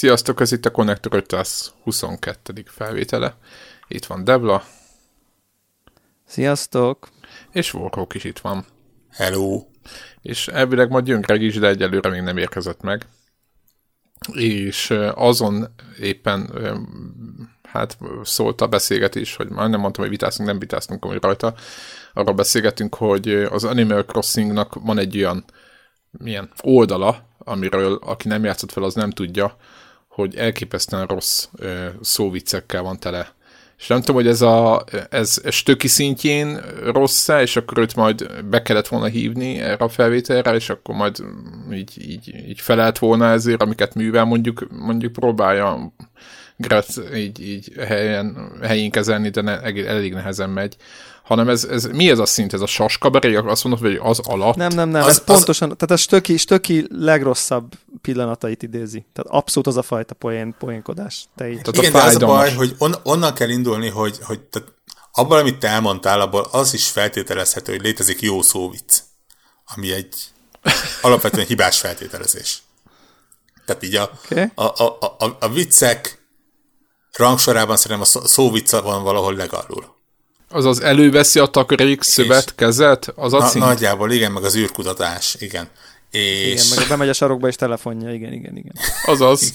Sziasztok, ez itt a Connector 522. felvétele. Itt van Debla. Sziasztok. És Warhawk is itt van. Hello. És elvileg majd jön Greg is, de egyelőre még nem érkezett meg. És azon éppen hát szólt a beszélgetés, hogy már nem mondtam, hogy vitáztunk, nem vitáztunk amúgy rajta. Arra beszélgetünk, hogy az Animal Crossingnak van egy olyan milyen oldala, amiről aki nem játszott fel, az nem tudja, hogy elképesztően rossz szóviccekkel van tele. És nem tudom, hogy ez stöki szintjén rossz-e, és akkor őt majd be kellett volna hívni erre a felvételre, és akkor majd így felelt volna ezért, amiket művel, mondjuk próbálja Gret így helyén kezelni, de elég nehezen megy. Hanem mi ez a szint? Ez a saskabaré? Azt mondod, hogy az alatt? Nem. Ez pontosan, tehát a stöki legrosszabb pillanatait idézi. Tehát abszolút az a fajta poénkodás. Igen, de az a baj, hogy onnan kell indulni, hogy tehát abban, amit te elmondtál, abból az is feltételezhető, hogy létezik jó szóvic, ami egy alapvetően hibás feltételezés. Tehát így a viccek rangsorában szerintem a szóvicca van valahol legalul. Azaz előveszi a takarék szövet kezet? Az a szint? Nagyjából, igen, meg az űrkutatás, igen. Igen, meg bemegy a sarokba és telefonja, igen. Azaz.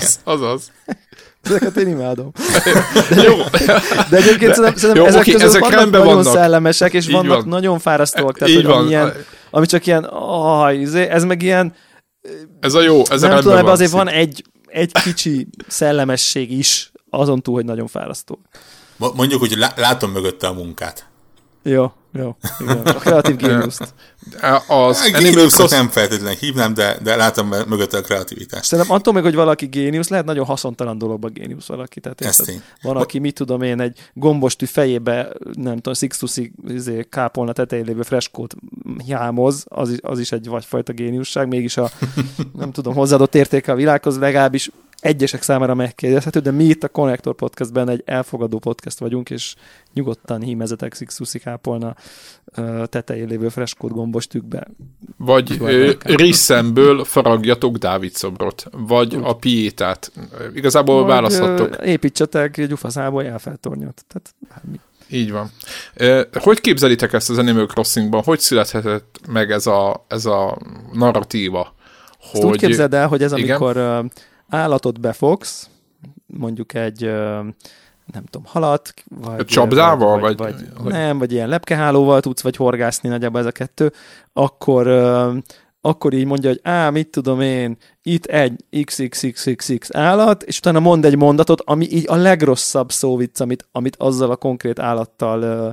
Ezeket én imádom. Jó. De egyébként szerintem ezek vannak nagyon szellemesek, és vannak nagyon fárasztóak. Tehát, hogy ami csak ilyen, ez meg ilyen... Ez a jó, ez nem tudom, azért van egy kicsi szellemesség is, azon túl, hogy nagyon fárasztó. Mondjuk, hogy látom mögötte a munkát. Jó, igen. A kreatív géniuszt. Géniuszot nem feltétlenül hívnám, de látom mögötte a kreativitást. Szerintem attól még, hogy valaki géniusz, lehet nagyon haszontalan dologban géniusz valaki. Tehát van, aki, mit tudom én, egy gombostű fejébe, nem tudom, Sixtusi kápolna tetején lévő freskót jámoz, az is egy vagyfajta géniusság, mégis a nem tudom, hozzáadott értéke a világhoz, legalábbis egyesek számára megkérdezhető, de mi itt a Connector Podcastben egy elfogadó podcast vagyunk, és nyugodtan hímezetek Sixtusi kápolna tetején lévő freskót gombostükbe. Vagy Risszemből faragjatok Dávid szobrot, vagy a Piétát. Igazából választhatok. Építsetek gyufaszából Eiffel-tornyot. Tehát bármi. Így van. Hogy képzelitek ezt az Animal Crossingban? Hogy születhetett meg ez a narratíva? Hogy... Úgy képzeld el, hogy ez amikor állatot befogsz, mondjuk egy nem tudom, halat, vagy... Csapdával? Vagy nem, vagy ilyen lepkehálóval tudsz, vagy horgászni, nagyjából ez a kettő, akkor így mondja, hogy mit tudom én, itt egy XXXXX állat, és utána mond egy mondatot, ami így a legrosszabb szóvic, amit azzal a konkrét állattal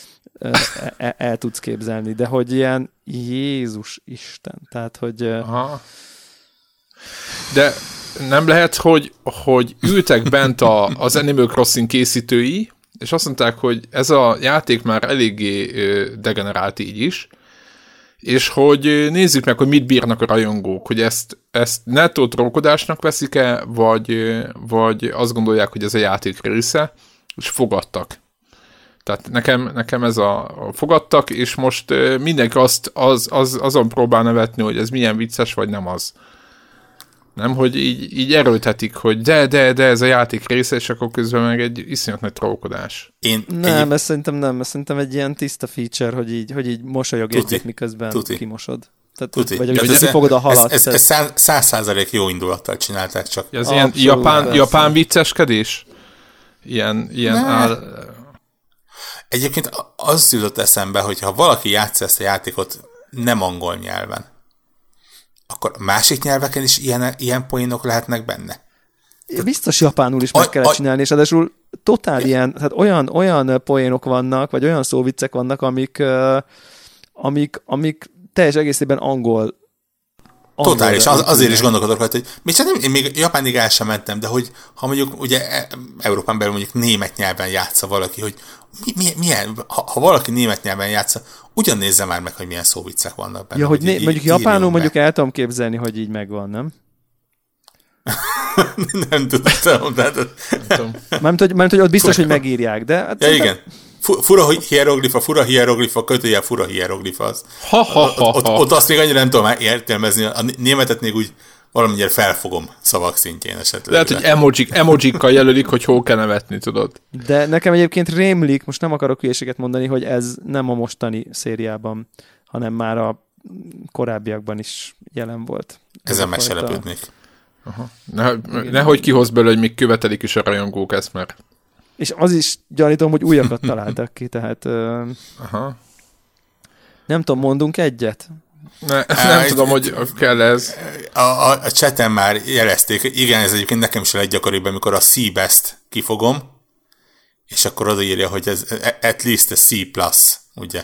el tudsz képzelni, de hogy ilyen Jézus Isten, tehát, hogy... Aha. De nem lehet, hogy ültek bent az Animal Crossing készítői, és azt mondták, hogy ez a játék már eléggé degenerált így is, és hogy nézzük meg, hogy mit bírnak a rajongók, hogy ezt nettó trókodásnak veszik-e, vagy azt gondolják, hogy ez a játék része, és fogadtak. Tehát nekem ez fogadtak, és most mindenki azon próbál nevetni, hogy ez milyen vicces, vagy nem az. Nem, hogy így erőltetik, hogy de ez a játék része, és akkor közben meg egy iszonyat nagy trókodás. Ez szerintem egy ilyen tiszta feature, hogy így mosolyog egyet, miközben kimosod. Tehát, vagy kifogod a halat. Ez 100% jó indulattal csinálták csak. Ez ilyen japán vicceskedés? Ilyen Egyébként az jutott eszembe, hogy ha valaki játsza ezt a játékot nem angol nyelven, akkor másik nyelveken is ilyen poénok lehetnek benne. Biztos japánul is meg kellett csinálni, és ráadásul totál ilyen, tehát olyan poénok vannak, vagy olyan szóviccek vannak, amik teljes egészében angol. Totális, azért is gondolkodok rajta, hogy én még Japánig el sem mentem, de hogy ha mondjuk ugye Európán belül mondjuk német nyelven játsza valaki, hogy milyen, ha valaki német nyelven játsza, ugyan nézze már meg, hogy milyen szóviccek vannak benne. Ja, hogy mondjuk japánul mondjuk el tudom képzelni, hogy így megvan, nem? Nem tudom. Mert hogy ott biztos, hogy megírják, de... Hát ja, igen. Fura hieroglifa, kötőjel fura hieroglifa az. Ott azt még annyira nem tudom értelmezni. A németet még úgy valamennyire felfogom szavak szintjén esetleg. Lehet, hogy emojikkal jelölik, hogy hol kell nevetni, tudod. De nekem egyébként rémlik, most nem akarok hülyeséget mondani, hogy ez nem a mostani szériában, hanem már a korábbiakban is jelen volt. Ezen meg se lepődnék. Nehogy kihoz belőle, hogy még követelik is a rajongók ezt, mert... És az is gyanítom, hogy újakat találtak ki, tehát... Nem tudom, mondunk egyet? Nem tudom, hogy kell ez. A chaten már jelezték, igen, ez egyébként nekem is a leggyakoribb, amikor a C-best kifogom, és akkor odaírja, hogy ez at least a C+, ugye?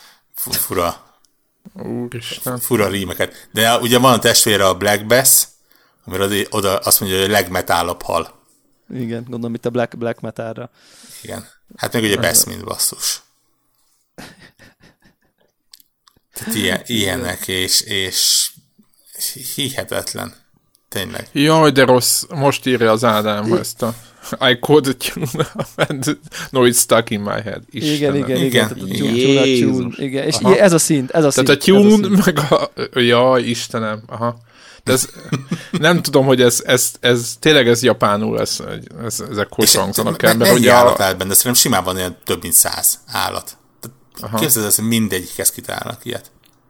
Fura rímeket. De ugye van a testvére a Black Bass, amire oda azt mondja, hogy a legmetálabb hal. Igen, gondolom itt a Black Metalra. Igen. Hát meg ugye Bass, mint basszus. Tehát ilyenek, és hihetetlen. Tényleg. Jaj, de rossz. Most írja az Ádám ezt a I called a tune and no, it's stuck in my head. Igen. És ez a szint. Tehát a tune, meg a... Jaj, Istenem. Aha. De ez, nem tudom, hogy ez tényleg ez japánul, ezek hogy hangzanak el. Mennyi állat állt benne? Szerintem simán van olyan több mint 100 állat. Képzeld ezt, hogy mindegyikhez kitálnak ilyet.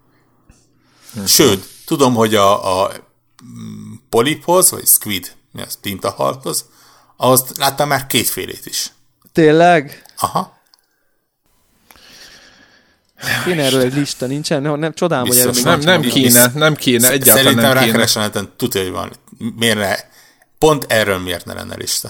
Sőt, tudom, hogy a poliphoz, vagy squid, mi az, tintahalhoz, ahhoz láttam már kétfélét is. Tényleg? Aha. Kéne erről egy lista, nincsen? Nem, csodálom, hogy erről nem kéne, egyáltalán szerintem nem kéne. rákeresem, tudja, hogy van. Pont erről miért ne lenne lista?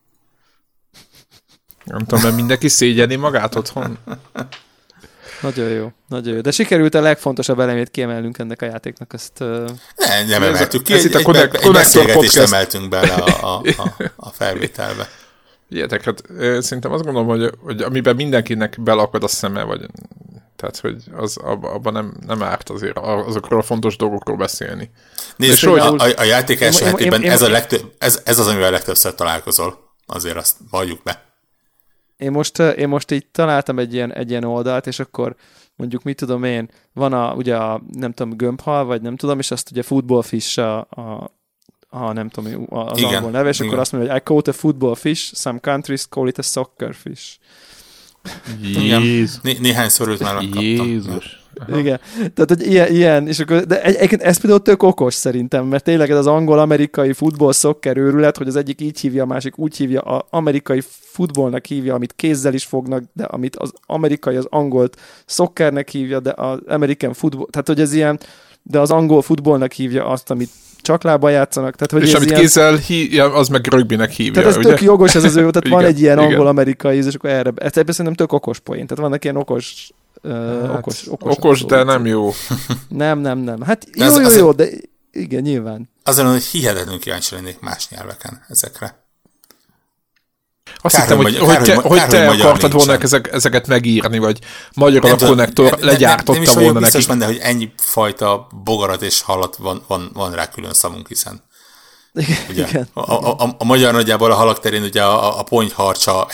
Nem tudom, mert mindenki szégyeni magát otthon. Nagyon jó. De sikerült a legfontosabb elemét kiemelnünk ennek a játéknak, ezt... Nem emeltük ki, egy beszélgetést emeltünk bele a felvételbe. Ilyetek, hát szerintem azt gondolom, hogy amiben mindenkinek belakad a szeme, vagy tehát, hogy abban nem árt azért azokról a fontos dolgokról beszélni. Nézd, a játék első hetében ez az, amivel legtöbbször találkozol. Azért azt valljuk be. Én most így találtam egy ilyen oldalt, és akkor mondjuk, mit tudom én, van ugye nem tudom, gömbhal, vagy nem tudom, és azt ugye football fish a nem tudom, az angol neve, és akkor azt mondja, hogy I caught a football fish, some countries call it a soccer fish. Jézus. Néhányszor őt már megkaptam. Jézus. Igen, tehát hogy ilyen, és akkor, de egyébként ez például tök okos szerintem, mert tényleg ez az angol-amerikai futball-szokker őrület, hogy az egyik így hívja, a másik úgy hívja, az amerikai futballnak hívja, amit kézzel is fognak, de amit az amerikai, az angolt szokkernek hívja, de az American football, tehát hogy ez ilyen, de az angol futballnak hívja azt, amit csak lábbal játszanak. Tehát, hogy és ez amit ilyen... kézzel az meg rugbynek hívja. Tehát ez ugye? tök jogos ez az ő, tehát van egy ilyen angol-amerikai íz, és akkor erre, ez szerintem tök okos poén, tehát vannak ilyen okos, de nem jó. Nem. Hát de jó, de igen, nyilván. Azért mondom, hogy hihetetlenül kíváncsi lennék más nyelveken ezekre. Azt hittem, hogy te akartad volna ezeket megírni, vagy magyar alapkonnektor legyártotta volna neki. Biztos benne, hogy ennyi fajta bogarat és halat van rá külön szavunk, hiszen ugye, igen. A magyar nagyjából a halak terén ugye a ponyharcsa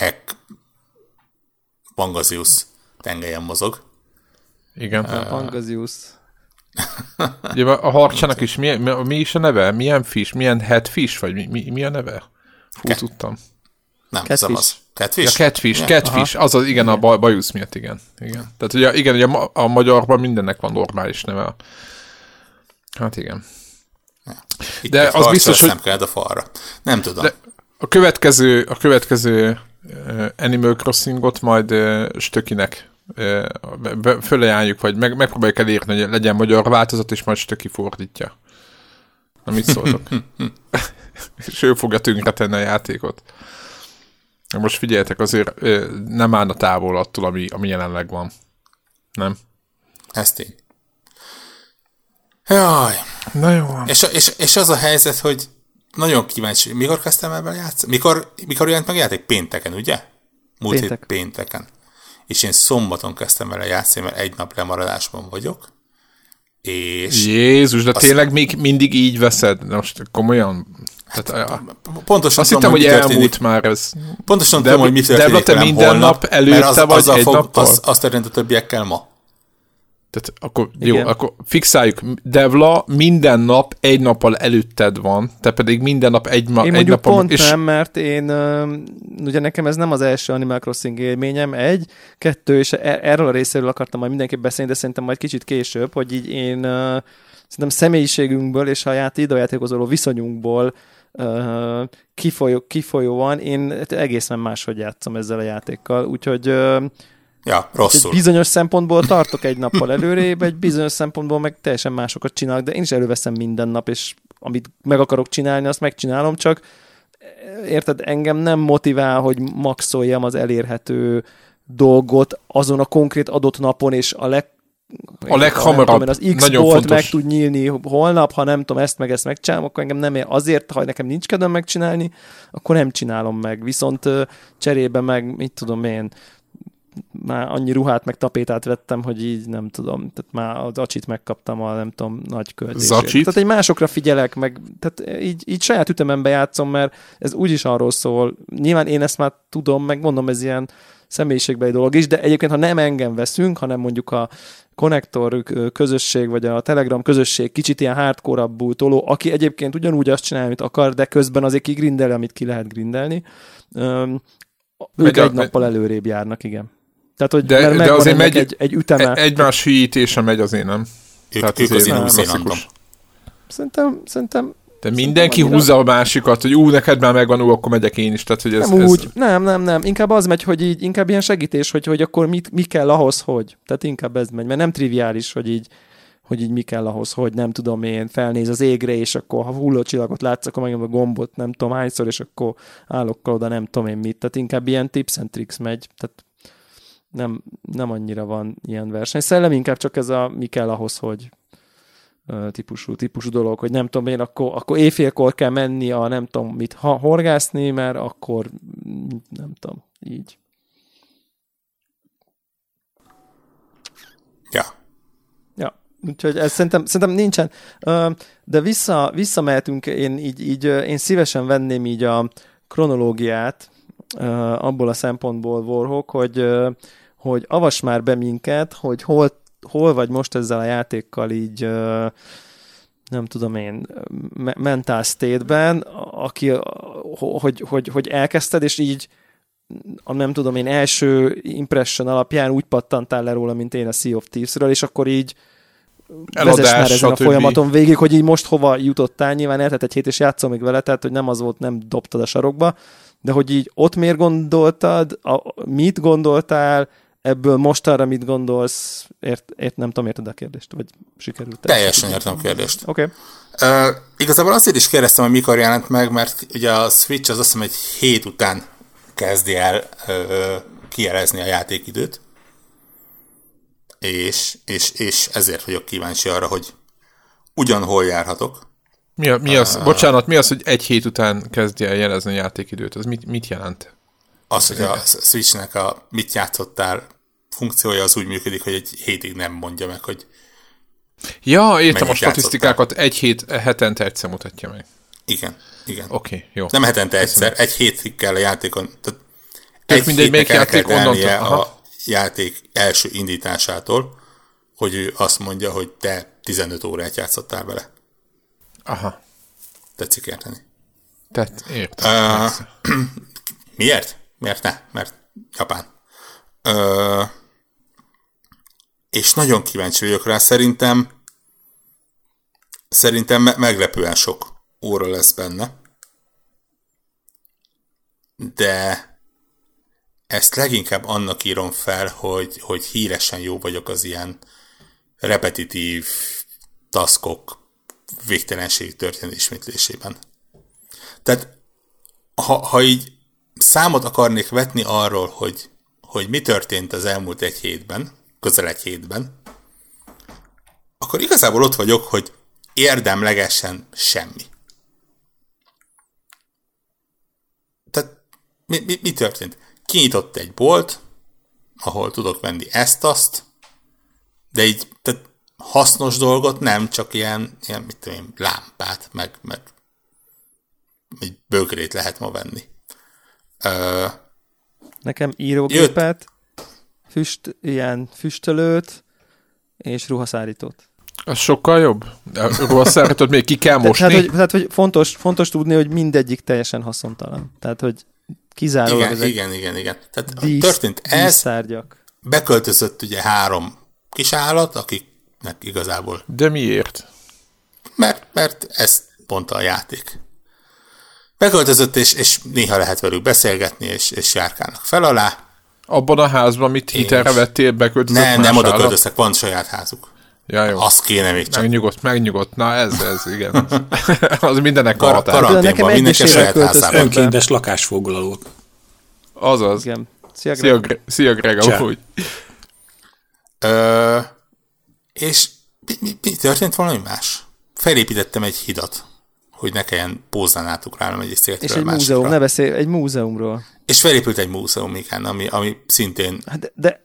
Pangazius tengelyen mozog. Igen. Pangazius. Ugye a harcsának is mi is a neve? Milyen fish? Milyen headfish? Vagy mi a neve? Tudtam. Nem, ez az. Catfish? Ja, catfish. Azaz, igen, a bajusz miatt, igen. Tehát ugye, igen, ugye a magyarban mindennek van normális neve. Hát igen. Itt de az biztos, hogy... Nem kell a falra. Nem tudom. De a következő Animal Crossingot majd Stökinek fölajánljuk, vagy megpróbáljuk elérni, hogy legyen magyar változat, és majd Stöki fordítja. Na, mit szóltok? És ő fogja tönkretenni a játékot. Most figyeljetek, azért nem állna távol attól, ami jelenleg van. Nem? Ez tény. Jaj. Na jó. És az a helyzet, hogy nagyon kíváncsi, mikor kezdtem el vele játszani? Mikor jelent meg a játék? Pénteken, ugye? Múlt hét pénteken. És én szombaton kezdtem vele játszani, mert egy nap lemaradásban vagyok. És Jézus, de tényleg még mindig így veszed? Most komolyan... Pontosan azt hittem, hogy elmúlt már ez. Pontosan tudom, hogy mi történik velem minden holnap, nap előtte vagy egy nappal? Azt történt a többiekkel ma. Tehát akkor jó, akkor fixáljuk. Devla minden nap egy nappal előtted van, te pedig minden nap egy mondjuk nappal... pont és... nem, mert én ugye nekem ez nem az első Animal Crossing élményem, 1, 2, és erről a részéről akartam majd mindenképp beszélni, de szerintem majd kicsit később, hogy így én szerintem személyiségünkből és a videójátékhoz való viszonyunkból kifolyóan én egészen máshogy játszom ezzel a játékkal, úgyhogy rosszul. Egy bizonyos szempontból tartok egy nappal előrébb, egy bizonyos szempontból meg teljesen másokat csinálok, de én is előveszem minden nap, és amit meg akarok csinálni, azt megcsinálom, csak érted, engem nem motivál, hogy maxoljam az elérhető dolgot azon a konkrét adott napon, és a leghamarabb, az X nagyon bolt fontos. meg tud nyílni holnap, ha nem tudom, ezt megcsinálom, akkor engem nem ér. Azért, ha nekem nincs kedvem megcsinálni, akkor nem csinálom meg. Viszont cserébe meg, mit tudom én, már annyi ruhát meg tapétát vettem, hogy így nem tudom, tehát már az acsit megkaptam a nem tudom, nagy költésért. Tehát egy másokra figyelek, meg tehát így saját ütemembe játszom, mert ez úgyis arról szól. Nyilván én ezt már tudom, meg mondom, ez ilyen személyiségbeli dolog is, de egyébként, ha nem engem veszünk, hanem mondjuk a Connector közösség, vagy a Telegram közösség kicsit ilyen hardcore-abbul toló, aki egyébként ugyanúgy azt csinálja, amit akar, de közben azért kigrindeli, amit ki lehet grindelni. Ők egy nappal előrébb járnak, igen. Tehát, hogy de azért megy egy üteme. Egymás hülyítése megy, azért nem. Tehát azért nem klasszikus. Szerintem de mindenki húzza a másikat, hogy neked már megvan, akkor megyek én is. Tehát, hogy ez, nem úgy, nem. Inkább az megy, hogy így, inkább ilyen segítés, hogy akkor mi kell ahhoz, hogy. Tehát inkább ez megy, mert nem triviális, hogy így mi kell ahhoz, hogy nem tudom én, felnéz az égre, és akkor ha hulló csillagot látsz, akkor megnyom a gombot nem tudom hányszor, és akkor állok oda, nem tudom én mit. Tehát inkább ilyen tips and tricks megy. Tehát nem annyira van ilyen verseny. Szellem inkább csak ez a mi kell ahhoz, hogy típusú dolog, hogy nem tudom én, akkor éjfélkor kell menni a nem tudom mit horgászni, mert akkor nem tudom, így. Ja, úgyhogy ez szerintem nincsen. De visszamehetünk, én szívesen venném így a kronológiát abból a szempontból, Warhawk, hogy avass már be minket, hogy hol vagy most ezzel a játékkal így nem tudom én, mental state-ben, hogy elkezdted, és így nem tudom én, első impression alapján úgy pattantál le róla, mint én a Sea of Thieves-ről, és akkor így vezess már ezen a folyamaton végig, hogy így most hova jutottál, nyilván eltelt egy hét, és játszol még vele, tehát hogy nem az volt, nem dobtad a sarokba, de hogy így ott miért gondoltad, mit gondoltál, ebből mostanra mit gondolsz, nem tudom, érted a kérdést, vagy sikerült? Teljesen értem a kérdést. Oké. Igazából azért is kérdeztem, hogy mikor jelent meg, mert ugye a Switch az azt hiszem egy hét után kezdi el kijelezni a játékidőt, és ezért vagyok kíváncsi arra, hogy ugyanhol járhatok. Mi az, bocsánat, mi az, hogy egy hét után kezdje el jelezni a játékidőt? Az mit jelent? Az, hogy a Switchnek a mit játszottál funkciója az úgy működik, hogy egy hétig nem mondja meg, hogy ja, értem, a statisztikákat hetente egyszer mutatja meg. Igen. Oké, jó. Nem hetente egyszer, egy hétig kell a játékon. Tehát egy hétnek el kell tennie a játék első indításától, hogy ő azt mondja, hogy te 15 órát játszottál vele. Aha. Tetszik érteni? Értem. Miért? Miért ne? Mert Japán. És nagyon kíváncsi vagyok rá, szerintem meglepően sok óra lesz benne. De ezt leginkább annak írom fel, hogy híresen jó vagyok az ilyen repetitív taskok végtelenségig történő ismétlésében. Tehát ha így számot akarnék vetni arról, hogy mi történt az elmúlt egy hétben, közel egy hétben, akkor igazából ott vagyok, hogy érdemlegesen semmi. Tehát mi történt? Kinyitott egy bolt, ahol tudok venni ezt-azt, de így tehát hasznos dolgot nem, csak ilyen mit tudom én, lámpát, meg egy bögrét lehet ma venni. Nekem írógépet, ilyen füstölőt, és ruhaszárítót. Az sokkal jobb? A ruhaszárítót még ki kell mosni? Tehát, hogy fontos tudni, hogy mindegyik teljesen haszontalan. Tehát, hogy kizárólag ezek igen. Tehát történt ez, dísztárgyak. Beköltözött ugye 3 kis állat, akiknek igazából... De miért? Mert ez pont a játék. Beköltözött, és néha lehet velük beszélgetni, és járkálnak fel alá. Abban a házban, mit hitelre vettél, beköltözött nem oda költöztek, van saját házuk. Ja, jó. Azt kéne még csak. Megnyugodt. Na ez igen. Az mindenek a határ. Karanténban, mindenki saját házában. Önkéntes lakásfoglalók. Azaz. Igen. Szia Greg, amúgy. És mi történt valami más? Felépítettem egy hidat, hogy ne kelljen pózzán átugrálnom egy széltről és egy múzeum, ne beszélj, egy múzeumról. És felépült egy múzeum, igen, ami szintén... De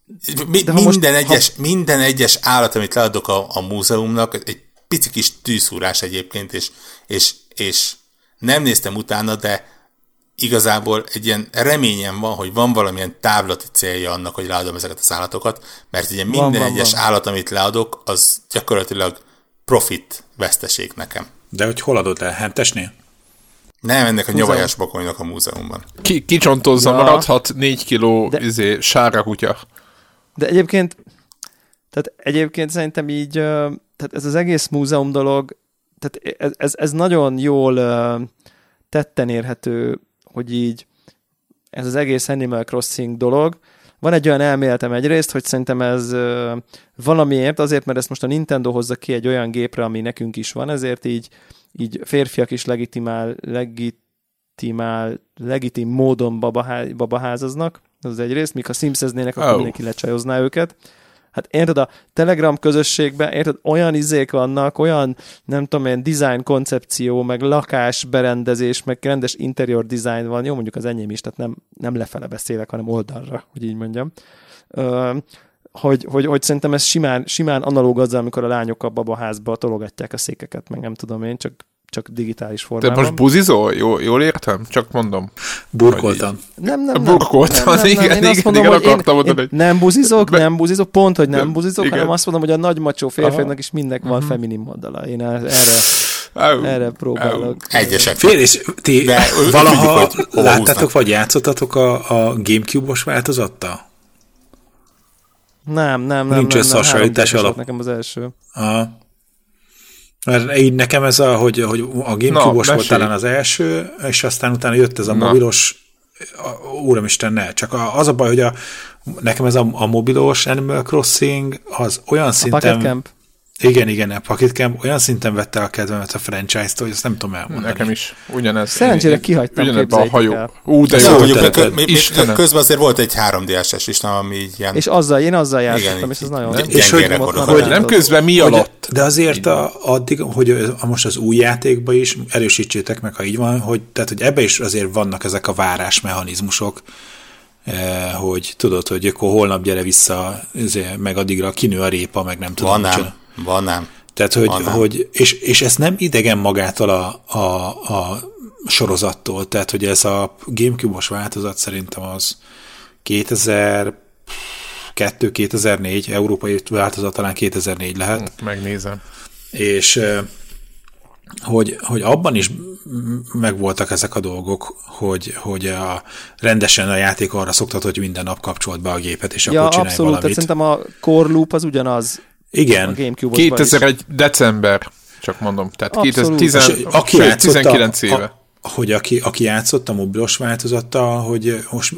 minden egyes állat, amit leadok a múzeumnak, egy pici kis tűszúrás egyébként, és nem néztem utána, de igazából egy ilyen reményem van, hogy van valamilyen távlati célja annak, hogy leadom ezeket az állatokat, mert ugye minden egyes állat, amit leadok, az gyakorlatilag profit veszteség nekem. De hogy hol adod el? Hentesnél? Nem, ennek a nyavajas bakonynak a múzeumban. Kicsontozza, maradhat 4 kiló sárga kutya. De egyébként szerintem így, tehát ez az egész múzeum dolog, tehát ez nagyon jól tetten érhető, hogy így ez az egész Animal Crossing dolog. Van egy olyan elméletem egyrészt, hogy szerintem ez valamiért, azért, mert ezt most a Nintendo hozza ki egy olyan gépre, ami nekünk is van, ezért így férfiak is legitim módon babaházaznak, az egyrészt, míg ha Simseznének, akkor mindenki lecsajozná őket. Hát érted, a Telegram közösségben, érted, olyan izék vannak, olyan, nem tudom én, design koncepció, meg lakásberendezés, meg rendes interior design van, jó, mondjuk az enyém is, tehát nem lefele beszélek, hanem oldalra, hogy így mondjam. Hogy szerintem ez simán analóg azzal, amikor a lányok a babaházba tologatják a székeket, meg nem tudom én, csak digitális formában. De most buzizol? Jól értem? Csak mondom. Burkoltam. Nem. Burkoltam, igen, akartam mondani. Nem buzizok, pont, hogy nem buzizok, hanem azt mondom, hogy a nagy macsó férfiaknak is mindnek van feminin oldala. Én erre próbálok. Egyesek. És ti valaha láttátok, vagy játszottatok a Gamecube-os változattal? Nem. Nincs összehasonlítás alap. Nekem az első. Mert így nekem ez hogy a Gamecube-os volt talán az első, és aztán utána jött ez a mobilos, úramisten ne. Csak az a baj, hogy nekem ez a mobilos Animal Crossing az olyan szinten... Pocket Camp. Igen, a Pocket Camp olyan szinten vette a kedvemet a franchise-tól, hogy ezt nem tudom elmondani. Nekem is ugyanez. Szerencsére kihagytam, ugyanebben a hajó. De jó, közben azért volt egy 3DS-es is, ami így ilyen... És én azzal játszottam, és ez nagyon... És hogy nem közben mi alatt? De azért addig, hogy most az új játékban is erősítsétek meg, ha így van, hogy ebbe is azért vannak ezek a várásmechanizmusok, hogy tudod, hogy akkor holnap gyere vissza, meg addigra kinő a répa, meg nem tudom. Van nem. Tehát, hogy és ez nem idegen magától a sorozattól, tehát, hogy ez a Gamecube-os változat szerintem az 2002-2004, európai változat talán 2004 lehet. Megnézem. És hogy abban is megvoltak ezek a dolgok, hogy rendesen a játék arra szoktat, hogy minden nap kapcsolt be a gépet, és akkor csinálj abszolút, valamit. Tehát szerintem a core loop az ugyanaz. Igen. A 2001 december, csak mondom. Tehát 19 éve. Hogy aki játszott a mobilos változattal, hogy most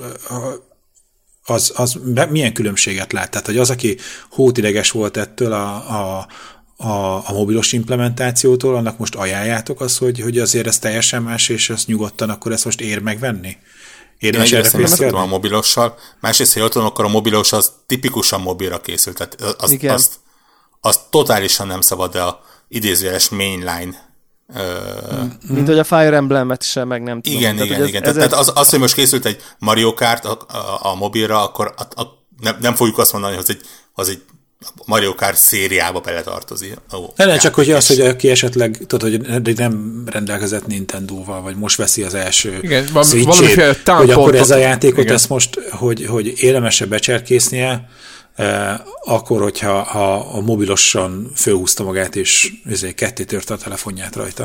az milyen különbséget lát? Tehát, hogy az, aki hótideges volt ettől a mobilos implementációtól, annak most ajánljátok azt, hogy azért ez teljesen más, és ezt nyugodtan akkor ezt most ér megvenni? Érdemes erre fészkelni? A mobilossal. Másrészt, ha jól tudom, akkor a mobilos az tipikusan mobilra készült. Tehát azt totálisan nem szabad a idézőjeles mainline. Mint hogy a Fire Emblem-et sem, meg nem tudom. Igen. Tehát az, hogy most készült egy Mario Kart a mobilra, akkor nem fogjuk azt mondani, hogy az egy Mario Kart szériába beletartozik. Nem, csak hogy az, hogy aki esetleg tudod, hogy nem rendelkezett Nintendo-val, vagy most veszi az első Switch-ét, hogy akkor ez a játékot, ezt most, hogy érdemes-e becserkésznie, akkor, hogyha a mobiloson fölhúzta magát, és ketté törte a telefonját rajta.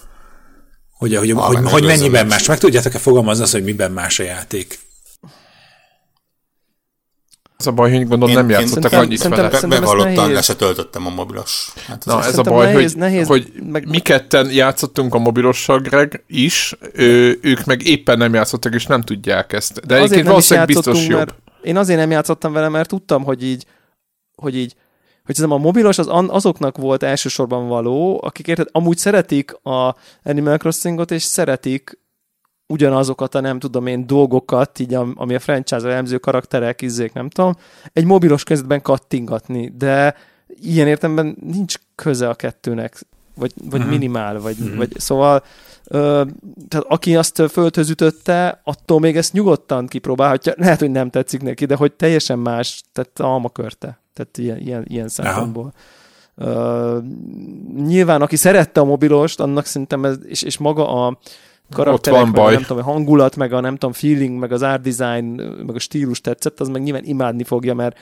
Hogy mennyiben más. Meg tudjátok-e fogalmazni azt, hogy miben más a játék? Ez a baj, hogy gondolom nem játszottak annyit vele. Bevallottan le se töltöttem a mobilos. Hát ez a baj, hogy mi ketten játszottunk a mobilossal, Greg is, ők meg éppen nem játszottak, és nem tudják ezt. De egyébként valószínűleg biztos jobb. Én azért nem játszottam vele, mert tudtam, hogy a mobilos azoknak volt elsősorban való, akik érted, amúgy szeretik a Animal Crossingot, és szeretik ugyanazokat a nem tudom én dolgokat, így ami a franchise-ra jellemző karakterek, nem tudom, egy mobilos kezdetben kattingatni, de ilyen értelemben nincs köze a kettőnek, vagy minimál, vagy szóval tehát aki azt földhöz ütötte, attól még ezt nyugodtan kipróbálhatja, lehet, hogy nem tetszik neki, de hogy teljesen más, tehát almakörte, tehát ilyen szempontból. Nyilván, aki szerette a mobilost, annak szerintem ez, és maga a karakterek, meg a, nem tudom, a hangulat, meg a nem tudom, feeling, meg az art design, meg a stílus tetszett, az meg nyilván imádni fogja, mert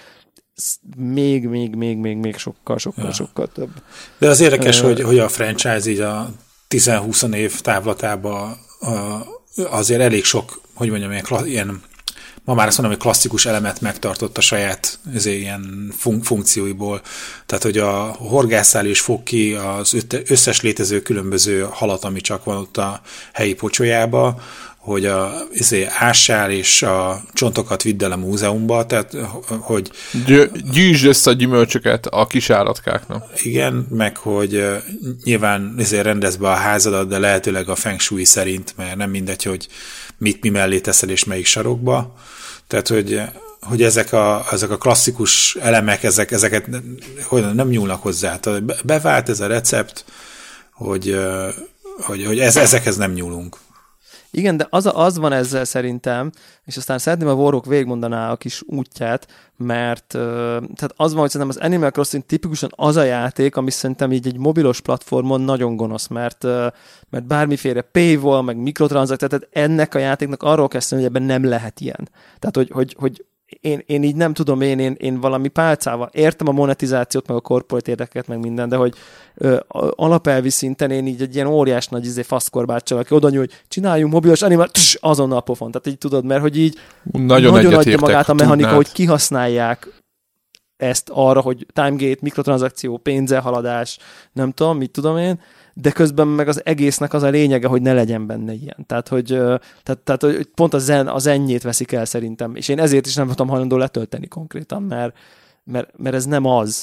még sokkal több. De az érdekes, hogy a franchise így a 10-20 év távlatában azért elég sok, hogy mondjam, ilyen ma már azt mondom, hogy klasszikus elemet megtartott a saját ilyen funkcióiból. Tehát, hogy a horgászál és fog ki az összes létező különböző halat, ami csak van ott a helyi pocsolyába, hogy ássál és a csontokat vidd el a múzeumba, tehát, hogy... Gyűjtsd össze a gyümölcsöket a kis állatkáknak. Igen, meg hogy nyilván rendezd be a házadat, de lehetőleg a feng shui szerint, mert nem mindegy, hogy mi mellé teszel és melyik sarokba. Tehát, hogy ezek a klasszikus elemek, ezeket nem nyúlnak hozzá. Tehát bevált ez a recept, hogy ezekhez nem nyúlunk. Igen, de az van ezzel szerintem, és aztán szeretném a Warhawk végigmondaná a kis útját, mert tehát az van, hogy szerintem az Animal Crossing tipikusan az a játék, ami szerintem így egy mobilos platformon nagyon gonosz, mert bármiféle paywall, meg mikrotranszakció, tehát ennek a játéknak arról kezdtem, hogy ebben nem lehet ilyen. Tehát, hogy én így nem tudom, én valami pálcával értem a monetizációt, meg a corporate érdekeket, meg minden, de hogy alapelvi szinten én így egy ilyen óriás nagy faszkorbáccsal, aki oda nyúl, hogy csináljunk mobilos animát, azonnal a pofon. Tehát így tudod, mert hogy így nagyon adja magát a mechanika, hogy kihasználják ezt arra, hogy timegate, mikrotranszakció, pénzelhaladás, nem tudom, mit tudom én, de közben meg az egésznek az a lényege, hogy ne legyen benne ilyen. Tehát, hogy pont az ennyét veszik el szerintem, és én ezért is nem voltam hajlandó letölteni konkrétan, mert ez nem az.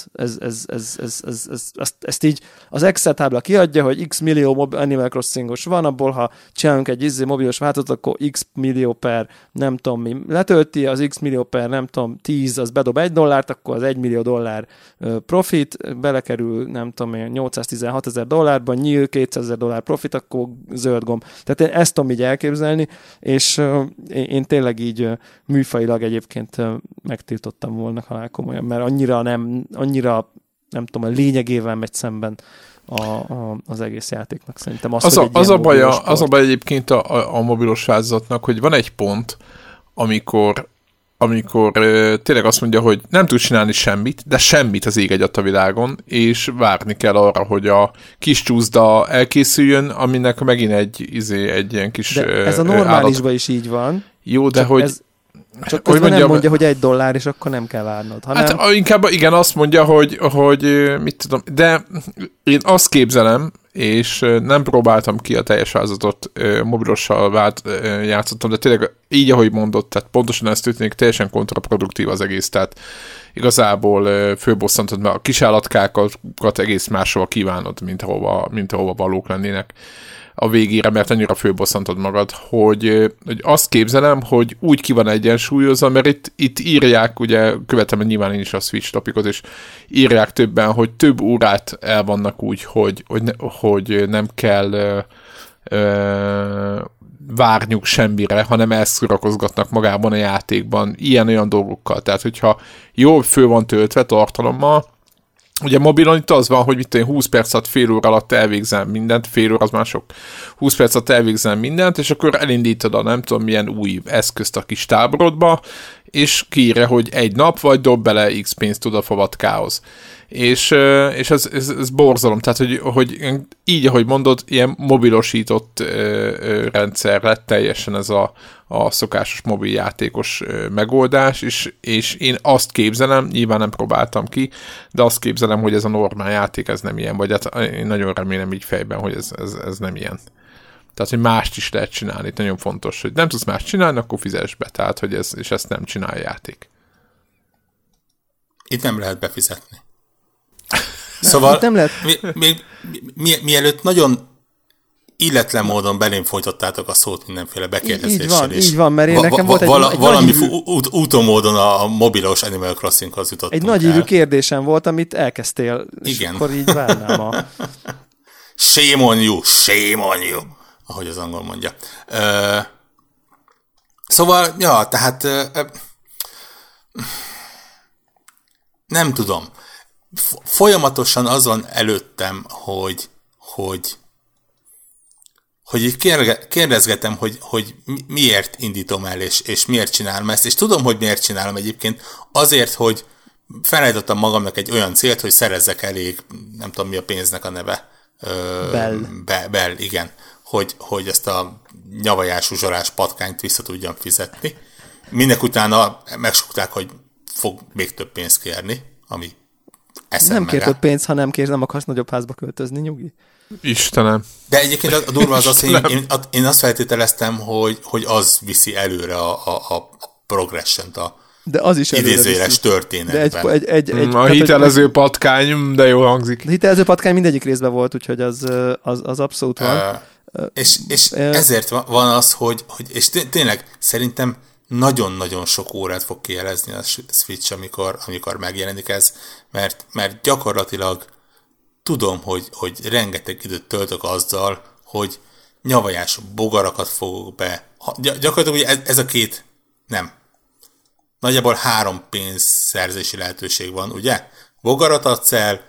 Ezt így az Excel tábla kiadja, hogy x millió Animal Crossingos van, abból ha csinálunk egy mobilos változatot, akkor x millió per nem tudom mi letölti, az x millió per nem tudom 10, az bedob $1, akkor az $1 millió profit, belekerül nem tudom $816,000, nyíl $200,000 profit, akkor zöld gomb. Tehát én ezt tudom így elképzelni, és én tényleg így műfajilag egyébként megtiltottam volna halál komolyan, mert annyira nem tudom, a lényegével megy szemben az egész játéknak szerintem. Az a baj egyébként a mobilos változatnak, hogy van egy pont, amikor tényleg azt mondja, hogy nem tud csinálni semmit, de semmit az ég egyat a világon, és várni kell arra, hogy a kis csúszda elkészüljön, aminek megint egy ilyen kis de ez a normálisban is így van. Jó, de hogy... Csak közben nem mondja, hogy $1, és akkor nem kell várnod. Hát inkább igen, azt mondja, hogy mit tudom, de én azt képzelem, és nem próbáltam ki a teljes változatot, mobilossal játszottam, de tényleg így, ahogy mondott, tehát pontosan ez történik, teljesen kontraproduktív az egész, tehát igazából fölbosszantod, mert a kisállatkákat egész máshova kívánod, mint ahova valók lennének a végére, mert annyira fölbosszantod magad, hogy azt képzelem, hogy úgy ki van egyensúlyozva, mert itt írják, ugye követem nyilván én is a Switch topikot, és írják többen, hogy több órát el vannak úgy, hogy nem kell várniuk semmire, hanem elszurakozgatnak magában a játékban ilyen-olyan dolgokkal. Tehát, hogyha jól föl van töltve tartalommal, ugye mobilon itt az van, hogy mit 20 percet fél óra alatt elvégzem mindent, fél óra az már sok, 20 percet elvégzem mindent, és akkor elindítod a nem tudom milyen új eszközt a kis táborodba, és kiírja, hogy egy nap, vagy dob bele X pénzt tud a favatkához. És ez borzalom, tehát hogy így, ahogy mondod, ilyen mobilosított rendszer lett teljesen ez a szokásos mobiljátékos megoldás, és én azt képzelem, nyilván nem próbáltam ki, de azt képzelem, hogy ez a normál játék, ez nem ilyen, vagy hát én nagyon remélem így fejben, hogy ez nem ilyen. Tehát, hogy mást is lehet csinálni, itt nagyon fontos, hogy nem tudsz mást csinálni, akkor fizess be, tehát, hogy és ezt nem csinál a játék. Itt nem lehet befizetni. Szóval nem lehet. Mielőtt nagyon illetlen módon belém folytattátok a szót mindenféle bekérdezéssel. Így van, mert én nekem volt egy valami útomódon a mobilos Animal Crossinghoz jutottunk egy nagyívű kérdésem volt, amit elkezdtél, és igen. Akkor így várnám a... Shame on you, ahogy az angol mondja. Szóval, ja, tehát nem tudom. Folyamatosan az van előttem, hogy így kérdezgetem, hogy miért indítom el, és miért csinálom ezt, és tudom, hogy miért csinálom egyébként, azért, hogy felállítottam magamnak egy olyan célt, hogy szerezzek elég, nem tudom mi a pénznek a neve. Bell, igen. Hogy ezt a nyavajású zsarás patkányt vissza tudjam fizetni. Mindek utána megsukták, hogy fog még több pénzt kérni, ami nem kér több pénzt, ha nem akarsz nagyobb házba költözni, nyugi. Istenem. De egyébként a durva az, hogy én azt feltételeztem, hogy az viszi előre a progression-t, de az is idézőjeles történetben. A hitelező patkány, de jó hangzik. A hitelező patkány mindegyik részben volt, úgyhogy az abszolút van. És ezért van az, hogy és tényleg szerintem nagyon-nagyon sok órát fog kijelezni a Switch, amikor megjelenik ez, mert gyakorlatilag tudom, hogy rengeteg időt töltök azzal, hogy nyavajás bogarakat fogok be. Gyakorlatilag ugye ez a két, nem. Nagyjából 3 pénzszerzési lehetőség van, ugye? Bogarat adsz el,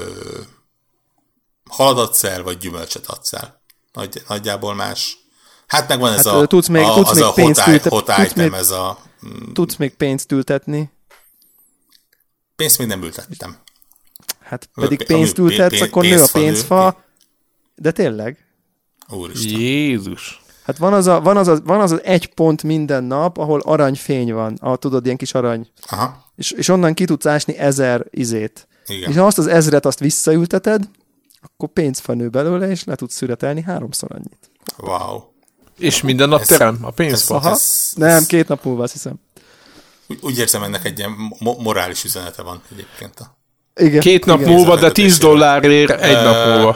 halat adsz el, vagy gyümölcsöt adsz el. Nagyjából más. Hát megvan ez a hot item, ez a... Tudsz még pénzt ültetni? Pénzt még nem ültettem. Hát pedig pénzt ültetsz, akkor nő a pénzfa. De tényleg? Úristen. Jézus. Hát van az egy pont minden nap, ahol aranyfény van, ahol tudod, ilyen kis arany. Aha. És onnan ki tudsz ásni 1000 izét. Igen. És ha azt az 1000-et azt visszaülteted, akkor pénzfa nő belőle, és le tudsz szüretelni 3-szor annyit. Wow. És minden nap terem a pénzfa? Nem, 2 nap múlva, azt hiszem. Úgy érzem, ennek egy ilyen morális üzenete van egyébként. Igen. 2 nap múlva, de $10 egy nap múlva.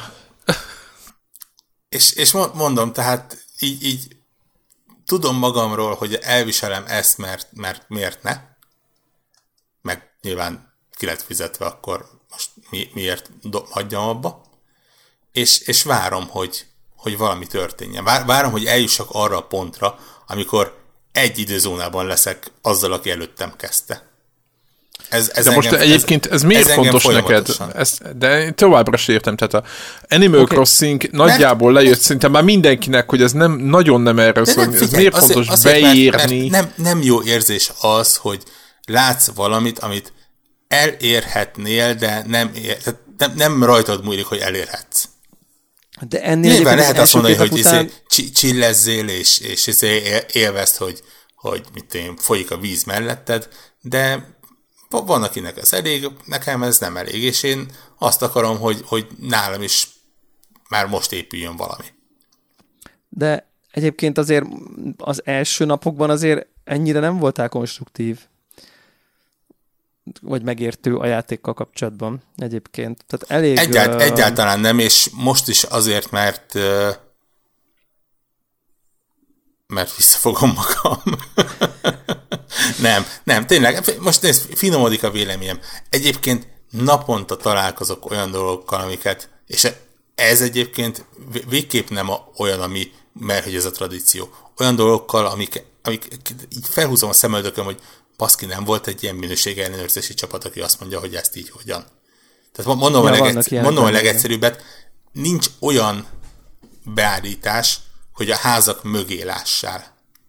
És mondom, tehát így tudom magamról, hogy elviselem ezt, mert miért ne? Meg nyilván ki lett fizetve, akkor most miért hagyjam abba? És várom, hogy valami történjen. Várom, hogy eljussak arra a pontra, amikor egy időzónában leszek azzal, aki előttem kezdte. De most egyébként ez miért fontos neked? De továbbra sem értem. Tehát a Animal Crossing nagyjából lejött szerintem már mindenkinek, hogy ez nagyon nem erről szól. Ez miért fontos beírni? Mert nem jó érzés az, hogy látsz valamit, amit elérhetnél, de nem rajtad múlik, hogy elérhetsz. De ennél nyilván lehet azt mondani, hogy csillezzél, és élvezd, hogy folyik a víz melletted, de van, akinek ez elég, nekem ez nem elég, és én azt akarom, hogy nálam is már most épüljön valami. De egyébként azért az első napokban azért ennyire nem voltál konstruktív, vagy megértő a játékkal kapcsolatban egyébként. Tehát elég... Egyáltalán nem, és most is azért, mert visszafogom magam. Nem, tényleg, most nézd, finomodik a véleményem. Egyébként naponta találkozok olyan dolgokkal, amiket, és ez egyébként végképp nem olyan, mert hogy ez a tradíció. Olyan dolgokkal, amik így felhúzom a szemöldököm, hogy baszki, nem volt egy ilyen minőség ellenőrzési csapat, aki azt mondja, hogy ezt így hogyan. Tehát mondom a legegyszerűbbet, nincs olyan beállítás, hogy a házak mögé lássál.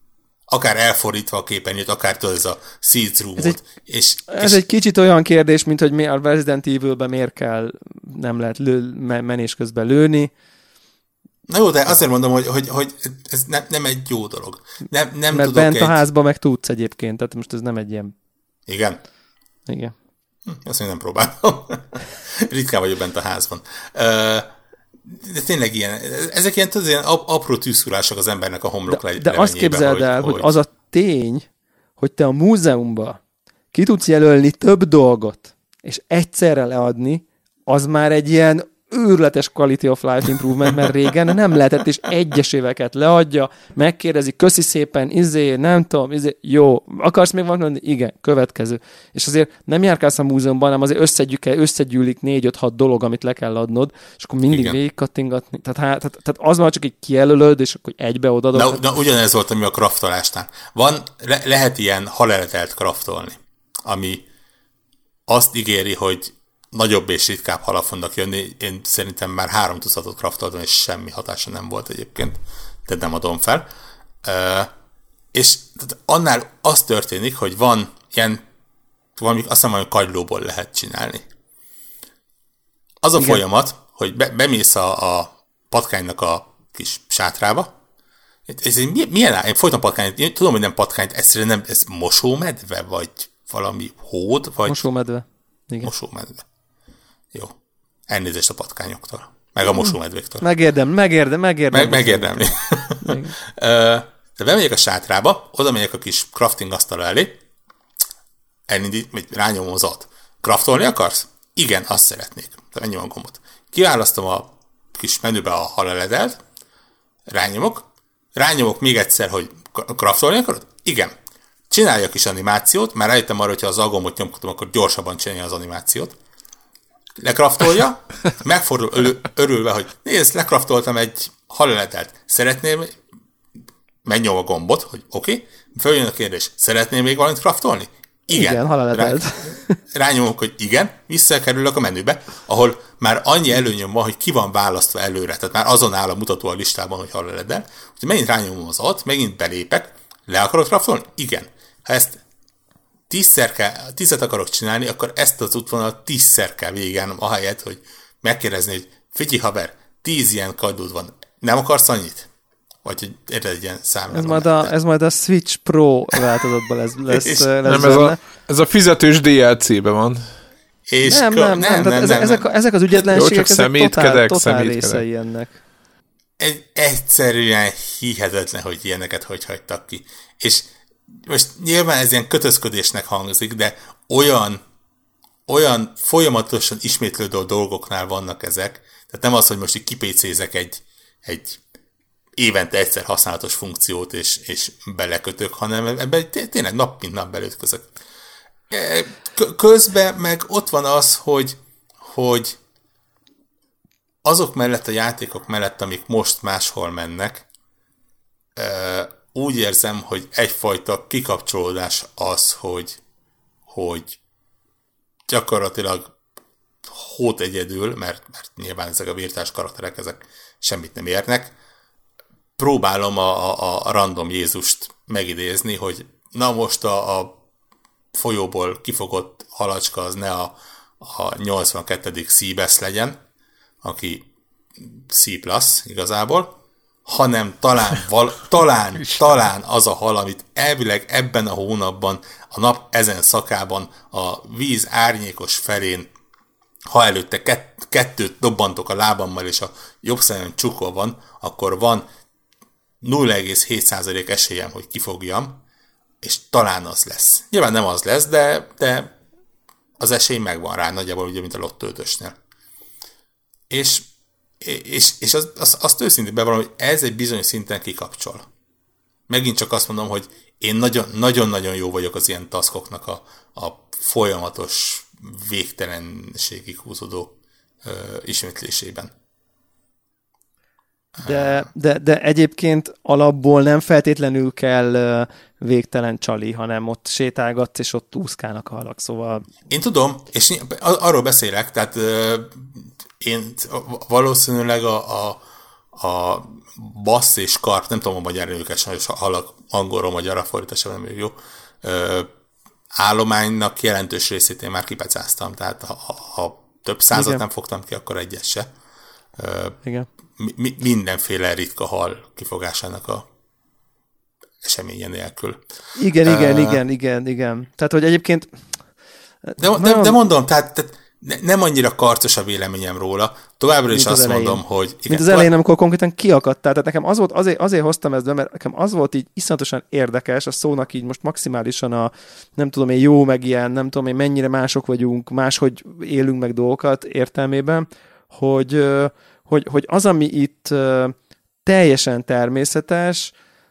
akár elfordítva a képernyőt, akár tudod, ez a see-through mód. Ez egy kicsit olyan kérdés, mint hogy a Resident Evil-ben miért kell nem lehet menés közben lőni. Na jó, de azért mondom, hogy ez nem egy jó dolog. Nem mert tudok bent a házban meg tudsz egyébként, tehát most ez nem egy ilyen... Igen? Igen. Azt még nem próbáltam. Ritkán vagyok bent a házban. De tényleg ilyen, ezek ilyen apró tűzszúrások az embernek a homlok levenyében. De azt képzeld el, hogy az a tény, hogy te a múzeumban ki tudsz jelölni több dolgot, és egyszerre leadni, az már egy ilyen őrületes quality of life improvement, mert régen nem lehetett, és egyeséveket leadja, megkérdezi, köszi szépen, nem tudom, jó, akarsz még valamit mondani? Igen, következő. És azért nem járkálsz a múzeumban, hanem azért összegyűlik 4-5-6 dolog, amit le kell adnod, és akkor mindig végigkattingatni. Tehát az már csak így kijelölöd, és akkor egybe odaadod. Na, ugyanez volt, ami a kraftolásnál. Lehet ilyen haleltelt kraftolni, ami azt ígéri, hogy nagyobb és ritkább halak fognak jönni. Én szerintem már 3 tucatot kraftoltam, és semmi hatása nem volt egyébként, de nem adom fel. És annál az történik, hogy van ilyen, valami, azt hiszem, hogy kagylóból lehet csinálni. Az a folyamat, hogy bemész a patkánynak a kis sátrába. Milyen én folyton patkányt, én tudom, hogy nem patkányt, egyszerűen nem, ez mosómedve, vagy valami hód, vagy... Mosómedve. Igen. Mosómedve. Jó. Elnézést a patkányoktól. Meg a mosómedvéktől. Megérdemli. De bemegyek a sátrába, oda megyek a kis crafting asztal elé, rányomom az alt. Craftolni akarsz? Igen, azt szeretnék. De menjünk a gombot. Kiválasztom a kis menübe a haleledelt, rányomok még egyszer, hogy craftolni akarod? Igen. Csinálja a kis animációt, már rájöttem arra, hogyha az algombot nyomkodom, akkor gyorsabban csinálja az animációt. Lekraftolja, megfordul örülve, hogy nézd, lekraftoltam egy haleletelt. Szeretném, megnyom a gombot, hogy oké, följön a kérdés, szeretném még valamit kraftolni? Igen, haleletelt. Rányomok, hogy igen, visszakerülök a menübe, ahol már annyi előnyöm van, hogy ki van választva előre, tehát már azon áll a mutató a listában, hogy halelettel. Úgyhogy megint rányomom az alt, megint belépek, le akarok kraftolni? Igen. Ha ezt 10-et akarok csinálni, akkor ezt az útvonalat 10-szer kell végigálnom, ahelyett, hogy megkérdezni, hogy figyelj haver, 10 ilyen kagylód van, nem akarsz annyit? Vagy hogy érted egy ilyen számra. Ez majd a Switch Pro változatban lesz nem, ez a fizetős DLC-ben van. És nem. Ezek az ügyetlenségek, ezek totál részei ennek. Egyszerűen hihetetlen, hogy ilyeneket hogy hagytak ki. És most nyilván ez ilyen kötözködésnek hangzik, de olyan folyamatosan ismétlődő dolgoknál vannak ezek. Tehát nem az, hogy most így kipécézek egy évente egyszer használatos funkciót, és belekötök, hanem ebben tényleg nap mint nap belütközök. Közben meg ott van az, hogy azok mellett a játékok mellett, amik most máshol mennek, úgy érzem, hogy egyfajta kikapcsolódás az, hogy gyakorlatilag hót egyedül, mert nyilván ezek a virtuális karakterek, ezek semmit nem érnek, próbálom a random Jézust megidézni, hogy na most a folyóból kifogott halacska az ne a 82. Seabass legyen, aki C+ igazából, hanem talán az a hal, amit elvileg ebben a hónapban, a nap ezen szakában, a víz árnyékos felén, ha előtte kettőt dobbantok a lábammal, és a jobb szemem csukva van, akkor van 0,7% esélyem, hogy kifogjam, és talán az lesz. Nyilván nem az lesz, de az esély megvan rá, nagyjából ugye, mint a Lotto 5-ösnél. És azt őszintén bevallom, hogy ez egy bizonyos szinten kikapcsol. Megint csak azt mondom, hogy én nagyon-nagyon jó vagyok az ilyen taskoknak a folyamatos végtelenségig húzódó ismétlésében. De egyébként alapból nem feltétlenül kell végtelen csali, hanem ott sétálgatsz, és ott úszkálnak a halak, szóval... Én tudom, és arról beszélek, tehát én valószínűleg a bassz és kart, nem tudom a magyar nevüket, sajnos hallak angolról magyarra fordítása nem jó, állománynak jelentős részét én már kipecáztam, tehát ha több százat nem fogtam ki, akkor egyet se. Igen. Mindenféle ritka hal kifogásának a eseménye nélkül. Igen. Tehát, hogy egyébként... De mondom, tehát nem annyira karcos a véleményem róla. Továbbra is azt mondom, hogy... Igen, mint az elején, amikor konkrétan kiakadtál. Tehát nekem az volt, azért hoztam ezt be, mert nekem az volt így iszonyatosan érdekes, a szónak így most maximálisan a nem tudom én jó, meg ilyen, nem tudom én mennyire mások vagyunk, máshogy élünk meg dolgokat értelmében, hogy az, ami itt teljesen természetes,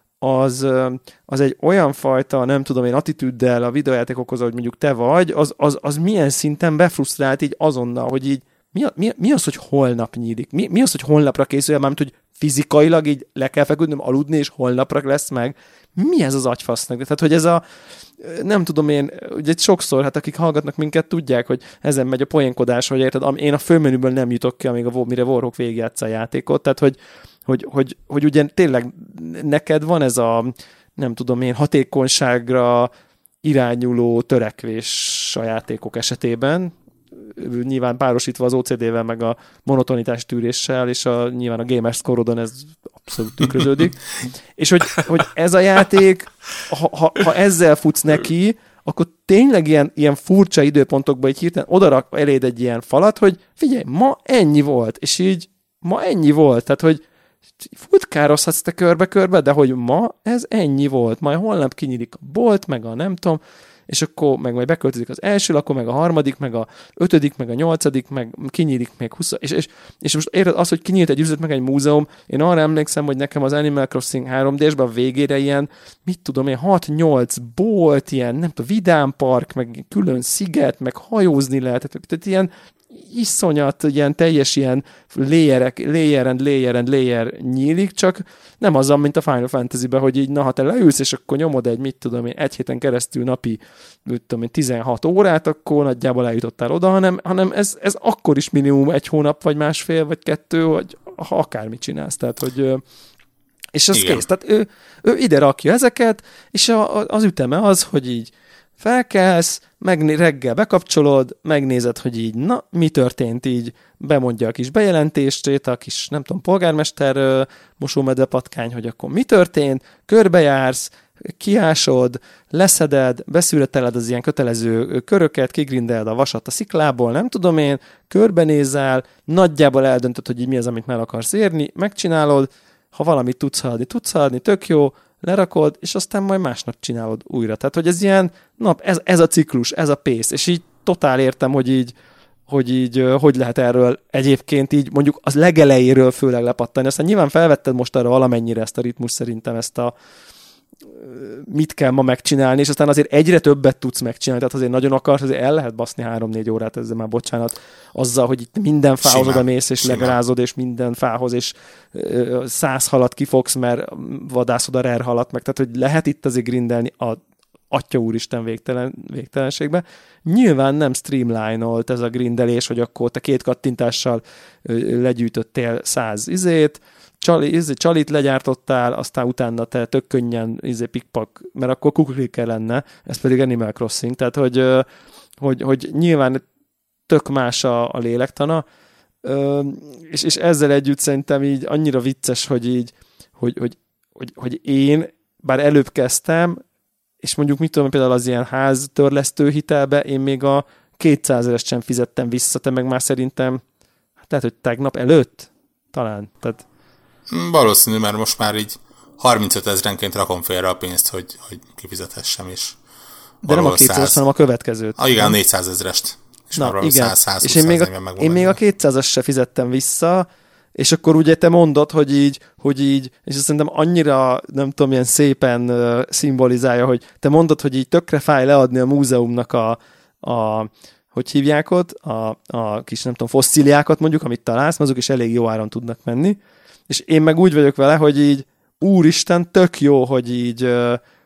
az egy olyan fajta, nem tudom én, attitűddel a videójátékokhoz, hogy mondjuk te vagy, az milyen szinten befrusztrált így azonnal, hogy így mi az, hogy holnap nyílik? Mi az, hogy holnapra készül, mármint, hogy fizikailag így le kell feküdnöm, aludni, és holnapra lesz meg? Mi ez az agyfasznak? Tehát, hogy ez a nem tudom én, ugye sokszor, hát akik hallgatnak minket, tudják, hogy ezen megy a poénkodás, hogy érted, én a főmenüből nem jutok ki, amíg mire Warhawk végigjátsza a játékot, tehát, hogy ugye tényleg neked van ez a, nem tudom én, hatékonyságra irányuló törekvés a játékok esetében, nyilván párosítva az OCD-vel, meg a monotonitás tűréssel, és nyilván a gamer score-odon ez abszolút tükröződik. És hogy ez a játék, ha ezzel futsz neki, akkor tényleg ilyen furcsa időpontokban így hirtelen odarak eléd egy ilyen falat, hogy figyelj, ma ennyi volt, és így ma ennyi volt, tehát hogy futkározhatsz te körbe-körbe, de hogy ma ez ennyi volt, majd holnap kinyílik a bolt, meg a nem tudom, és akkor meg majd beköltözik az első lakó, meg a harmadik, meg a ötödik, meg a nyolcadik, meg kinyílik még 20, és most érted az, hogy kinyílt egy üzlet, meg egy múzeum, én arra emlékszem, hogy nekem az Animal Crossing 3D-sben a végére ilyen, mit tudom én, 6-8 bolt, ilyen, nem tudom, vidámpark, meg külön sziget, meg hajózni lehet, tehát ilyen iszonyat, ilyen teljes ilyen layer nyílik, csak nem az, mint a Final Fantasy-ben, hogy így, na, ha te leülsz, és akkor nyomod egy, mit tudom én, egy héten keresztül napi, mit tudom én, 16 órát, akkor nagyjából eljutottál oda, hanem ez akkor is minimum egy hónap, vagy másfél, vagy 2, vagy ha akármit csinálsz, tehát, hogy és ez kész. Tehát ő ide rakja ezeket, és az üteme az, hogy így felkelsz, reggel bekapcsolod, megnézed, hogy így, na, mi történt így, bemondja a kis bejelentését, a kis, nem tudom, polgármester mosómedvepatkány, hogy akkor mi történt, körbejársz, kiásod, leszeded, beszűröteled az ilyen kötelező köröket, kigrindeled a vasat a sziklából, nem tudom én, körbenézel, nagyjából eldöntöd, hogy így mi az, amit meg akarsz érni, megcsinálod, ha valamit tudsz haladni, tök jó, lerakod, és aztán majd másnap csinálod újra. Tehát, hogy ez ilyen, ez a ciklus, ez a pace, és így totál értem, hogy lehet erről egyébként így mondjuk az legelejéről főleg lepattani. Aztán nyilván felvetted most arra valamennyire ezt a ritmus, szerintem ezt a mit kell ma megcsinálni, és aztán azért egyre többet tudsz megcsinálni, tehát azért nagyon akarsz, azért el lehet baszni 3-4 órát, ezzel már bocsánat, azzal, hogy itt minden fához oda mész, és legrázod, és minden fához, és 100 halat kifogsz, mert vadászod a rare halat, meg tehát, hogy lehet itt azért grindelni a atya úristen végtelenségbe. Nyilván nem streamline-olt ez a grindelés, hogy akkor te 2 kattintással legyűjtöttél 100 csalit legyártottál, aztán utána te tök könnyen pikpak, mert akkor kukliker lenne, ez pedig Animal Crossing, tehát hogy nyilván tök más a lélektana, és ezzel együtt szerintem így annyira vicces, hogy én, bár előbb kezdtem, és mondjuk mit tudom, például az ilyen háztörlesztő hitelbe, én még a 200 sem fizettem vissza, te meg már szerintem, tehát, hogy tegnap előtt talán, tehát valószínű, mert most már így 35 000-enként rakom félre a pénzt, hogy kifizethessem is. De nem a 200, hanem a következőt. Igen, a 400 000-est. És na, igen. És én még a 200-as se fizettem vissza, és akkor ugye te mondod, hogy így, és szerintem annyira, nem tudom, ilyen szépen szimbolizálja, hogy te mondod, hogy így tökre fáj leadni a múzeumnak hogy hívják ott, a kis, nem tudom, fosszíliákat mondjuk, amit találsz, azok is elég jó áron tudnak menni. És én meg úgy vagyok vele, hogy így úristen, tök jó, hogy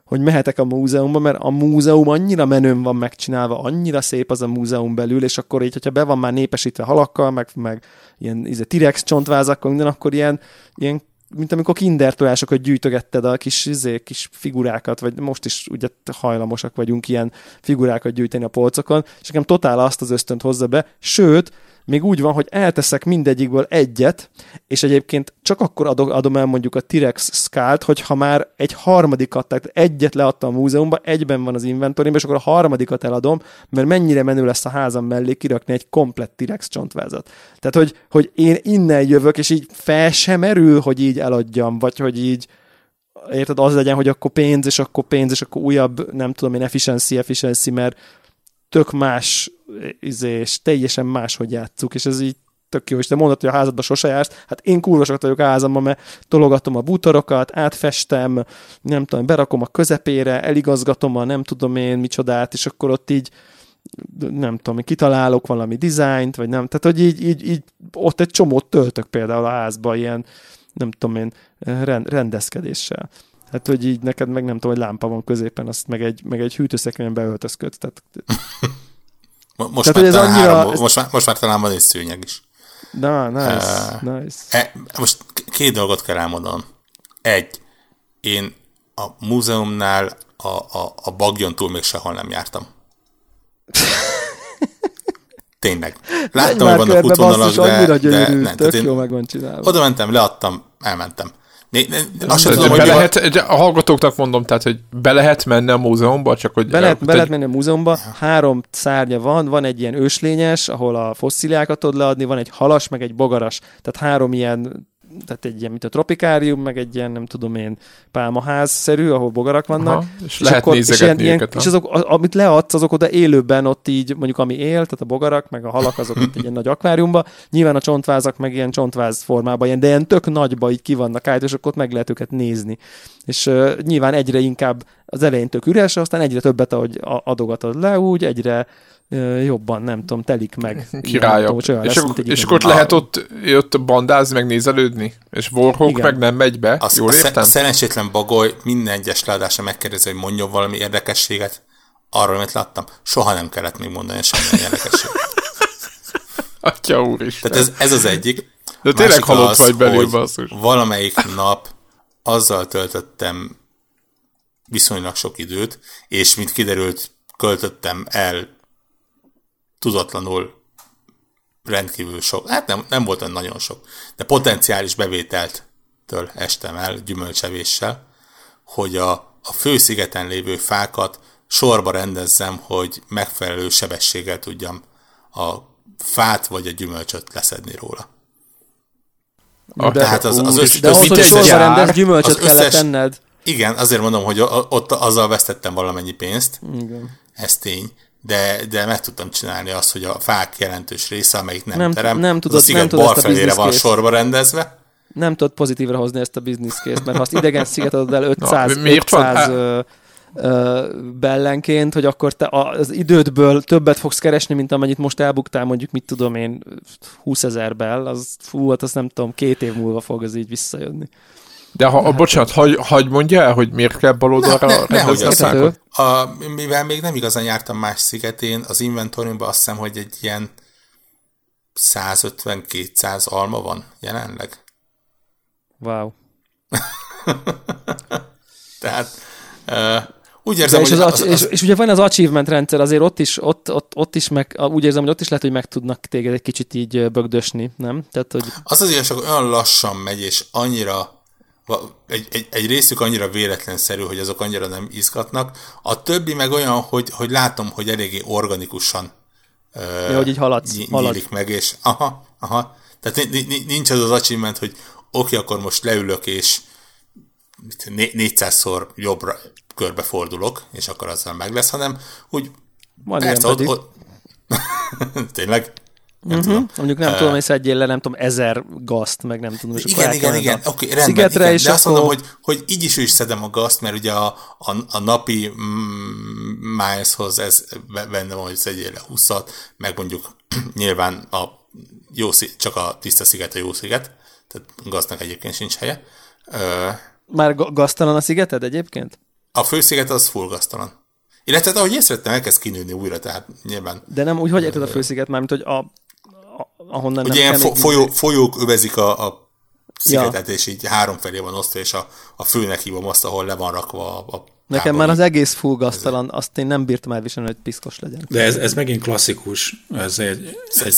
hogy mehetek a múzeumba, mert a múzeum annyira menőn van megcsinálva, annyira szép az a múzeum belül, és akkor így, hogyha be van már népesítve halakkal, meg ilyen T-rex csontvázakkal, minden, akkor ilyen mint amikor kinder tojásokat gyűjtögetted a kis figurákat, vagy most is ugye hajlamosak vagyunk ilyen figurákat gyűjteni a polcokon, és nekem totál azt az ösztönt hozza be, sőt, még úgy van, hogy elteszek mindegyikből egyet, és egyébként csak akkor adom el mondjuk a T-rex Skullt, hogyha már egy harmadikat, tehát egyet leadtam a múzeumba, egyben van az inventorimban, és akkor a harmadikat eladom, mert mennyire menő lesz a házam mellé kirakni egy komplett T-rex csontvázat. Tehát, hogy én innen jövök, és így fel sem merül, hogy így eladjam, vagy hogy így érted, az legyen, hogy akkor pénz, és akkor újabb, nem tudom én, efficiency, mert tök más, és teljesen máshogy játsszuk, és ez így tök jó, és te mondod, hogy a házadba sose jársz, hát én kurva sokat vagyok a házamban, mert tologatom a bútorokat, átfestem, nem tudom, berakom a közepére, eligazgatom a nem tudom én micsodát, és akkor ott így nem tudom, kitalálok valami dizájnt, vagy nem, tehát hogy így ott egy csomót töltök például a házba, ilyen nem tudom én, rendezkedéssel. Hát, hogy így neked meg nem tudom, hogy lámpa van középen, azt meg egy hűtőszekrényen beöltözködsz. Tehát... most már talán van egy szőnyeg is. Na, nice. Most két dolgot kell elmondanom. Én a múzeumnál a bagyon túl még sehol nem jártam. Tényleg. Láttam, hogy vannak útvonalak, de nem. Tök jó meg van csinálva. Oda mentem, leadtam, elmentem. A hallgatóknak mondom, tehát, hogy be lehet menni a múzeumba, csak hogy... Be lehet menni a múzeumba, 3 szárnya van egy ilyen őslényes, ahol a fosszíliákat tudod leadni, van egy halas, meg egy bogaras, tehát 3 ilyen, tehát egy ilyen, mint a tropikárium, meg egy ilyen, nem tudom én, pálmaház-szerű, ahol bogarak vannak. Aha, és lehet nézegetni őket. És azok, amit leadsz, azok oda élőben ott így, mondjuk ami él, tehát a bogarak, meg a halak, azok ott egy ilyen nagy akváriumba. Nyilván a csontvázak, meg ilyen csontváz formában, de ilyen tök nagyba így ki vannak állítva, és akkor ott meg lehet őket nézni. És nyilván egyre inkább az elején tök üres, aztán egyre többet, ahogy adogatod le, úgy egyre jobban, nem tudom, telik meg. Királyok. És akkor lehet ott bandázni, meg nézelődni? És Warhawk meg nem megy be? Jól értem? A szerencsétlen bagoly minden egyes leadásra megkérdezi, hogy mondjon valami érdekességet. Arról, amit láttam, soha nem kellett még mondani semmilyen érdekességet. Atya úristen. Tehát ez az egyik. De tényleg halott vagy belül, basszus. Valamelyik nap azzal töltöttem viszonylag sok időt, és mint kiderült, költöttem el tudatlanul rendkívül sok, hát nem volt olyan nagyon sok, de potenciális bevételtől estem el gyümölcsevéssel, hogy a főszigeten lévő fákat sorba rendezzem, hogy megfelelő sebességgel tudjam a fát vagy a gyümölcsöt leszedni róla. Tehát de ahhoz, hogy sorba rendez, gyümölcsöt kellett tenned. Igen, azért mondom, hogy ott azzal vesztettem valamennyi pénzt. Igen. Ez tény. De meg tudtam csinálni azt, hogy a fák jelentős része, amelyik nem terem, az a sziget bal felére van sorba rendezve. Nem tudod pozitívra hozni ezt a business case, mert ha azt idegen sziget adod el 500 bellenként, hogy akkor te az idődből többet fogsz keresni, mint amennyit most elbuktál, mondjuk, mit tudom én, 20 000 bell, az hát azt nem tudom, 2 év múlva fog az így visszajönni. De bocsánat, hagy mondja el, hogy miért kell baloldalra rendezni a fákat? Mivel még nem igazán jártam más szigetén, az inventoriumban azt hiszem, hogy egy ilyen 150-200 alma van jelenleg. Wow. Tehát úgy érzem, és ugye van az achievement rendszer, azért ott is meg, úgy érzem, hogy ott is lehet, hogy meg tudnak téged egy kicsit így bögdösni, nem? Tehát, hogy... Az igazság, olyan lassan megy, és annyira egy részük annyira véletlenszerű, hogy azok annyira nem izgatnak. A többi meg olyan, hogy látom, hogy eléggé organikusan hogy így nyílik meg, és aha. Tehát nincs az achievement, hogy oké, akkor most leülök, és 400-szor jobbra körbefordulok, és akkor azzal meg lesz, hanem úgy persze, ott tényleg mondjuk nem tudom, hogy szedjél le, nem tudom, 1000 gazt, meg nem tudom. Igen, oké, rendben, igen. De azt mondom, hogy így is szedem a gazt, mert ugye a napi mileshoz ez benne van, hogy szedjél le 20-at, meg mondjuk nyilván csak a tiszta sziget a jó sziget, tehát gaznak egyébként sincs helye. Már gaztalan a szigeted egyébként? A fősziget az full gaztalan. Illetve ahogy észrevettem, elkezd kinőni újra, tehát nyilván... De nem úgy, hogy érted a fősziget már, mint hogy ahonnan ugye nem ilyen folyók övezik a szigetet, és így három felé van osztva, és a főnek hívom azt, ahol le van rakva a nekem már az egész full gaztalan, azt én nem bírtam elviselni, hogy piszkos legyen. De ez megint klasszikus. Ez egy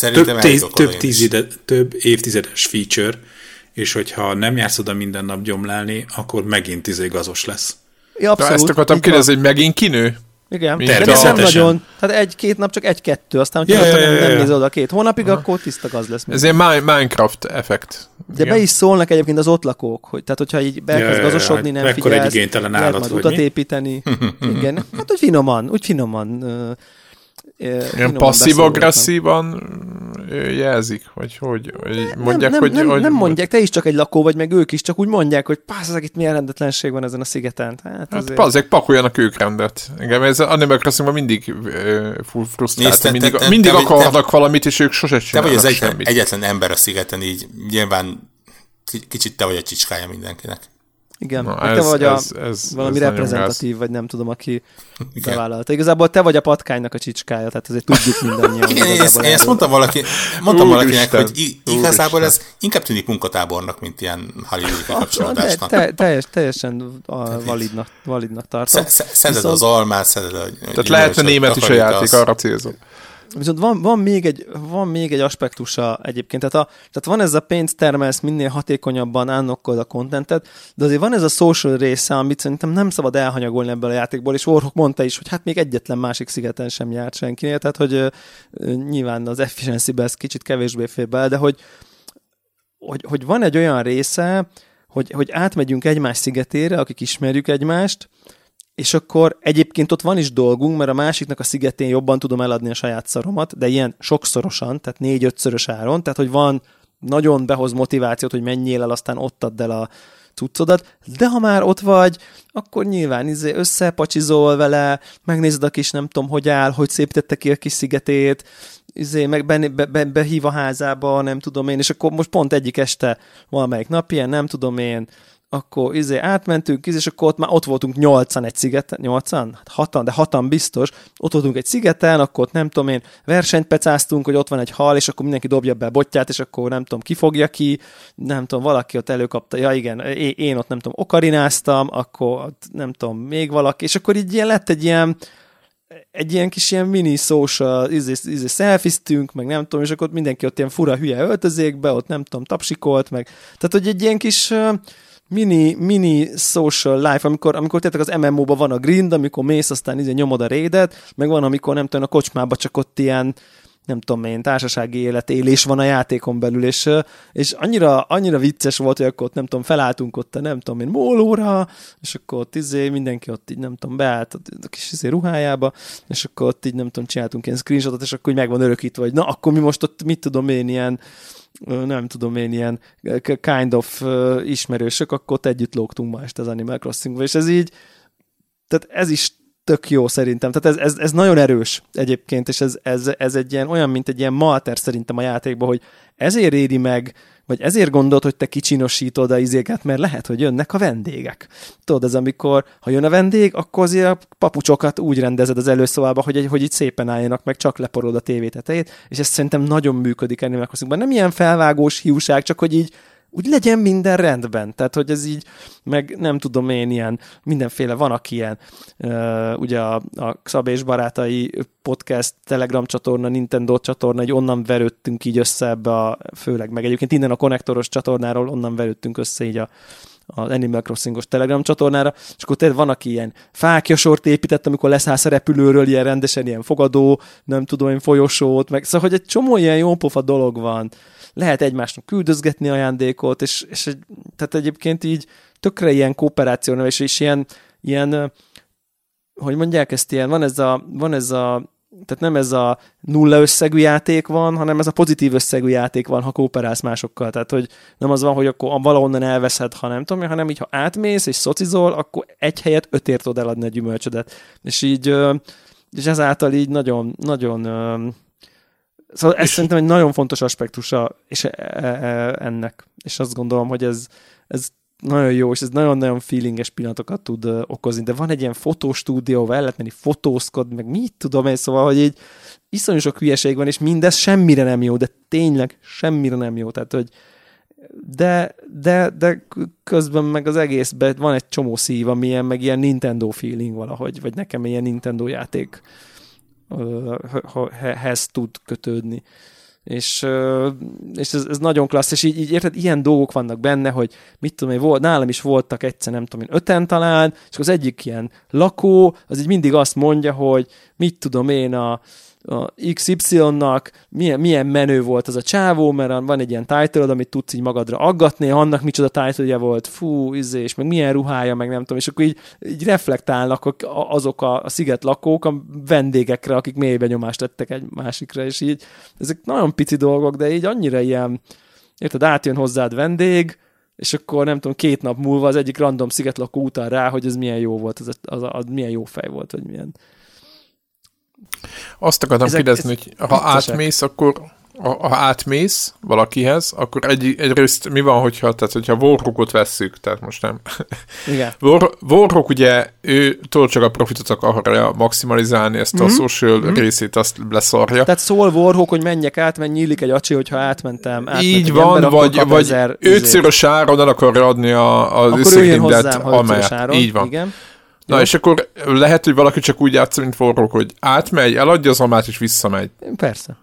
több évtizedes feature, és hogyha nem jársz oda minden nap gyomlálni, akkor megint gazos lesz. Ja, abszolút. Ezt akartam kérdezni, hogy megint kinő? Igen, de nem nagyon. Tehát egy-két nap csak egy-kettő, aztán hogyha nem nézed oda 2 hónapig, akkor tiszta gaz lesz. Ez ilyen Minecraft effekt. De be is szólnak egyébként az ott lakók, hogy tehát hogyha így bekezd gazosodni, nem figyelsz, lehet majd utat építeni. Igen, hát úgy finoman. Ilyen passzív-agresszívan jelzik, vagy hogy mondják, nem mondják, te is csak egy lakó vagy, meg ők is, csak úgy mondják, hogy pászak, itt milyen rendetlenség van ezen a szigeten. Hát azért pakoljanak ők rendet. Igen, ez Animal Crossingban mindig frusztrált, mindig akarnak valamit, és ők sose csinálnak semmit. Te vagy az egyetlen ember a szigeten, így nyilván kicsit te vagy a csicskája mindenkinek. Igen, te vagy valami reprezentatív, vagy nem tudom, aki bevállalta. Igazából te vagy a patkánynak a csicskája, tehát azért tudjuk mindannyian. Igen, én ezt mondtam valakinek, hogy igazából ez inkább tűnik munkatábornak, mint ilyen hollywoodi kapcsolódásnak. Teljesen validnak tartom. Szeded az almát, szeded a... Tehát lehetne német is a játék, arra célzom. Viszont van még egy aspektusa egyébként, tehát van ez a pénzt termelsz minél hatékonyabban, unlockod a contentet, de azért van ez a social része, amit szerintem nem szabad elhanyagolni ebből a játékból, és Warhawk mondta is, hogy hát még egyetlen másik szigeten sem járt senkinél, tehát hogy nyilván az efficiency-be ez kicsit kevésbé fér bele, de hogy van egy olyan része, hogy átmegyünk egymás szigetére, akik ismerjük egymást, és akkor egyébként ott van is dolgunk, mert a másiknak a szigetén jobban tudom eladni a saját szaromat, de ilyen sokszorosan, tehát 4-5-szörös áron, tehát hogy van, nagyon behoz motivációt, hogy menjél el, aztán ott add el a cuccodat, de ha már ott vagy, akkor nyilván összepacsizol vele, megnézed a kis nem tudom, hogy áll, hogy szépítette ki a kis szigetét, meg behív a házába, nem tudom én, és akkor most pont egyik este valamelyik nap ilyen, nem tudom én, akkor átmentünk, és akkor ott voltunk 8-an egy szigeten, 8-an? Hát 6-an, de 6-an biztos. Ott voltunk egy szigeten, akkor ott nem tudom én, versenyt pecáztunk, hogy ott van egy hal, és akkor mindenki dobja be a botját, és akkor nem tudom, ki fogja ki, nem tudom, valaki ott előkapta, ja igen, én ott nem tudom, okarináztam, akkor nem tudom, még valaki, és akkor így lett egy ilyen kis ilyen mini social, selfiztünk, meg nem tudom, és akkor ott mindenki ott ilyen fura hülye öltözékbe, ott nem tudom, tapsikolt, meg, tehát hogy egy ilyen kis mini social life, amikor tényleg az MMO-ban van a grind, amikor mész, aztán nyomod a raidet, meg van, amikor nem tudom, a kocsmában csak ott ilyen, nem tudom én, társasági életélés van a játékon belül, és annyira vicces volt, hogy akkor ott nem tudom, felálltunk ott a nem tudom én mólóra, és akkor ott mindenki ott így nem tudom, beállt a kis ruhájába, és akkor ott így nem tudom, csináltunk ilyen screenshotot, és akkor így meg van örökítve, hogy na, akkor mi most ott mit tudom én ilyen nem tudom én, ilyen kind of ismerősök, akkor ott együtt lógtunk ma este az Animal Crossingba, és ez így, tehát ez is tök jó szerintem, tehát ez nagyon erős egyébként, és ez egy ilyen, olyan, mint egy ilyen malter szerintem a játékban, hogy ezért éri meg, vagy ezért gondolod, hogy te kicsinosítod a izéket, mert lehet, hogy jönnek a vendégek. Tudod, ez amikor, ha jön a vendég, akkor azért a papucsokat úgy rendezed az előszobába, hogy itt szépen álljanak, meg csak leporod a tévé tetejét, és ez szerintem nagyon működik Animal Crossingban. Nem ilyen felvágós hiúság, csak hogy így úgy legyen minden rendben. Tehát, hogy ez így, meg nem tudom én ilyen, mindenféle, vannak ilyen, ugye a Szabé és Barátai podcast, Telegram csatorna, Nintendo csatorna, így onnan verődtünk így össze ebbe főleg, meg egyébként innen a konnektoros csatornáról onnan verődtünk össze így az Animal Crossingos Telegram csatornára, és akkor tényleg van, aki ilyen fáklyasort épített, amikor leszállsz a repülőről, ilyen rendesen ilyen fogadó, nem tudom én, folyosót, meg szóval, hogy egy csomó ilyen jópofa dolog van. Lehet egymásnak küldözgetni ajándékot, és tehát egyébként így tökre ilyen kooperáció, és ilyen, hogy mondják ezt, ilyen, van ez a tehát nem ez a nulla összegű játék van, hanem ez a pozitív összegű játék van, ha kooperálsz másokkal. Tehát, hogy nem az van, hogy akkor valahonnan elveszed, ha nem tudom, hanem így, ha átmész és szocizol, akkor egy helyet 5 tudod eladni a gyümölcsödet. És így, és ezáltal így nagyon szóval ez szerintem egy nagyon fontos aspektusa és ennek. És azt gondolom, hogy ez nagyon jó, és ez nagyon-nagyon feelinges pillanatokat tud okozni, de van egy ilyen fotostúdió, ahol el lehet menni fotózkodni, meg mit tudom én, szóval, hogy így iszonyú sok hülyeség van, és mindez semmire nem jó, de tényleg semmire nem jó, tehát, hogy de közben meg az egészben van egy csomó szív, ami ilyen, meg ilyen Nintendo feeling valahogy, vagy nekem ilyen Nintendo játék hez tud kötődni. És ez nagyon klassz, és így érted, ilyen dolgok vannak benne, hogy mit tudom én, nálam is voltak egyszer, nem tudom én, 5-en talán, és az egyik ilyen lakó, az így mindig azt mondja, hogy mit tudom én, a XY-nak milyen menő volt az a csávó, mert van egy ilyen title-od, amit tudsz így magadra aggatni, annak micsoda title-je volt, és meg milyen ruhája, meg nem tudom, és akkor így reflektálnak azok a sziget lakók a vendégekre, akik mélybe nyomást tettek egy másikra, és így ezek nagyon pici dolgok, de így annyira ilyen, érted, átjön hozzád vendég, és akkor nem tudom, 2 nap múlva az egyik random szigetlakó utal rá, hogy ez milyen jó volt, az milyen jó fej volt, vagy milyen. Azt akartam kérdezni, hogy ha átmész, akkor ha átmész valakihez, akkor egyrészt mi van, hogyha Warhawkot vesszük, tehát most nem. Igen. Warhawk ugye, ő csak a profitot akarja maximalizálni, ezt a social részét azt leszarja. Tehát szól Warhawk, hogy menjek át, mert nyílik egy acsi, hogyha átmentem így van, ember, vagy 5-szörös áron el akarja adni az összegdindet, amelyet. Így van. Igen. Na, jó. És akkor lehet, hogy valaki csak úgy játszik, mint Warhawk, hogy átmegy, eladja az almát, és visszamegy. Persze.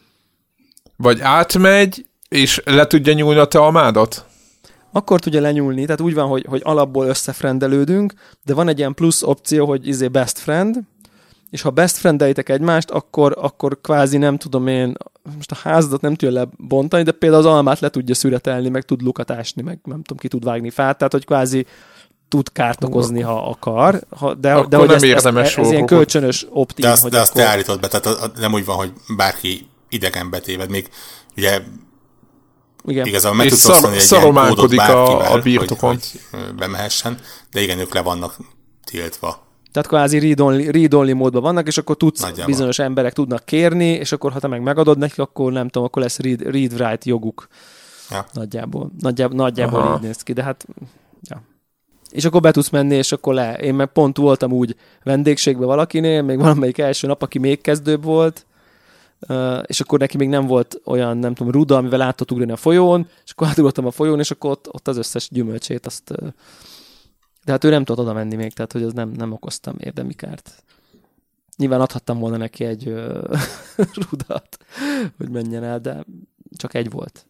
Vagy átmegy, és le tudja nyúlni a te almádat? Akkor tudja lenyúlni, tehát úgy van, hogy alapból összefrendelődünk, de van egy ilyen plusz opció, hogy best friend, és ha best friendeljétek egymást, akkor kvázi nem tudom én, most a házadat nem tudja lebontani, de például az almát le tudja szüretelni, meg tud lukat ásni, meg nem tudom, ki tud vágni fát, tehát hogy kvázi tud kárt okozni, ha akar, de hogy ez ilyen kölcsönös opt-in. De azt te állítod be, tehát nem úgy van, hogy bárki idegen betéved, még ugye igen. Igazából meg tudsz osztani egy ilyen kódot bárkivel, hogy bemehessen, de igen, ők le vannak tiltva. Tehát kvázi read-only módban vannak, és akkor tudsz, nagyjából. Bizonyos emberek tudnak kérni, és akkor ha te meg megadod nekik, akkor nem tudom, akkor lesz read-write joguk. Ja. Nagyjából így néz ki, de hát ja. És akkor be tudsz menni, és akkor Én meg pont voltam úgy vendégségben valakinél, még valamelyik első nap, aki még kezdőbb volt, és akkor neki még nem volt olyan, nem tudom, ruda, amivel át tudott ugrani a folyón, és akkor átugrottam a folyón, és akkor ott az összes gyümölcsét azt... De hát ő nem tudott oda menni még, tehát hogy az nem okoztam érdemi kárt. Nyilván adhattam volna neki egy rudat, hogy menjen el, de csak egy volt.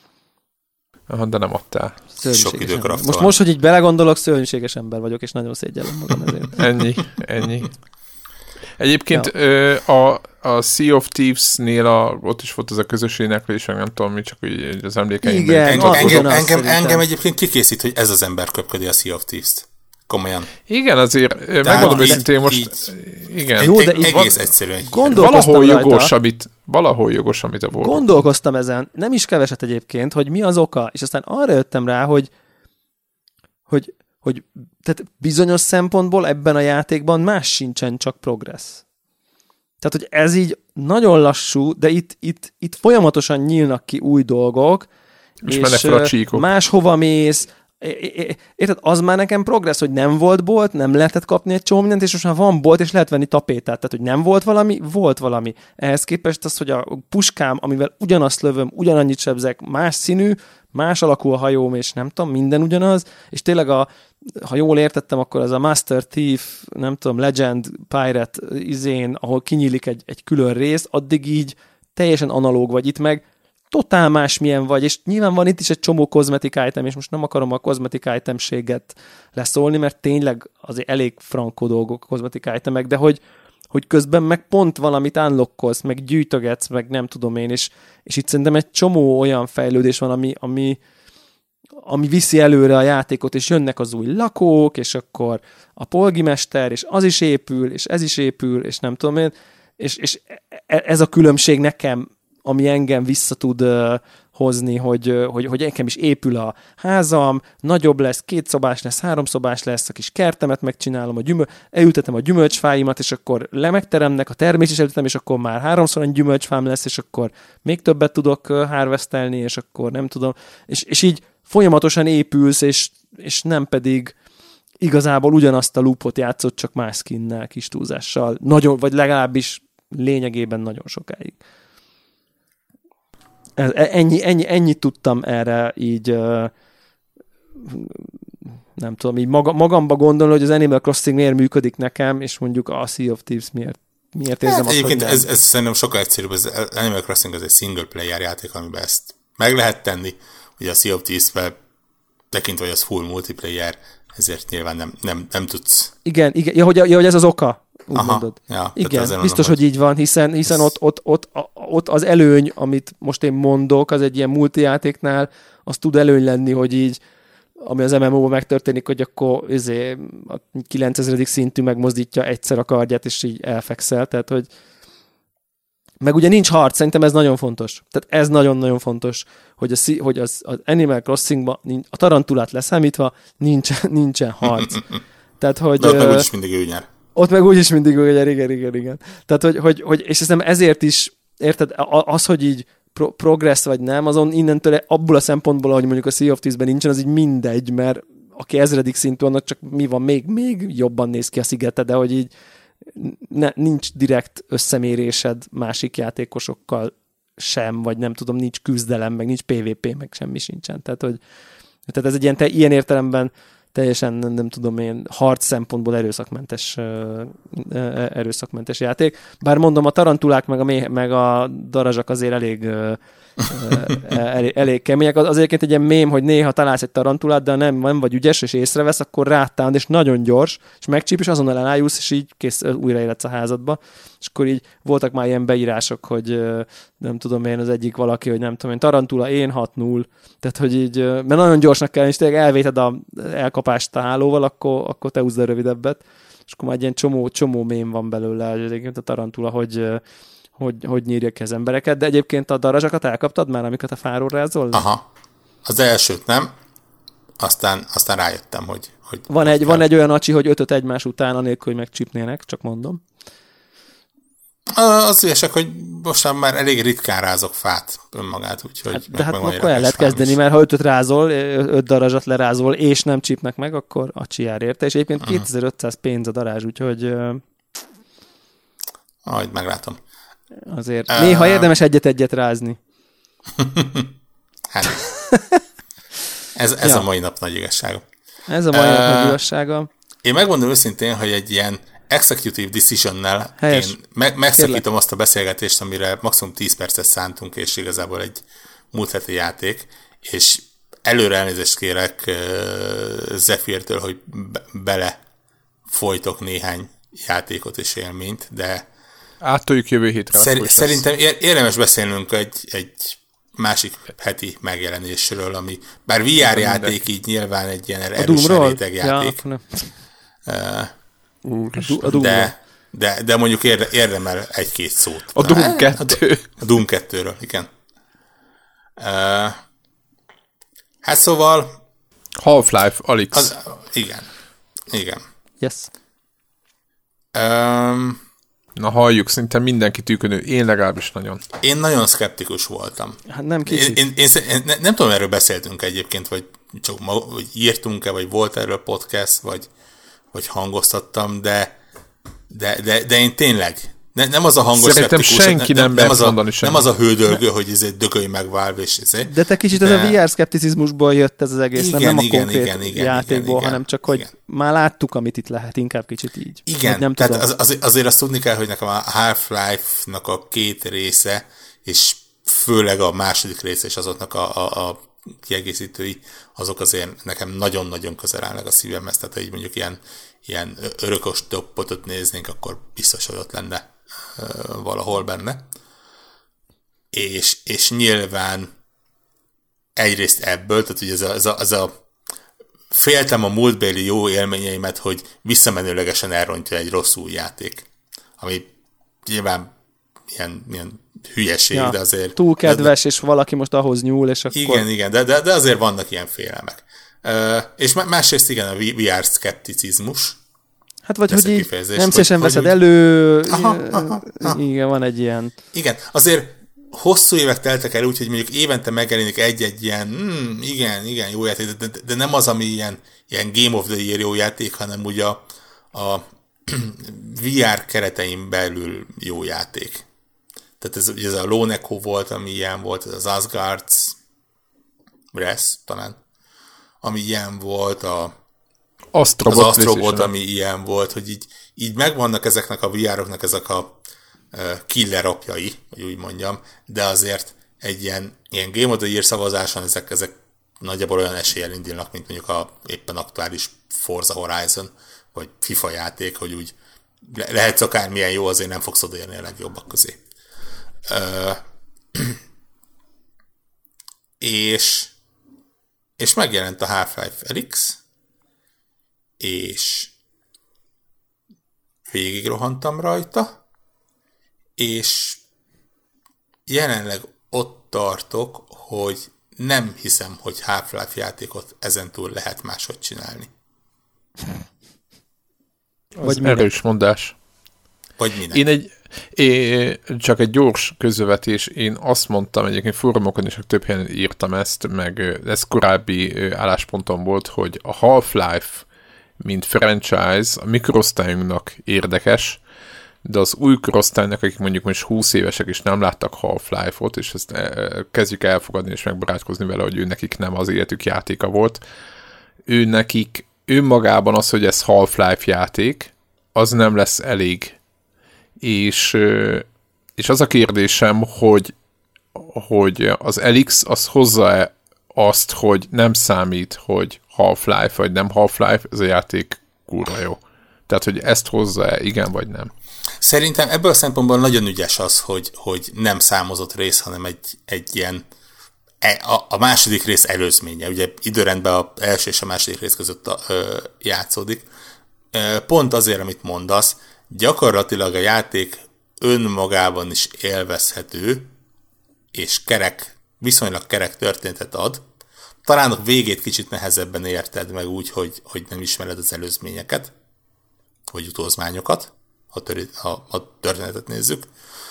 De nem adtál. Sok időkraft. Most, hogy így belegondolok, szörnyűséges ember vagyok, és nagyon szégyellem magam ezért. Ennyi. Egyébként a Sea of Thieves-nél ott is volt ez a közös éneklés, nem tudom mi, csak úgy az emlékeimben. Igen, engem egyébként kikészít, hogy ez az ember köpködi a Sea of Thieves-t. Komolyan. Igen, azért megmondom őszintén most... Igen. Jó, de egész egyszerűen. Valahol jogos, amit a Warhawk. Gondolkoztam ezen, nem is keveset egyébként, hogy mi az oka, és aztán arra jöttem rá, hogy tehát bizonyos szempontból ebben a játékban más sincsen, csak progress. Tehát, hogy ez így nagyon lassú, de itt folyamatosan nyílnak ki új dolgok, és máshova mész. Érted, az már nekem progress, hogy nem volt bolt, nem lehetett kapni egy csomó mindent, és most már van bolt, és lehet venni tapétát. Tehát, hogy nem volt valami, volt valami. Ehhez képest az, hogy a puskám, amivel ugyanazt lövöm, ugyanannyit sebzek, más színű, más alakú a hajóm, és nem tudom, minden ugyanaz, és tényleg ha jól értettem, akkor az a Master Thief, nem tudom, Legend, Pirate ahol kinyílik egy külön rész, addig így teljesen analóg vagy, itt meg totál másmilyen vagy, és nyilván van itt is egy csomó kozmetik item, és most nem akarom a kozmetik itemséget leszólni, mert tényleg azért elég frankó dolgok a kozmetik itemek, de hogy közben meg pont valamit unlockolsz, meg gyűjtögetsz, meg nem tudom én, és itt szerintem egy csomó olyan fejlődés van, ami viszi előre a játékot, és jönnek az új lakók, és akkor a polgimester, és az is épül, és ez is épül, és nem tudom én, és ez a különbség nekem, ami engem vissza tud hozni, hogy nekem is épül a házam, nagyobb lesz, 2 szobás lesz, 3 szobás lesz, a kis kertemet megcsinálom, elültetem a gyümölcsfáimat, és akkor lemegteremnek, a termés is elültetem, és akkor már 3-szor annyi gyümölcsfám lesz, és akkor még többet tudok harvestelni, és akkor nem tudom, és így folyamatosan épülsz, és nem pedig igazából ugyanazt a loopot játszott, csak más skinnel, kis túlzással. Nagyon, vagy legalábbis lényegében nagyon sokáig. Ennyit tudtam erre így nem tudom, így magamba gondolni, hogy az Animal Crossing miért működik nekem, és mondjuk a Sea of Thieves miért érzem azt, egyébként hogy ez szerintem sokkal egyszerűbb, az Animal Crossing az egy single player játék, amiben ezt meg lehet tenni, ugye a Sea of Thieves-vel tekintve, hogy az full multiplayer, ezért nyilván nem tudsz. Igen, ja, hogy ez az oka, úgy mondod. Ja, igen, biztos, hogy így van, hiszen ott az előny, amit most én mondok, az egy ilyen multijátéknál, az tud előny lenni, hogy így ami az MMO-ban megtörténik, hogy akkor a 9000. szintű megmozdítja egyszer a kardját, és így elfekszel, tehát hogy meg ugye nincs harc, szerintem ez nagyon fontos. Tehát ez nagyon-nagyon fontos, hogy az Animal Crossingban a tarantulát leszámítva nincsen harc. Tehát, hogy... De ott meg úgyis mindig ő nyer. Ott meg úgyis mindig ő nyer, igen. Tehát, hogy és hiszem ezért is, érted, az, hogy így progress vagy nem, azon innentől abból a szempontból, hogy mondjuk a Sea of Thieves-ben nincsen, az így mindegy, mert aki 1000. szintű, annak csak mi van, még jobban néz ki a szigete, de hogy így nincs direkt összemérésed másik játékosokkal sem, vagy nem tudom, nincs küzdelem, meg nincs PvP, meg semmi sincsen. Tehát ez egy ilyen értelemben teljesen, nem tudom én, harc szempontból erőszakmentes játék. Bár mondom, a tarantulák meg a darazsak azért elég kemények. Az egyébként egy ilyen mém, hogy néha találsz egy tarantulát, de nem vagy ügyes, és észrevesz, akkor rátámad, és nagyon gyors, és megcsíp, és azonnal elájulsz, és így kész, újraéletsz a házadba. És akkor így voltak már ilyen beírások, hogy nem tudom én, az egyik valaki, hogy nem tudom én, tarantula, én 6-0. Tehát, hogy így, mert nagyon gyorsnak kell, és tényleg elvéted a elkapást a hálóval, akkor te húzd a rövidebbet. És akkor már egy ilyen csomó mém van belőle, egyébként a tarantula, hogy nyírja ki az embereket, de egyébként a darazsakat elkaptad már, amiket a fáról rázol? Aha. Az elsőt nem, aztán rájöttem, hogy van egy olyan acsi, hogy 5 egymás után, anélkül, hogy megcsípnének, csak mondom. Az ügyesek, hogy most már elég ritkán rázok fát önmagát, úgyhogy... Hát, de hát akkor el lehet kezdeni, mert ha 5 rázol, 5 darazsat lerázol, és nem csípnek meg, akkor acsi jár érte, és egyébként 2500 pénz a darázs, úgyhogy... Majd meglátom. Azért néha érdemes egyet rázni. Hát, ez a mai nap nagy igazsága. Ez a mai nap nagy igazsága. Én megmondom őszintén, hogy egy ilyen executive decision-nel én megszakítom azt a beszélgetést, amire maximum 10 percet szántunk, és igazából egy múlt heti játék, és előre elnézést kérek Zephyrtől, hogy bele folytok néhány játékot és élményt, de áttoljuk jövő hétre. Szerintem érdemes beszélnünk egy másik heti megjelenésről, ami bár VR játék, így nyilván egy ilyen erősen réteg játék. De mondjuk érdemel egy-két szót. A Doom 2. A Doom 2-ről, igen. Hát szóval... Half-Life, Alyx. Igen. Yes. Na halljuk, szinte mindenki tűkönő. Én legalábbis nagyon. Én nagyon szkeptikus voltam. Hát nem kicsit. Én nem tudom, erről beszéltünk egyébként, vagy csak vagy írtunk-e, vagy volt erről podcast, vagy hangoztattam, de én tényleg nem az a hangos szerintem szkeptikus, senki nem lehet mondani nem az a hődölgő, hogy dögölj meg Valve, és de te kicsit ez a VR szkepticizmusból jött ez az egész, igen, nem a konkrét játékból, hanem csak, hogy már láttuk, amit itt lehet, inkább kicsit így. Igen, nem tehát azért azt tudni kell, hogy nekem a Half-Life-nak a 2 része, és főleg a második része és azoknak a kiegészítői, azok azért nekem nagyon-nagyon közel állnak a szívemhez, tehát hogy mondjuk ilyen örökös toppotot néznénk, akkor biztos, hogy ott lenne valahol benne. És nyilván egyrészt ebből, tehát ugye ez a féltem a múltbéli jó élményeimet, hogy visszamenőlegesen elrontja egy rossz új játék. Ami nyilván ilyen hülyeség, ja, de azért... Túl kedves, és valaki most ahhoz nyúl, és akkor... Igen, de azért vannak ilyen félelmek. És másrészt igen, a VR szkepticizmus. Hát vagy, hogy így nem szívesen veszed elő... Igen, van egy ilyen... Igen, azért hosszú évek teltek el úgy, hogy mondjuk évente megjelenik egy-egy ilyen, igen, jó játék, de nem az, ami ilyen Game of the Year jó játék, hanem ugye a VR keretein belül jó játék. Tehát ez a Lone Echo volt, ami ilyen volt, ez az Asgard's Wrath talán, ami ilyen volt, az Astrobot, ami ilyen volt, hogy így megvannak ezeknek a VR-oknak ezek a killer apjai, hogy úgy mondjam, de azért egy ilyen Game of the Year szavazáson ezek nagyjából olyan eséllyel indulnak, mint mondjuk a éppen aktuális Forza Horizon, vagy FIFA játék, hogy úgy lehetsz akármilyen jó, azért nem fogsz odaérni a legjobbak közé. És megjelent a Half-Life Alyx, és végigrohantam rajta, és jelenleg ott tartok, hogy nem hiszem, hogy Half-Life játékot ezentúl lehet máshogy csinálni. Vagy erős mondás. Vagy minek? Csak egy gyors közövetés, én azt mondtam, egyébként fórumokon is több helyen írtam ezt, meg ez korábbi álláspontom volt, hogy a Half-Life, mint franchise, a mi korosztályunknak érdekes, de az új korosztálynak, akik mondjuk most 20 évesek és nem láttak Half-Life-ot, és ezt kezdjük elfogadni és megbarátkozni vele, hogy ő nekik nem az életük játéka volt, ő nekik önmagában az, hogy ez Half-Life játék, az nem lesz elég. És az a kérdésem, hogy az Alyx az hozza-e azt, hogy nem számít, hogy Half-Life vagy nem Half-Life, ez a játék kurva jó. Tehát, hogy ezt hozza-e, igen vagy nem? Szerintem ebből a szempontból nagyon ügyes az, hogy nem számozott rész, hanem egy ilyen a második rész előzménye. Ugye időrendben az első és a második rész között játszódik. Pont azért, amit mondasz, gyakorlatilag a játék önmagában is élvezhető, és viszonylag kerek történetet ad. Talán a végét kicsit nehezebben érted meg úgy, hogy nem ismered az előzményeket, vagy utózmányokat, ha a történetet nézzük.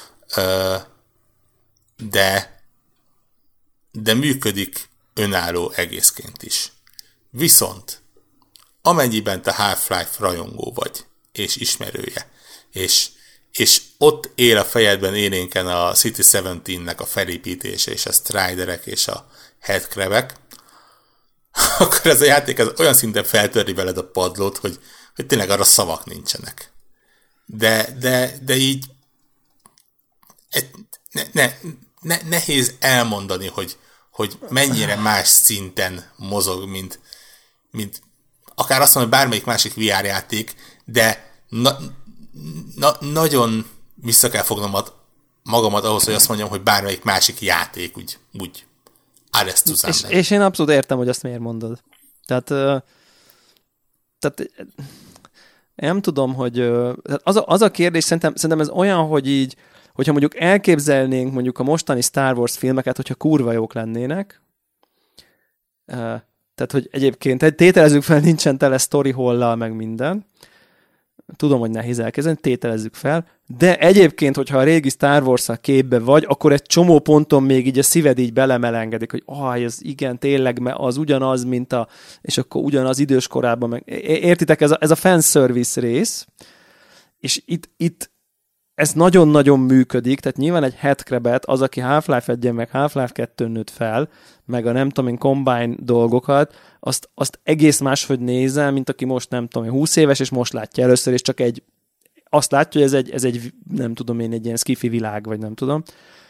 De működik önálló egészként is. Viszont amennyiben te Half-Life rajongó vagy, és ismerője, és ott él a fejedben élénken a City 17-nek a felépítése, és a Striderek, és a headcrabek, akkor ez a játék ez olyan szinten feltöri veled a padlót, hogy tényleg arra szavak nincsenek. De így nehéz elmondani, hogy mennyire más szinten mozog, mint akár azt mondom, hogy bármelyik másik VR játék, de nagyon vissza kell fognom magamat ahhoz, hogy azt mondjam, hogy bármelyik másik játék úgy áll ezt tudámban. És én abszolút értem, hogy azt miért mondod. Tehát nem tudom, hogy az a kérdés, szerintem ez olyan, hogy így, hogyha mondjuk elképzelnénk mondjuk a mostani Star Wars filmeket, hogyha kurva jók lennének, tehát, hogy egyébként tételezzük fel, nincsen tele story hollal, meg minden. Tudom, hogy nehéz elkezdeni, tételezzük fel. De egyébként, hogyha a régi Star Wars-a képbe vagy, akkor egy csomó ponton még így a szíved így belemelengedik, hogy ez igen, tényleg, mert az ugyanaz, mint és akkor ugyanaz idős korában. Meg, értitek, ez a fanservice rész, és itt ez nagyon-nagyon működik, tehát nyilván egy headcrabet, az, aki Half-Life 1-en, meg Half-Life 2-n nőtt fel, meg a nem tudom én combine dolgokat, azt egész máshogy nézel, mint aki most nem tudom én 20 éves, és most látja először, és csak azt látja, hogy ez egy nem tudom én, egy ilyen skifi világ, vagy nem tudom.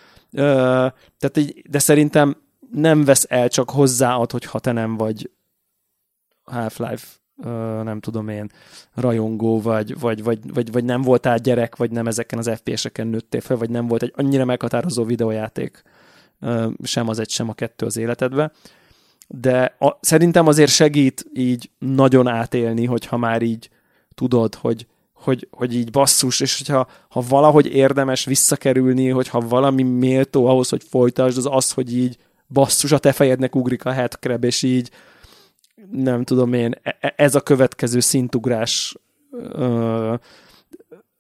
De szerintem nem vesz el, csak hozzáad, hogyha te nem vagy Half-Life nem tudom én, rajongó, vagy nem voltál gyerek, vagy nem ezeken az FPS-eken nőttél fel, vagy nem volt egy annyira meghatározó videójáték, sem az egy, sem a kettő az életedbe. De szerintem azért segít így nagyon átélni, hogyha már így tudod, hogy így basszus, és hogyha valahogy érdemes visszakerülni, hogyha valami méltó ahhoz, hogy folytasd, az, hogy így basszus, a te fejednek ugrik a headcrab, és így nem tudom én, ez a következő szintugrás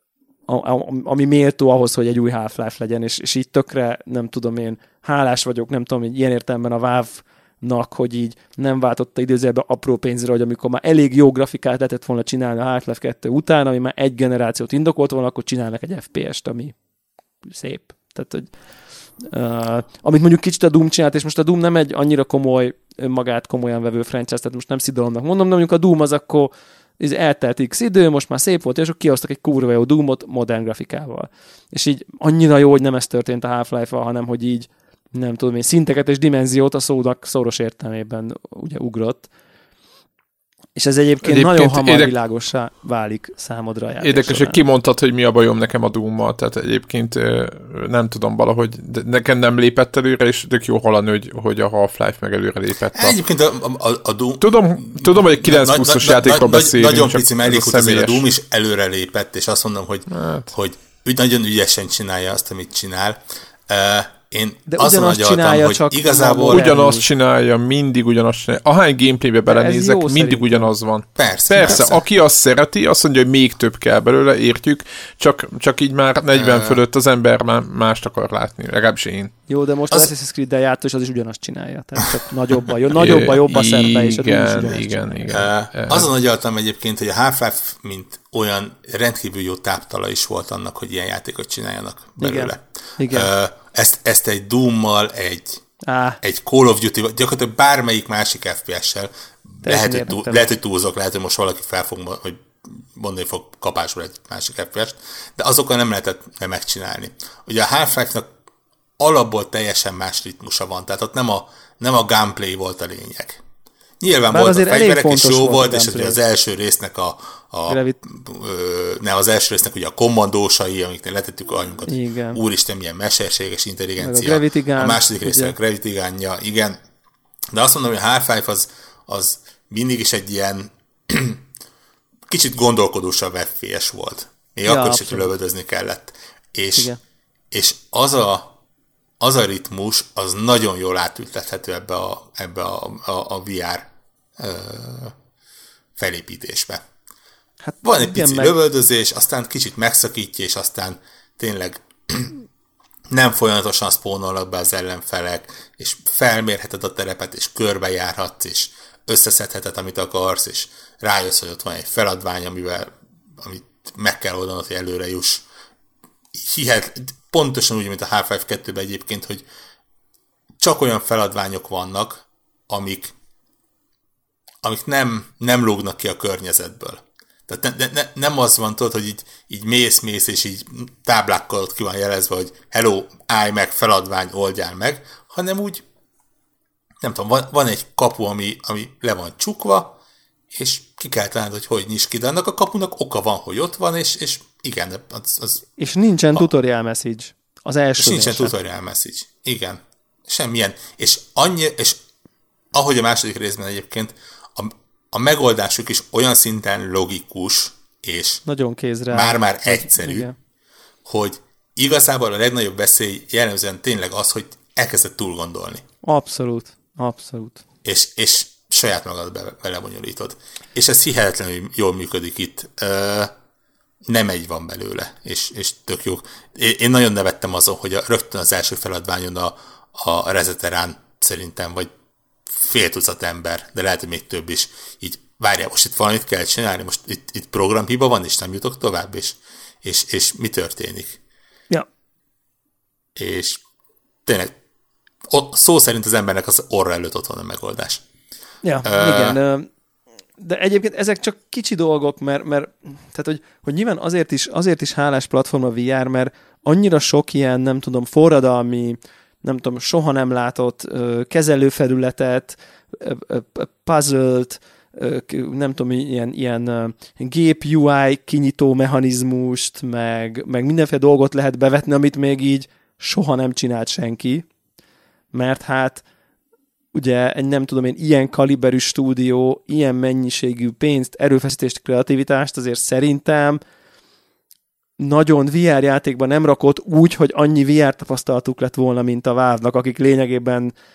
ami méltó ahhoz, hogy egy új Half-Life legyen, és így tökre, nem tudom én, hálás vagyok, nem tudom, ilyen értelemben a Valve-nak, hogy így nem váltotta idézőjelben apró pénzre, hogy amikor már elég jó grafikát lehetett volna csinálni a Half-Life 2 után, ami már egy generációt indokolt volna, akkor csinálnak egy FPS-t, ami szép. Tehát, hogy amit mondjuk kicsit a Doom csinált, és most a Doom nem egy annyira komoly, önmagát komolyan vevő franchise, tehát most nem szidalomnak mondom, de mondjuk a Doom az akkor eltelt x idő, most már szép volt, és akkor kihoztak egy kurva jó Doomot modern grafikával. És így annyira jó, hogy nem ez történt a Half-Life-val, hanem hogy így, nem tudom én, szinteket és dimenziót a szónak szoros értelmében ugye ugrott. És ez egyébként nagyon hamar világossá válik számodra a játék. Érdekes, hogy kimondtad, hogy mi a bajom nekem a Doom-mal, tehát egyébként nem tudom valahogy, de nekem nem lépett előre, és tök jó hallani, hogy a Half-Life meg előre lépett. Egyébként a Doom... Tudom, hogy egy 9-20-as játékról beszélünk. Nagyon pici mellékút azért a Doom is előre lépett, és azt mondom, hogy nagyon ügyesen csinálja azt, amit csinál. Én de ugyanazt csinálja, csak igazából... Ugyanazt csinálja, mindig ugyanazt csinálja. Ahány gameplaybe belenézek, mindig szerintem ugyanaz van. Persze, aki azt szereti, azt mondja, hogy még több kell belőle, értjük, csak így már 40 fölött az ember már mást akar látni, legalábbis én. Jó, de most az Assassin's Creed-del járt, és az is ugyanazt csinálja. Tehát csak nagyobb a szerve, és igen. Azon agyaltam egyébként, hogy a Half-Life mint olyan rendkívül jó táptala is volt annak, hogy ilyen játékot csináljanak belőle. Igen. Ezt egy Doom-mal, egy Call of Duty, gyakorlatilag bármelyik másik FPS-sel, lehet, hogy túlzok, lehet, hogy most valaki fel fog mondani fog kapásból egy másik FPS-t, de azokkal nem lehetett megcsinálni. Ugye a Half-Life-nak alapból teljesen más ritmusa van, tehát ott nem a gunplay volt a lényeg. Nyilván volt a fegyverek, és jó volt, és az első résznek az első résznek ugye a kommandósai, amiknél letettük anyunkat, úristen, milyen mesterséges intelligencia. A második résznek a Gravity Gun-ja, igen. De azt mondom, hogy a Half-Life az mindig is egy ilyen kicsit gondolkodósabb FPS volt. Még akkor is, hogy lövöldözni kellett. És az a ritmus, az nagyon jól átültethető ebbe a VR felépítésbe. Hát van egy pici lövöldözés, aztán kicsit megszakítja, és aztán tényleg nem folyamatosan spónolnak be az ellenfelek, és felmérheted a terepet, és körbejárhatsz, és összeszedheted, amit akarsz, és rájössz, hogy ott van egy feladvány, amit meg kell oldanod, hogy előre juss. Pontosan úgy, mint a Half-Life 2-ben egyébként, hogy csak olyan feladványok vannak, amik nem lógnak ki a környezetből. Tehát nem az van, tudod, hogy így mész, és így táblákkal ott ki van jelezve, hogy hello, állj meg, feladvány, oldjál meg, hanem úgy, nem tudom, van egy kapu, ami le van csukva, és ki kell találnod, hogy nyisd ki, de annak a kapunak oka van, hogy ott van, és igen, az... És nincsen tutorial message az első. És nincsen tutorial message, igen. Semmilyen. És ahogy a második részben egyébként, a megoldásuk is olyan szinten logikus, és nagyon kézre már egyszerű, igen, hogy igazából a legnagyobb veszély jellemzően tényleg az, hogy elkezded túl gondolni. Abszolút. És saját magad belebonyolítod. És ez hihetetlenül jól működik itt. Nem egy van belőle, és tök jó. Én nagyon nevettem azon, hogy rögtön az első feladványon a rezeterán szerintem, vagy fél tucat ember, de lehet, hogy még több is, így várjál, most itt valamit kell csinálni, most itt programhiba van, és nem jutok tovább, és mi történik? Ja. És tényleg szó szerint az embernek az orra előtt ott van a megoldás. Ja, igen. De egyébként ezek csak kicsi dolgok, mert tehát, hogy nyilván azért is hálás platform a VR, mert annyira sok ilyen, nem tudom, forradalmi, nem tudom, soha nem látott kezelőfelületet, puzzle-t, nem tudom, ilyen gép UI kinyitó mechanizmust, meg mindenféle dolgot lehet bevetni, amit még így soha nem csinált senki, mert hát ugye egy nem tudom én ilyen kaliberű stúdió, ilyen mennyiségű pénzt, erőfeszítést, kreativitást azért szerintem nagyon VR játékban nem rakott úgy, hogy annyi VR tapasztalatuk lett volna, mint a Valve-nak, akik lényegében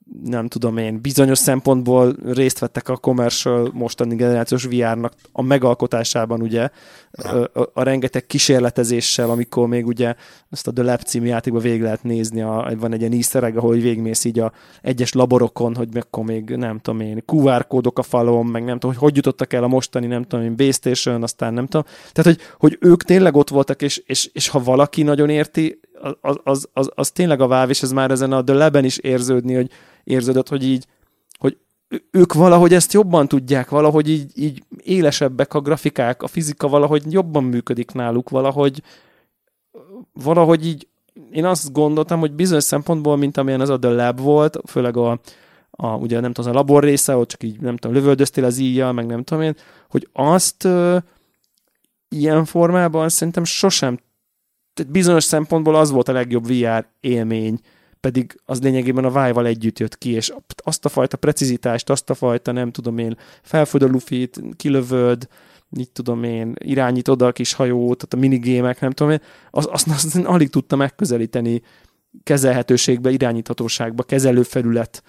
nem tudom én, bizonyos szempontból részt vettek a commercial mostani generációs VR-nak a megalkotásában, ugye, a rengeteg kísérletezéssel, amikor még ugye ezt a The Lab című játékban végig lehet nézni, van egy ilyen easter egg, ahol végigmész így a egyes laborokon, hogy akkor még, nem tudom én, QR kódok a falon, meg nem tudom, hogy jutottak el a mostani, nem tudom én, Base Station, aztán nem tudom. Tehát, hogy ők tényleg ott voltak, és ha valaki nagyon érti, az tényleg a Valve, és ez már ezen a The Lab-en is érződött, hogy így, hogy ők valahogy ezt jobban tudják, valahogy így élesebbek a grafikák, a fizika valahogy jobban működik náluk, valahogy így én azt gondoltam, hogy bizonyos szempontból, mint amilyen az a The Lab volt, főleg ugye nem tudom, az a labor része, ott csak így nem tudom, lövöldöztél az íjjal, meg nem tudom én, hogy azt ilyen formában szerintem sosem, tehát bizonyos szempontból az volt a legjobb VR élmény, pedig az lényegében a Vive-val együtt jött ki, és azt a fajta precizitást, azt a fajta, nem tudom én, felföld a lufit, kilövöd, mit tudom én, irányítod a kis hajót, tehát a minigémek, nem tudom én, azt alig tudta megközelíteni kezelhetőségbe, irányíthatóságba, kezelőfelület,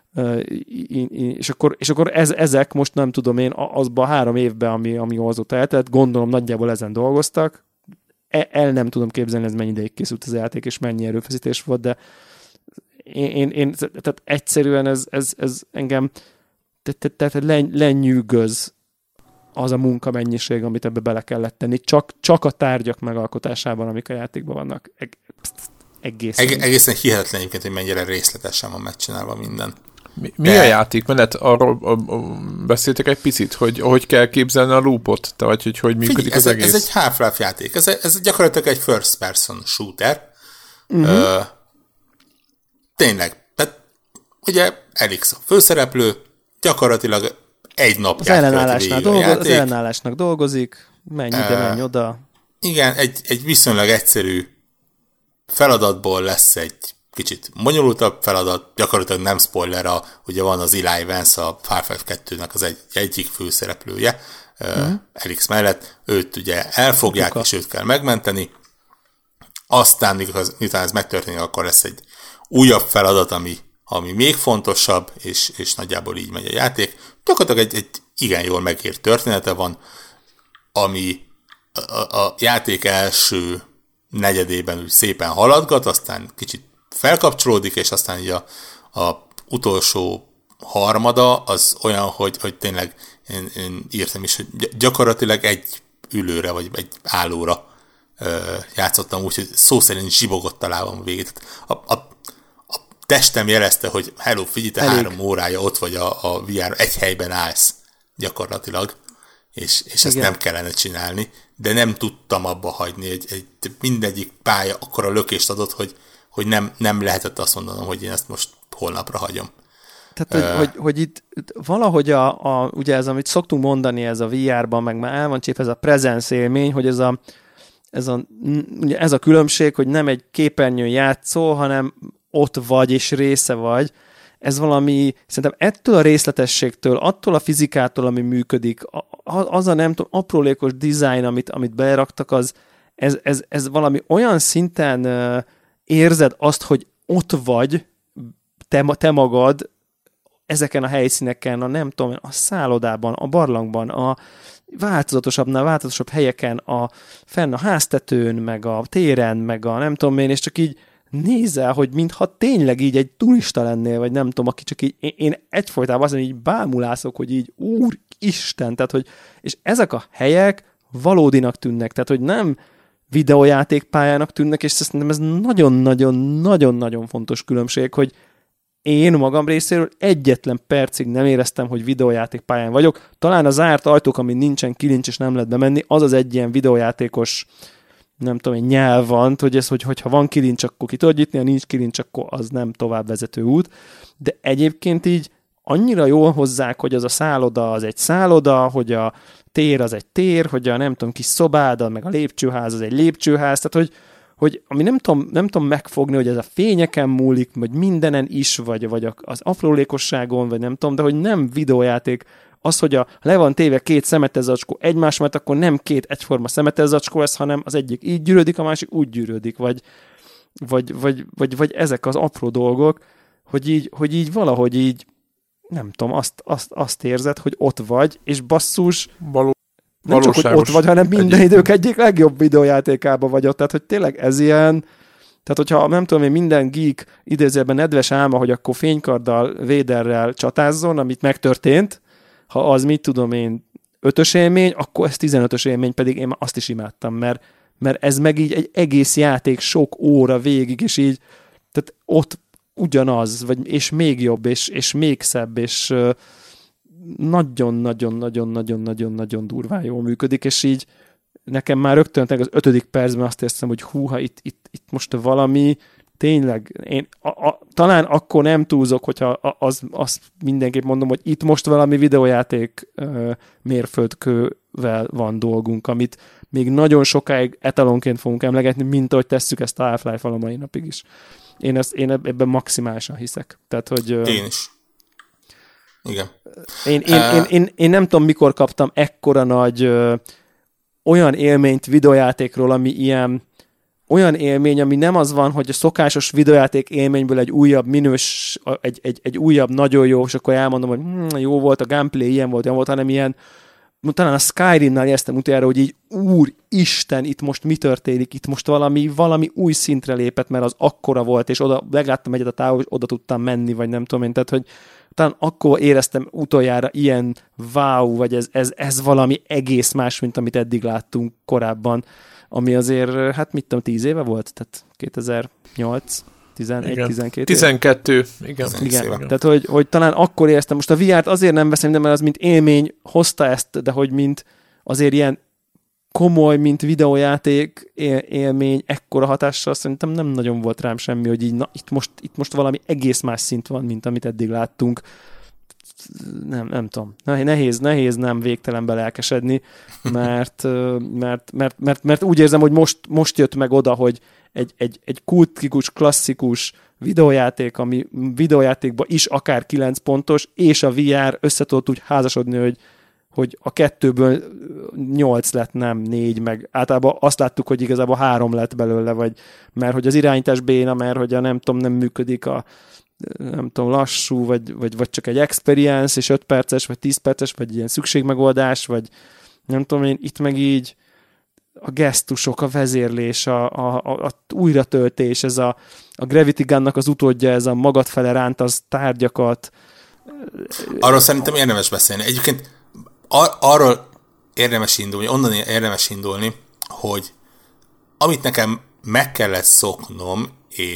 és akkor ezek most nem tudom én, azban a 3 évben, ami azóta eltelt, gondolom nagyjából ezen dolgoztak, el nem tudom képzelni, ez mennyi ideig készült az játék, és mennyi erőfeszítés volt, de én tehát egyszerűen ez engem tehát lenyűgöz az a munkamennyiség, amit ebbe bele kellett tenni, csak a tárgyak megalkotásában, amik a játékban vannak. Egészen hihetetlen egyébként, hogy mennyire részletesen van megcsinálva minden. Mi a játékmenet? Arról beszéltek egy picit, hogy kell képzelni a loopot? Vagy hogy működik figyelj, az egész? Ez egy Half-Life játék. Ez gyakorlatilag egy first person shooter. Tényleg. Tehát ugye Elix a főszereplő, gyakorlatilag egy nap az ellenállásnak dolgozik, menj ide, menj oda. Igen, egy viszonylag egyszerű feladatból lesz egy kicsit bonyolultabb feladat, gyakorlatilag nem spoiler, ugye van az Eli Vance, a Half-Life 2-nek az egyik főszereplője, Elix mellett, őt ugye elfogják, és őt kell megmenteni, aztán miután ez megtörténik, akkor lesz egy újabb feladat, ami még fontosabb, és nagyjából így megy a játék. Gyakorlatilag egy igen jól megírt története van, ami a játék első negyedében úgy szépen haladgat, aztán kicsit felkapcsolódik, és aztán így a utolsó harmada az olyan, hogy tényleg én írtam is, hogy gyakorlatilag egy ülőre, vagy egy állóra játszottam úgy, hogy szó szerint zsibogott a lábam végét. A testem jelezte, hogy hello, figyelj, te 3 órája ott vagy a VR, egy helyben állsz gyakorlatilag, és ezt nem kellene csinálni, de nem tudtam abba hagyni, mindegyik pálya akkora lökést adott, hogy nem lehetett azt mondanom, hogy én ezt most holnapra hagyom. Tehát, hogy itt valahogy ugye ez, amit szoktunk mondani, ez a VR-ban, meg már el van csép, ez a presence élmény, hogy ez a különbség, hogy nem egy képernyőn játszol, hanem ott vagy és része vagy. Ez valami, szerintem ettől a részletességtől, attól a fizikától, ami működik, az a nem tudom, aprólékos design, amit beleraktak, ez valami olyan szinten érzed azt, hogy ott vagy, te magad ezeken a helyszíneken, nem tudom, a szállodában, a barlangban, a változatosabb helyeken, fenn a háztetőn, meg a téren, meg a nem tudom én, és csak így nézel, hogy mintha tényleg így egy turista lennél, vagy nem tudom, aki csak így, én egyfolytában azt mondom, így bámulászok, hogy így úristen, tehát hogy, és ezek a helyek valódinak tűnnek, tehát hogy nem videójátékpályának tűnnek, és szerintem ez nagyon-nagyon-nagyon-nagyon fontos különbség, hogy én magam részéről egyetlen percig nem éreztem, hogy videójátékpályán vagyok. Talán a zárt ajtók, amin nincsen kilincs és nem lehet bemenni, az egy ilyen videójátékos, nem tudom, egy nyelv van, hogy ez, hogyha van kilincs, akkor ki tudod nyitni, ha nincs kilincs, akkor az nem tovább vezető út. De egyébként így annyira jól hozzák, hogy az a szálloda az egy szálloda, hogy a tér az egy tér, hogy a nem tudom, kis szobád, meg a lépcsőház az egy lépcsőház, tehát hogy ami nem tudom megfogni, hogy ez a fényeken múlik, vagy mindenen is, vagy az aprólékosságon, vagy nem tudom, de hogy nem videójáték, az, hogy le van téve 2 szemetezacskó egymás mellett, akkor nem 2 egyforma szemetezacskó ez, hanem az egyik így gyűrődik, a másik úgy gyűrődik, vagy ezek az apró dolgok, hogy így valahogy így, nem tudom, azt érzed, hogy ott vagy, és basszus, nem csak, hogy ott vagy, hanem minden idők egyik legjobb videójátékában vagy ott. Tehát, hogy tényleg ez ilyen, tehát hogyha nem tudom én, minden geek idézőjelben nedves álma, hogy akkor fénykarddal, Vaderrel csatázzon, amit megtörtént, ha az mit tudom én 5-ös élmény, akkor ez 15-ös élmény, pedig én azt is imádtam, mert ez meg így egy egész játék sok óra végig, és így, tehát ott ugyanaz, vagy, és még jobb, és még szebb, és nagyon-nagyon-nagyon-nagyon-nagyon durván jól működik, és így nekem már rögtön az 5. percben azt érzem, hogy húha, itt most valami tényleg, én talán akkor nem túlzok, hogyha azt mindenképp mondom, hogy itt most valami videójáték mérföldkővel van dolgunk, amit még nagyon sokáig etalonként fogunk emlegetni, mint ahogy tesszük ezt a Half-Life-val a mai napig is. Én ebben maximálisan hiszek. Tehát, hogy... Én is. Igen. Én nem tudom, mikor kaptam ekkora nagy olyan élményt videójátékról, ami ilyen olyan élmény, ami nem az van, hogy a szokásos videójáték élményből egy újabb egy újabb nagyon jó, és akkor elmondom, hogy jó volt, a gameplay ilyen volt, hanem ilyen, talán a Skyrimnál éreztem utoljára, hogy így úristen, itt most mi történik, itt most valami új szintre lépett, mert az akkora volt, és oda megláttam egyet a távol, és oda tudtam menni, vagy nem tudom én, tehát, hogy talán akkor éreztem utoljára ilyen wow, vagy ez valami egész más, mint amit eddig láttunk korábban, ami azért, hát mit tudom, 10 éve volt? Tehát 2008, 11, 12 12, igen. Tehát, hogy talán akkor éreztem, most a VR-t azért nem veszem, de mert az mint élmény hozta ezt, de hogy mint azért ilyen komoly, mint videójáték élmény, ekkora hatással szerintem nem nagyon volt rám semmi, hogy így, na, itt most valami egész más szint van, mint amit eddig láttunk. Nem tudom. Nehéz nem végtelenbe lelkesedni, mert úgy érzem, hogy most jött meg oda, hogy egy kultikus, klasszikus videójáték, ami videójátékban is akár 9 pontos, és a VR összetudott úgy házasodni, hogy a 2-ből 8 lett, nem 4, meg általában azt láttuk, hogy igazából 3 lett belőle, vagy mert hogy az irányítás béna, mert hogy nem működik a nem tudom, lassú, vagy csak egy experience, és 5 perces, vagy 10 perces, vagy ilyen szükségmegoldás, vagy nem tudom én, itt meg így a gesztusok, a vezérlés, a újratöltés, ez a Gravity Gunnak az utódja, ez a magad fele rántasz tárgyakat. Arról szerintem érdemes beszélni. Egyébként arról érdemes indulni, onnan érdemes indulni, hogy amit nekem meg kellett szoknom,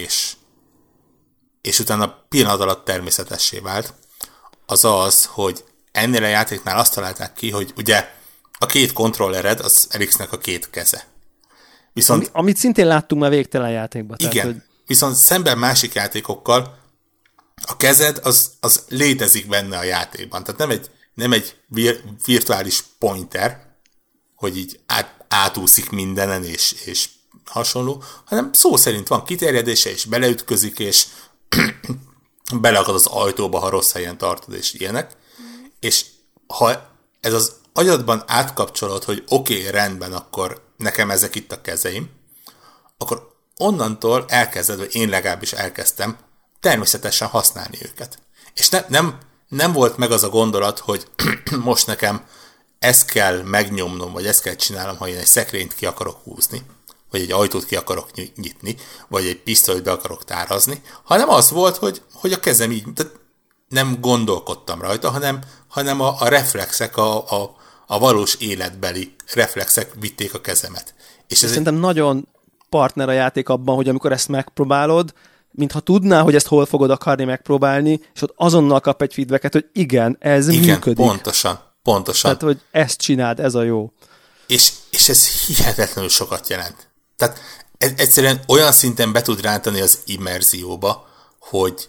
és utána pillanat alatt természetessé vált, az az, hogy ennél a játéknál azt találták ki, hogy ugye a 2 kontrollered, az Ericnek a 2 keze. Viszont, amit szintén láttunk már végtelen játékban. Igen, tehát, hogy... viszont szemben másik játékokkal a kezed az létezik benne a játékban. Tehát nem egy virtuális pointer, hogy így átúszik mindenen és hasonló, hanem szó szerint van kiterjedése, és beleütközik, és beleakad az ajtóba, ha rossz helyen tartod, és ilyenek. És ha ez az agyadban átkapcsolod, hogy oké, rendben, akkor nekem ezek itt a kezeim, akkor onnantól elkezded, vagy én legalábbis elkezdtem természetesen használni őket. És nem volt meg az a gondolat, hogy most nekem ezt kell megnyomnom, vagy ezt kell csinálnom, ha én egy szekrényt ki akarok húzni, vagy egy ajtót ki akarok nyitni, vagy egy pisztolyt be akarok tárazni, hanem az volt, hogy a kezem így, tehát nem gondolkodtam rajta, hanem a reflexek, a valós életbeli reflexek vitték a kezemet. És szerintem nagyon partner a játék abban, hogy amikor ezt megpróbálod, mintha tudná, hogy ezt hol fogod akarni megpróbálni, és ott azonnal kap egy feedbacket, hogy igen, ez működik. Pontosan. Tehát, hogy ezt csináld, ez a jó. És ez hihetetlenül sokat jelent. Tehát egyszerűen olyan szinten be tud rántani az immerzióba, hogy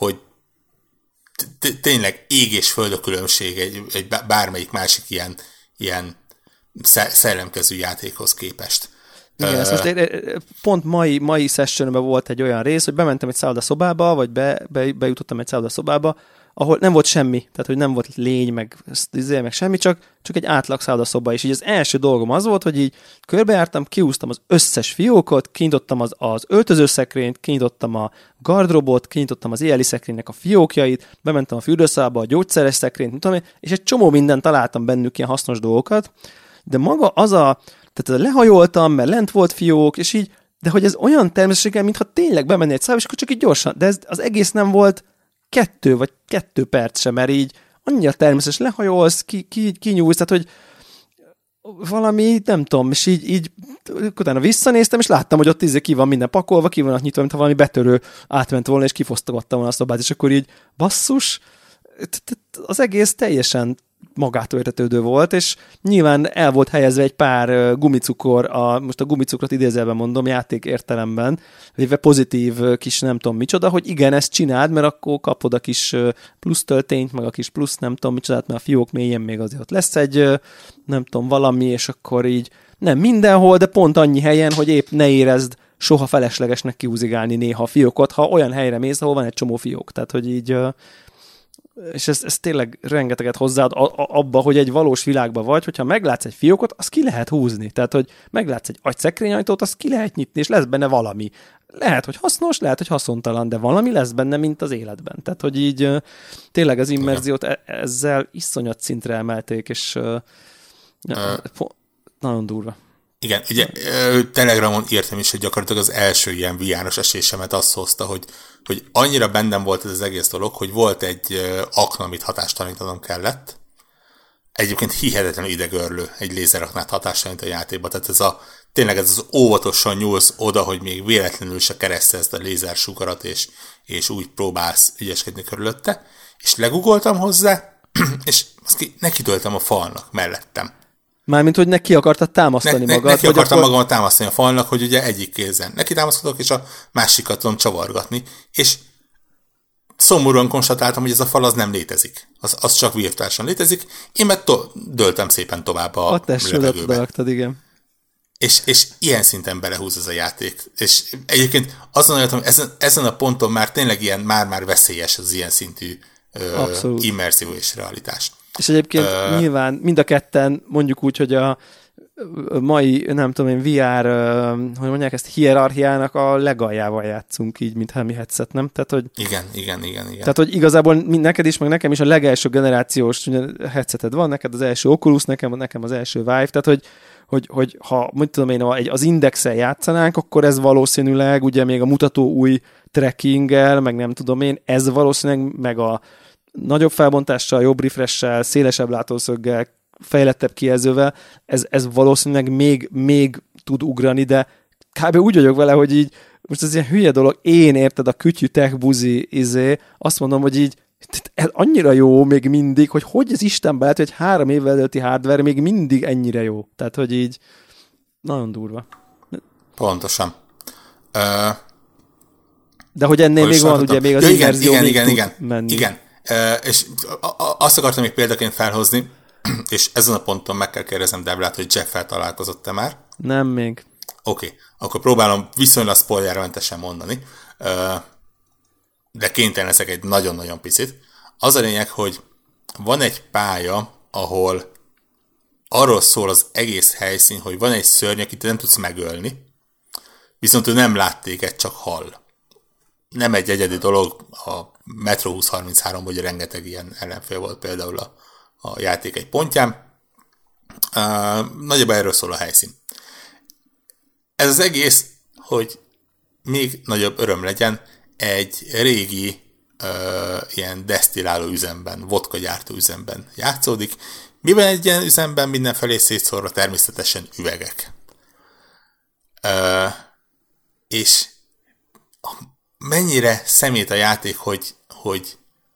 tényleg ég és föld a különbség egy bármelyik másik ilyen szellemkezű játékhoz képest. Igen, ez most pont mai sessionben volt egy olyan rész, hogy bementem egy szállodaszobába, vagy bejutottam egy szállodaszobába, ahol nem volt semmi, tehát hogy nem volt lény, meg semmi, csak egy átlag szállodaszoba, és így az első dolgom az volt, hogy így körbejártam, kiúztam az összes fiókot, kinyitottam az öltözőszekrényt, kinyitottam a gardrobot, kinyitottam az éjjeli szekrénynek a fiókjait, bementem a fürdőszobába, a gyógyszeres szekrényt, és egy csomó mindent találtam bennük, ilyen hasznos dolgokat, de maga tehát lehajoltam, mert lent volt fiók, és így, de hogy ez olyan természetesen, mintha tényleg bemenni egy szállba, és akkor csak így gyorsan, de ez az egész nem volt 2 perc sem, mert így annyira természetes, lehajolsz, kinyúlsz, tehát hogy valami, nem tudom, és így utána visszanéztem, és láttam, hogy ott ki van minden pakolva, ki van nyitva, mintha valami betörő átment volna, és kifosztogatta volna a szobát, és akkor így basszus, az egész teljesen magától értetődő volt, és nyilván el volt helyezve egy pár gumicukor, most a gumicukrot idézőjelben mondom, játék értelemben, véve pozitív kis nem tudom micsoda, hogy igen, ezt csináld, mert akkor kapod a kis plusz töltényt, meg a kis plusz nem tudom micsodát, mert a fiók mélyen még azért ott lesz egy nem tudom valami, és akkor így nem mindenhol, de pont annyi helyen, hogy épp ne érezd soha feleslegesnek kihúzigálni néha a fiókot, ha olyan helyre mész, ahol van egy csomó fiók. Tehát, hogy így és ez tényleg rengeteget hozzáad abba, hogy egy valós világban vagy, hogyha meglátsz egy fiókot, azt ki lehet húzni. Tehát, hogy meglátsz egy szekrényajtót, azt ki lehet nyitni, és lesz benne valami. Lehet, hogy hasznos, lehet, hogy haszontalan, de valami lesz benne, mint az életben. Tehát, hogy így tényleg az immerziót ezzel iszonyat szintre emelték, és nagyon durva. Igen, ugye Telegramon írtam is, hogy gyakorlatilag az első ilyen VR-os esésemet azt hozta, hogy annyira bennem volt ez az egész dolog, hogy volt egy akna, amit hatástalanítanom kellett. Egyébként hihetetlenül idegörlő egy lézeraknát hatástalanít a játékba. Tehát tényleg ez az óvatosan nyúlsz oda, hogy még véletlenül se keresztelzed a lézersugarat, és úgy próbálsz ügyeskedni körülötte. És legugoltam hozzá, és nekitöltem a falnak mellettem. Mármint, hogy neki akartad támasztani magad. Neki akartam magamat támasztani a falnak, hogy ugye egyik kézen neki támaszkodok, és a másikat tudom csavargatni. És szomorúan konstatáltam, hogy ez a fal az nem létezik. Az csak virtuálisan létezik. Én meg döltem szépen tovább a levegőbe. Igen. És ilyen szinten belehúz ez a játék. És egyébként azon hogy ezen a ponton már tényleg ilyen már veszélyes az ilyen szintű immerzió és realitás. És egyébként nyilván mind a ketten mondjuk úgy, hogy a mai, nem tudom én, VR, hogy mondják ezt, hierarchiának a legaljával játszunk így, mint Helmi Headset, nem? Tehát, hogy Igen. Tehát, hogy igazából neked is, meg nekem is a legelső generációs headseted van, neked az első Oculus, nekem az első Vive, tehát, hogy ha, mit tudom én, az Indexel játszanánk, akkor ez valószínűleg, ugye még a mutató új trackinggel, meg nem tudom én, ez valószínűleg meg a nagyobb felbontással, jobb refresh-sel, szélesebb látószöggel, fejlettebb kijelzővel, ez valószínűleg még tud ugrani, de kb. Úgy vagyok vele, hogy így, most ez ilyen hülye dolog, én érted a kütyű tech buzi azt mondom, hogy így ez annyira jó még mindig, hogy az Istenben lehet, hogy egy 3 évvel előtti hardware még mindig ennyire jó. Tehát, hogy így nagyon durva. Pontosan. De hogy ennél még van, ugye még az immerzió igen. És azt akartam még példaként felhozni, és ezen a ponton meg kell kérdeznem Debrát, hogy Jeff-fel találkozott-e már? Nem még. Oké, akkor próbálom viszonylag spoilermentesen mondani, de kénytelen leszek egy nagyon-nagyon picit. Az a lényeg, hogy van egy pálya, ahol arról szól az egész helyszín, hogy van egy szörny, akit nem tudsz megölni, viszont ő nem lát téged, csak hall. Nem egy egyedi dolog, a Metro 2033, hogy rengeteg ilyen ellenfél volt például a játék egy pontján. Nagyjából erről szól a helyszín. Ez az egész, hogy még nagyobb öröm legyen, egy régi ilyen desztilláló üzemben, vodka gyártó üzemben játszódik. Miben egy ilyen üzemben mindenfelé szétszórva természetesen üvegek. És mennyire szemét a játék, hogy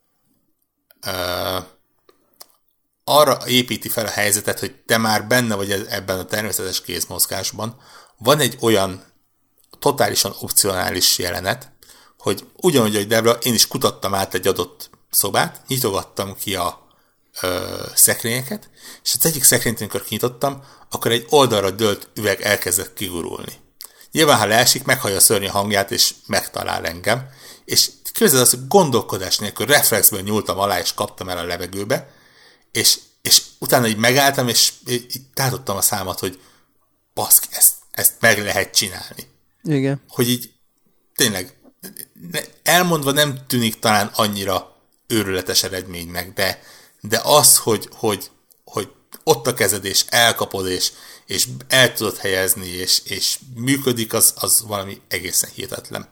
arra építi fel a helyzetet, hogy te már benne vagy ebben a természetes kézmozgásban. Van egy olyan totálisan opcionális jelenet, hogy ugyanúgy, hogy Debra, én is kutattam át egy adott szobát, nyitogattam ki a szekrényeket, és az egyik szekrényt, amikor kinyitottam, akkor egy oldalra dőlt üveg elkezdett kigurulni. Nyilván, ha leesik, meghallja a szörny hangját, és megtalál engem, és képzeld azt, hogy gondolkodás nélkül reflexből nyúltam alá, és kaptam el a levegőbe, és utána így megálltam, és így tátottam a számat, hogy baszki, ezt meg lehet csinálni. Igen. Hogy így tényleg elmondva nem tűnik talán annyira őrületes eredménynek, de az, hogy ott a kezed, és elkapod, és el tudod helyezni, és működik, az valami egészen hihetetlen.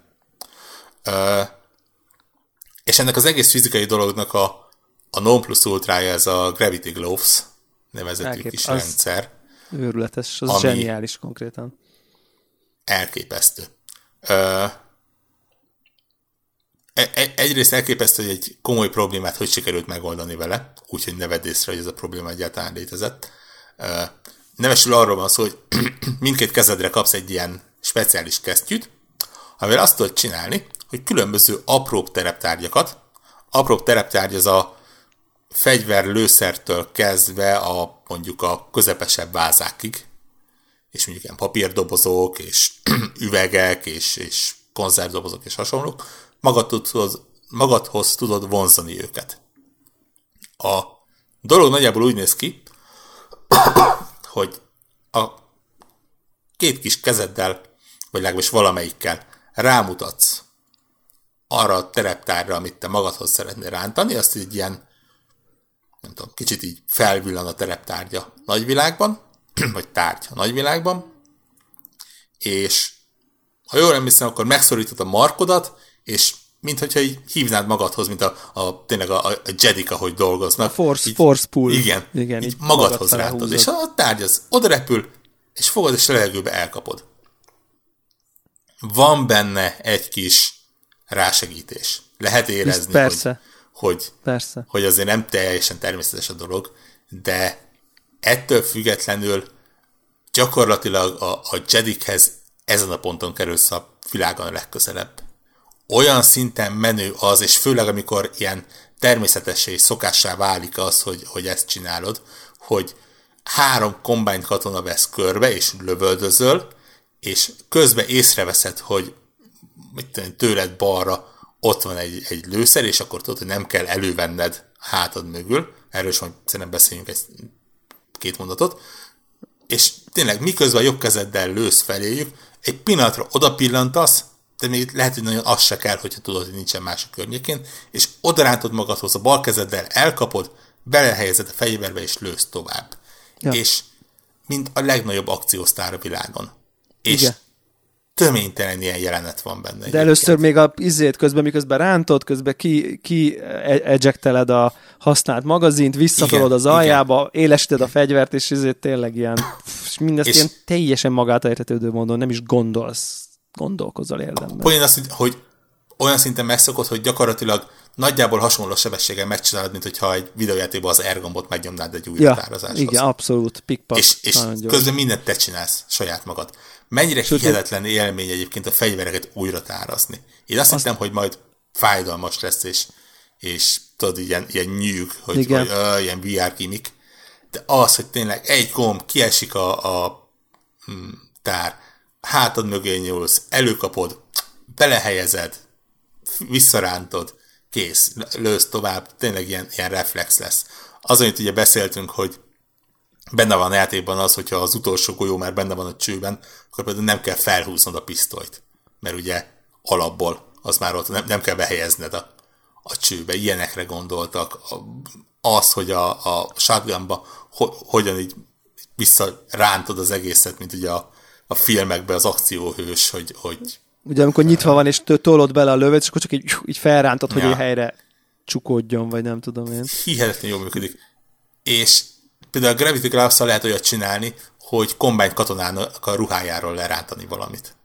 És ennek az egész fizikai dolognak a non plus ultrája, ez a Gravity Gloves nevezetű kis rendszer. Őrületes, az zseniális konkrétan. Elképesztő. Egyrészt elképesztő, hogy egy komoly problémát hogy sikerült megoldani vele, úgyhogy ne vedd észre, hogy ez a probléma egyáltalán létezett. Nevesül arról van szó, hogy mindkét kezedre kapsz egy ilyen speciális kesztyűt, amivel azt tudod csinálni, hogy különböző apróbb tereptárgyakat, apróbb tereptárgy az a fegyver, lőszertől kezdve mondjuk a közepesebb vázákig, és mondjuk ilyen papírdobozok, és üvegek, és konzervdobozok, és hasonlók, magadhoz tudod vonzani őket. A dolog nagyjából úgy néz ki, hogy a két kis kezeddel, vagy legalábbis valamelyikkel rámutatsz arra a tereptárra, amit te magadhoz szeretnél rántani, azt egy ilyen, nem tudom, kicsit így felvillan a tereptárgya nagyvilágban, vagy tárgy a nagyvilágban, és ha jól emlékszem, akkor megszorítod a markodat, és minthogyha így hívnád magadhoz, mint tényleg a jedik, ahogy dolgoznak. A force pull. Igen, így magadhoz rántod. És a tárgy az odarepül, és fogod, és a levegőbe elkapod. Van benne egy kis rásegítés. Lehet érezni, hogy azért nem teljesen természetes a dolog, de ettől függetlenül gyakorlatilag a jedikhez ezen a ponton kerülsz a világon a legközelebb. Olyan szinten menő az, és főleg amikor ilyen természetessé és szokássá válik az, hogy ezt csinálod, hogy 3 combine katona vesz körbe, és lövöldözöl, és közben észreveszed, hogy tőled balra ott van egy lőszer, és akkor tudod, hogy nem kell elővenned hátad mögül. Erről is majd szerintem beszéljünk 2 mondatot. És tényleg miközben a jobb kezeddel lősz feléjük, egy pillanatra oda pillantasz, de még lehet, hogy nagyon az se kell, hogyha tudod, hogy nincsen más a környékén, és odarántod magadhoz a bal kezeddel, elkapod, belehelyezed a fegyverbe, és lősz tovább. Ja. És mint a legnagyobb akciósztár a világon. És igen, töménytelen ilyen jelenet van benne. De egyébként. Először még a közben, miközben rántod, közben ki ejecteled a használt magazint, visszatolod az aljába, élesíted a fegyvert, és tényleg ilyen, mindezt ilyen teljesen magától értetődő módon nem is gondolkozol érdemben. Poén az, hogy olyan szinten megszokod, hogy gyakorlatilag nagyjából hasonló sebességgel megcsinálod, mint hogyha egy videójátékban az R-gombot megnyomnád egy új határozáshoz. Igen, abszolút. Pick-pack. És közben mindent te csinálsz saját magad. Mennyire hihetetlen élmény egyébként a fegyvereket újra tárazni. Én azt hittem, hogy majd fájdalmas lesz, és tudod, ilyen nyűg, hogy ilyen VR kimik. De az, hogy tényleg egy gomb kiesik a tár, hátad mögé nyúlsz, előkapod, belehelyezed, visszarántod, kész, lősz tovább, tényleg ilyen reflex lesz. Az, amit ugye beszéltünk, hogy benne van a játékban az, hogyha az utolsó golyó már benne van a csőben, akkor például nem kell felhúznod a pisztolyt, mert ugye alapból az már ott nem kell behelyezned a csőbe. Ilyenekre gondoltak. Az, hogy a shotgunba hogyan így visszarántod az egészet, mint ugye a filmekben az akcióhős, hogy ugye amikor nyitva van, és tolod bele a lövet, és akkor csak így felrántod, hogy egy helyre csukódjon, vagy nem tudom én. Hihetetlen jól működik. És például a Gravity Gloves-szal lehet olyat csinálni, hogy combine katonának a ruhájáról lerántani valamit.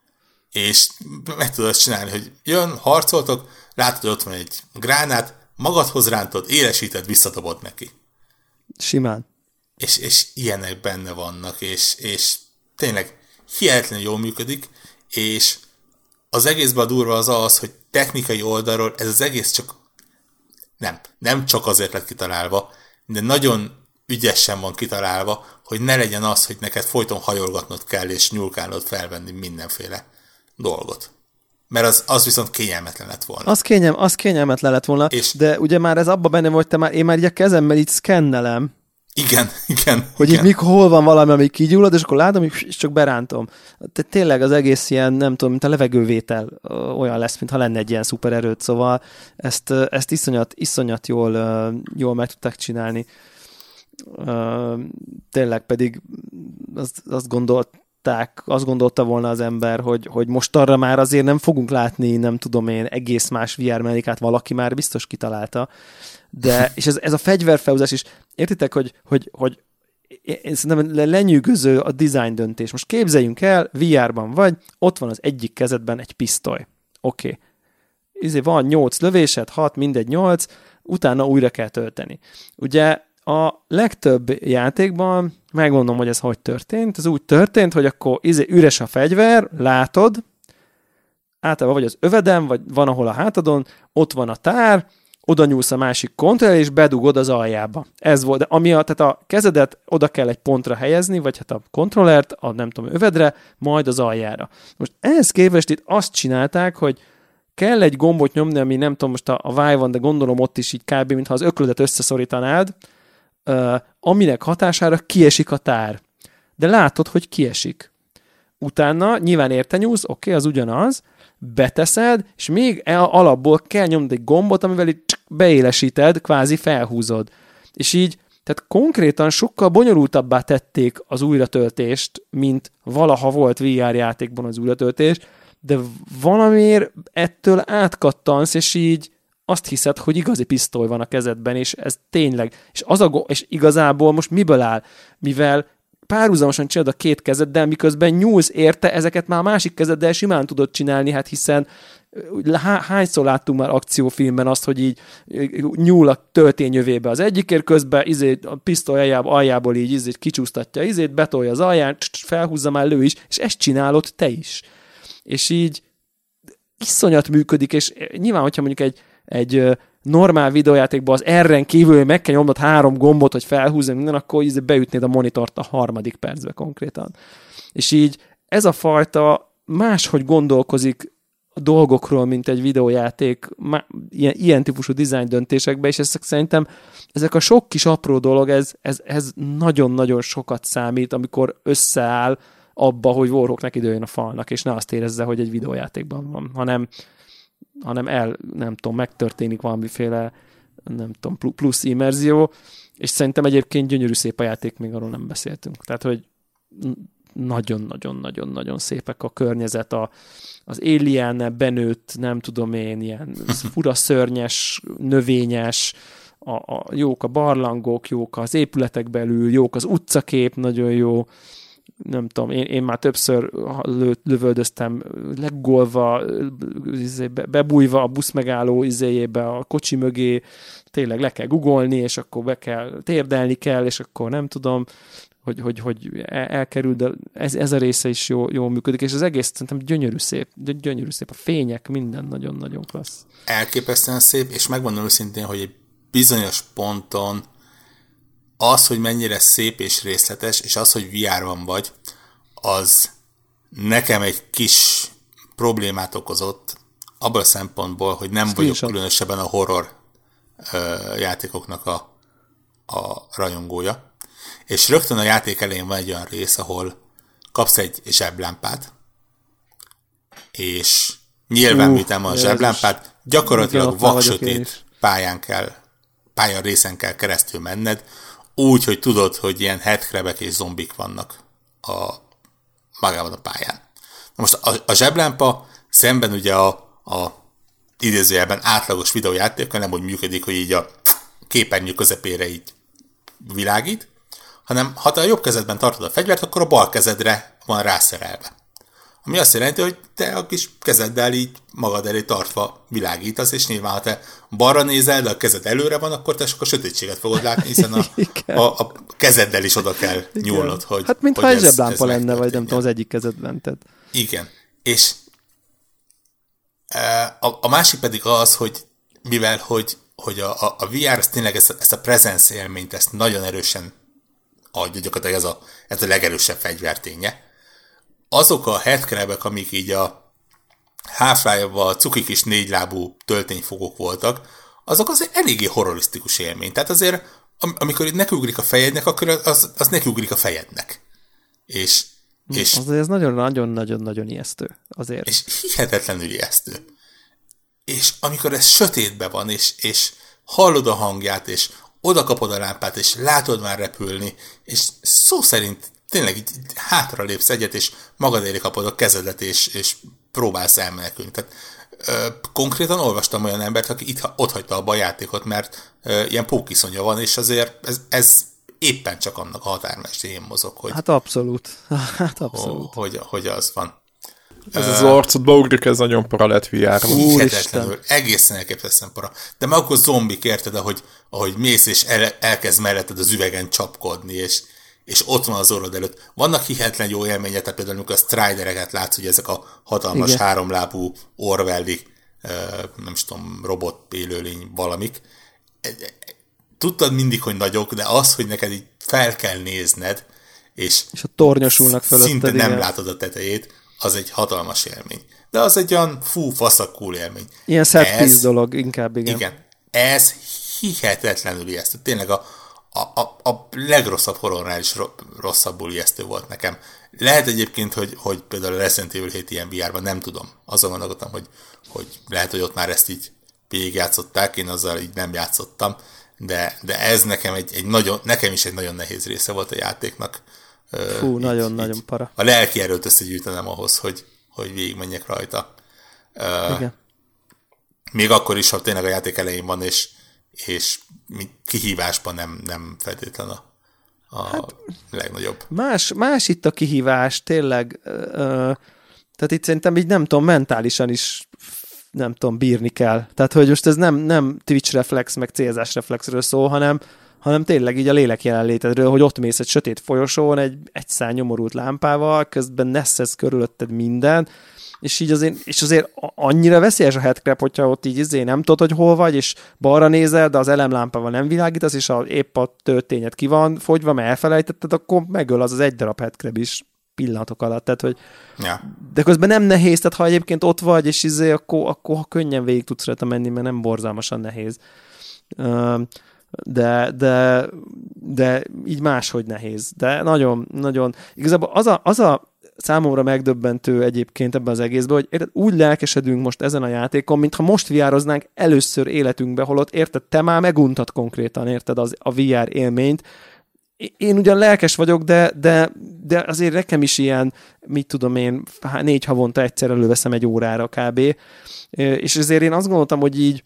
És meg tudod azt csinálni, hogy jön, harcoltok, látod, hogy ott van egy gránát, magadhoz rántod, élesíted, visszadobod neki. Simán. És ilyenek benne vannak, és tényleg hihetetlen jól működik, és az egészben a durva az, hogy technikai oldalról ez az egész csak nem csak azért lett kitalálva, de nagyon ügyesen van kitalálva, hogy ne legyen az, hogy neked folyton hajolgatnod kell, és nyúlkálnod felvenni mindenféle dolgot. mert az viszont kényelmetlen lett volna. Az kényelmetlen lett volna, de ugye már ez abban benne volt, én már így a kezemmel így szkennelem. Igen. Hogy itt hol van valami, ami kigyullad, és akkor látom, és csak berántom. Tehát tényleg az egész ilyen, nem tudom, mint a levegővétel olyan lesz, mintha lenne egy ilyen szupererőt, szóval ezt iszonyat jól meg tudták csinálni. Tényleg pedig azt gondolta volna az ember, hogy most arra már azért nem fogunk látni, nem tudom én, egész más VR mechanikát, valaki már biztos kitalálta. De, és ez a fegyverfelhúzás is, értitek, hogy én szerintem lenyűgöző a design döntés. Most képzeljünk el, VR-ban vagy, ott van az egyik kezedben egy pisztoly. Oké. Van 8 lövésed, 6, mindegy 8, utána újra kell tölteni. Ugye a legtöbb játékban, megmondom, hogy ez hogy történt, ez úgy történt, hogy akkor üres a fegyver, látod, általában vagy az öveden, vagy van, ahol a hátadon, ott van a tár, oda nyúlsz a másik kontroller, és bedugod az aljába. Ez volt, de tehát a kezedet oda kell egy pontra helyezni, vagy hát a kontrollert, nem tudom, övedre, majd az aljára. Most ehhez képest itt azt csinálták, hogy kell egy gombot nyomni, ami nem tudom, most a Vive van, de gondolom ott is így kb. Mintha az öklödet összeszorítanád, aminek hatására kiesik a tár. De látod, hogy kiesik. Utána nyilván érte nyúlsz, oké, az ugyanaz, beteszed, és még alapból kell nyomni egy gombot, amivel így beélesíted, kvázi felhúzod. És így, tehát konkrétan sokkal bonyolultabbá tették az újratöltést, mint valaha volt VR játékban az újratöltés, de valamiért ettől átkattansz, és így azt hiszed, hogy igazi pisztoly van a kezedben, és ez tényleg, és igazából most miből áll? Mivel párhuzamosan csinálod a két kezeddel, miközben nyúlsz érte, ezeket már a másik kezeddel simán tudod csinálni, hát hiszen hányszor láttunk már akciófilmben azt, hogy így nyúl a töltényövébe az egyikért, közben a pisztoly aljából így kicsúsztatja, betolja az alján, felhúzza, már lő is, és ezt csinálod te is. És így iszonyat működik, és nyilván, hogyha mondjuk egy normál videójátékban az R-en kívül meg kell nyomnod 3 gombot, hogy felhúzni minden, akkor beütnéd a monitort a 3. percbe konkrétan. És így ez a fajta máshogy gondolkozik a dolgokról, mint egy videójáték ilyen típusú design döntésekbe, és szerintem ezek a sok kis apró dolog, ez nagyon-nagyon sokat számít, amikor összeáll abba, hogy Warhawknak időjön a falnak, és ne azt érezze, hogy egy videójátékban van, hanem nem tudom, megtörténik valamiféle, nem tudom, plusz immerzió, és szerintem egyébként gyönyörű szép a játék, még arról nem beszéltünk. Tehát, hogy nagyon-nagyon-nagyon-nagyon szépek a környezet, az alien benőtt, nem tudom én, ilyen fura szörnyes, növényes, jók a barlangok, jók az épületek belül, jók az utcakép, nagyon jó, nem tudom, én már többször lövöldöztem, leggolva, bebújva a buszmegálló izéjébe, a kocsi mögé, tényleg le kell googolni, és akkor térdelni kell, és akkor nem tudom, hogy elkerül, de ez a része is jól működik, és az egész szerintem gyönyörű szép, a fények, minden nagyon-nagyon klassz. Elképesztően szép, és megmondom őszintén, hogy egy bizonyos ponton az, hogy mennyire szép és részletes, és az, hogy VR-ban vagy, az nekem egy kis problémát okozott, abban a szempontból, hogy nem vagyok különösebben a horror játékoknak a rajongója. És rögtön a játék elején van egy olyan rész, ahol kapsz egy zseblámpát, és nyilván miután van a zseblámpát, gyakorlatilag vaksötét pálya részen kell keresztül menned, úgy, hogy tudod, hogy ilyen headcrabek és zombik vannak magában a pályán. Na most a zseblámpa szemben ugye a idézőjelben átlagos videójátékkal nem úgy működik, hogy így a képernyő közepére így világít, hanem ha te a jobb kezedben tartod a fegyvert, akkor a bal kezedre van rászerelve. Ami azt jelenti, hogy te a kis kezeddel így magad elé tartva világítasz, és nyilván, ha te balra nézel, de a kezed előre van, akkor te csak a sötétséget fogod látni, hiszen a kezeddel is oda kell nyúlnod, hogy hát mintha egy zseblámpa lenne, vagy nem tudom, az egyik kezedben. Tehát. Igen. És a másik pedig az, hogy mivel, hogy a VR az tényleg ezt a presence élményt, ezt nagyon erősen adja, gyakorlatilag ez a legerősebb fegyverténye. Azok a headcrabek, amik így Half-Life-ban cuki kis négylábú töltényfogok voltak, azok azért eléggé horrorisztikus élmény. Tehát azért, amikor nekiugrik a fejednek, akkor az nekiugrik a fejednek. És azért ez nagyon-nagyon-nagyon ijesztő. Azért. És hihetetlenül ijesztő. És amikor ez sötétben van, és hallod a hangját, és oda kapod a lámpát, és látod már repülni, és szó szerint tényleg így hátra lépsz egyet, és magad elé kapod a kezedet, és próbálsz elmenekülni. Tehát konkrétan olvastam olyan embert, aki ott hagyta abba a játékot, mert ilyen pókiszonya van, és azért ez éppen csak annak a határmestén mozog, hogy... Hát abszolút. Hogy az van. Ez az arcodba ugrik, ez nagyon para lett VR-ban. Hihetetlenül, egészen elképesztően para. De már akkor zombik, érted, ahogy mész, és elkezd melletted az üvegen csapkodni, és ott van az orrod előtt. Vannak hihetetlen jó élmények, tehát például amikor a stridereket látsz, hogy ezek a hatalmas háromlábú orwelli, nem is tudom, robot élőlény valamik. Tudtad mindig, hogy nagyok, de az, hogy neked így fel kell nézned, és a tornyosulnak fölötted, szinte nem látod a tetejét, az egy hatalmas élmény. De az egy olyan faszak cool élmény. Ilyen set piece dolog, inkább igen. Igen. Ez hihetetlenül ijesztő. Tényleg a legrosszabb horrornál is rosszabbul ijesztő volt nekem. Lehet egyébként, hogy például a Resident Evil 7 ilyen VR-ban nem tudom. Azon gondolkodtam, hogy lehet, hogy ott már ezt így végigjátszották, én azzal így nem játszottam, de ez nekem nekem is egy nagyon nehéz része volt a játéknak. Fú, nagyon-nagyon para. A lelki erőt összegyűjtenem ahhoz, hogy végigmenjek rajta. Igen. Még akkor is, ha tényleg a játék elején van, és kihívásban nem feltétlen a legnagyobb. Más itt a kihívás, tényleg. Tehát itt szerintem így nem tudom, mentálisan is nem tudom, bírni kell. Tehát, hogy most ez nem Twitch reflex, meg célzás reflexről szól, hanem tényleg így a lélek jelenlétedről, hogy ott mész egy sötét folyosón egy szál nyomorult lámpával, közben nesszez körülötted minden, és így azért annyira veszélyes a headcrab, hogyha ott így nem tudod, hogy hol vagy, és balra nézel, de az elemlámpával nem világítasz, és épp a töltényed ki van fogyva, mert elfelejtetted, akkor megöl az egy darab headcrab is pillanatok alatt, tehát, hogy de közben nem nehéz, tehát ha egyébként ott vagy, és akkor könnyen végig tudsz rajta menni, mert nem borzalmasan nehéz. De így máshogy nehéz. De nagyon igazából az a számomra megdöbbentő egyébként ebben az egészben, hogy érted, úgy lelkesedünk most ezen a játékon, mintha most VR-oznánk először életünkbe, holott érted, te már meguntad konkrétan, érted, a VR élményt. Én ugyan lelkes vagyok, de azért nekem is ilyen, mit tudom én, 4 havonta egyszer előveszem egy órára kb. És azért én azt gondoltam, hogy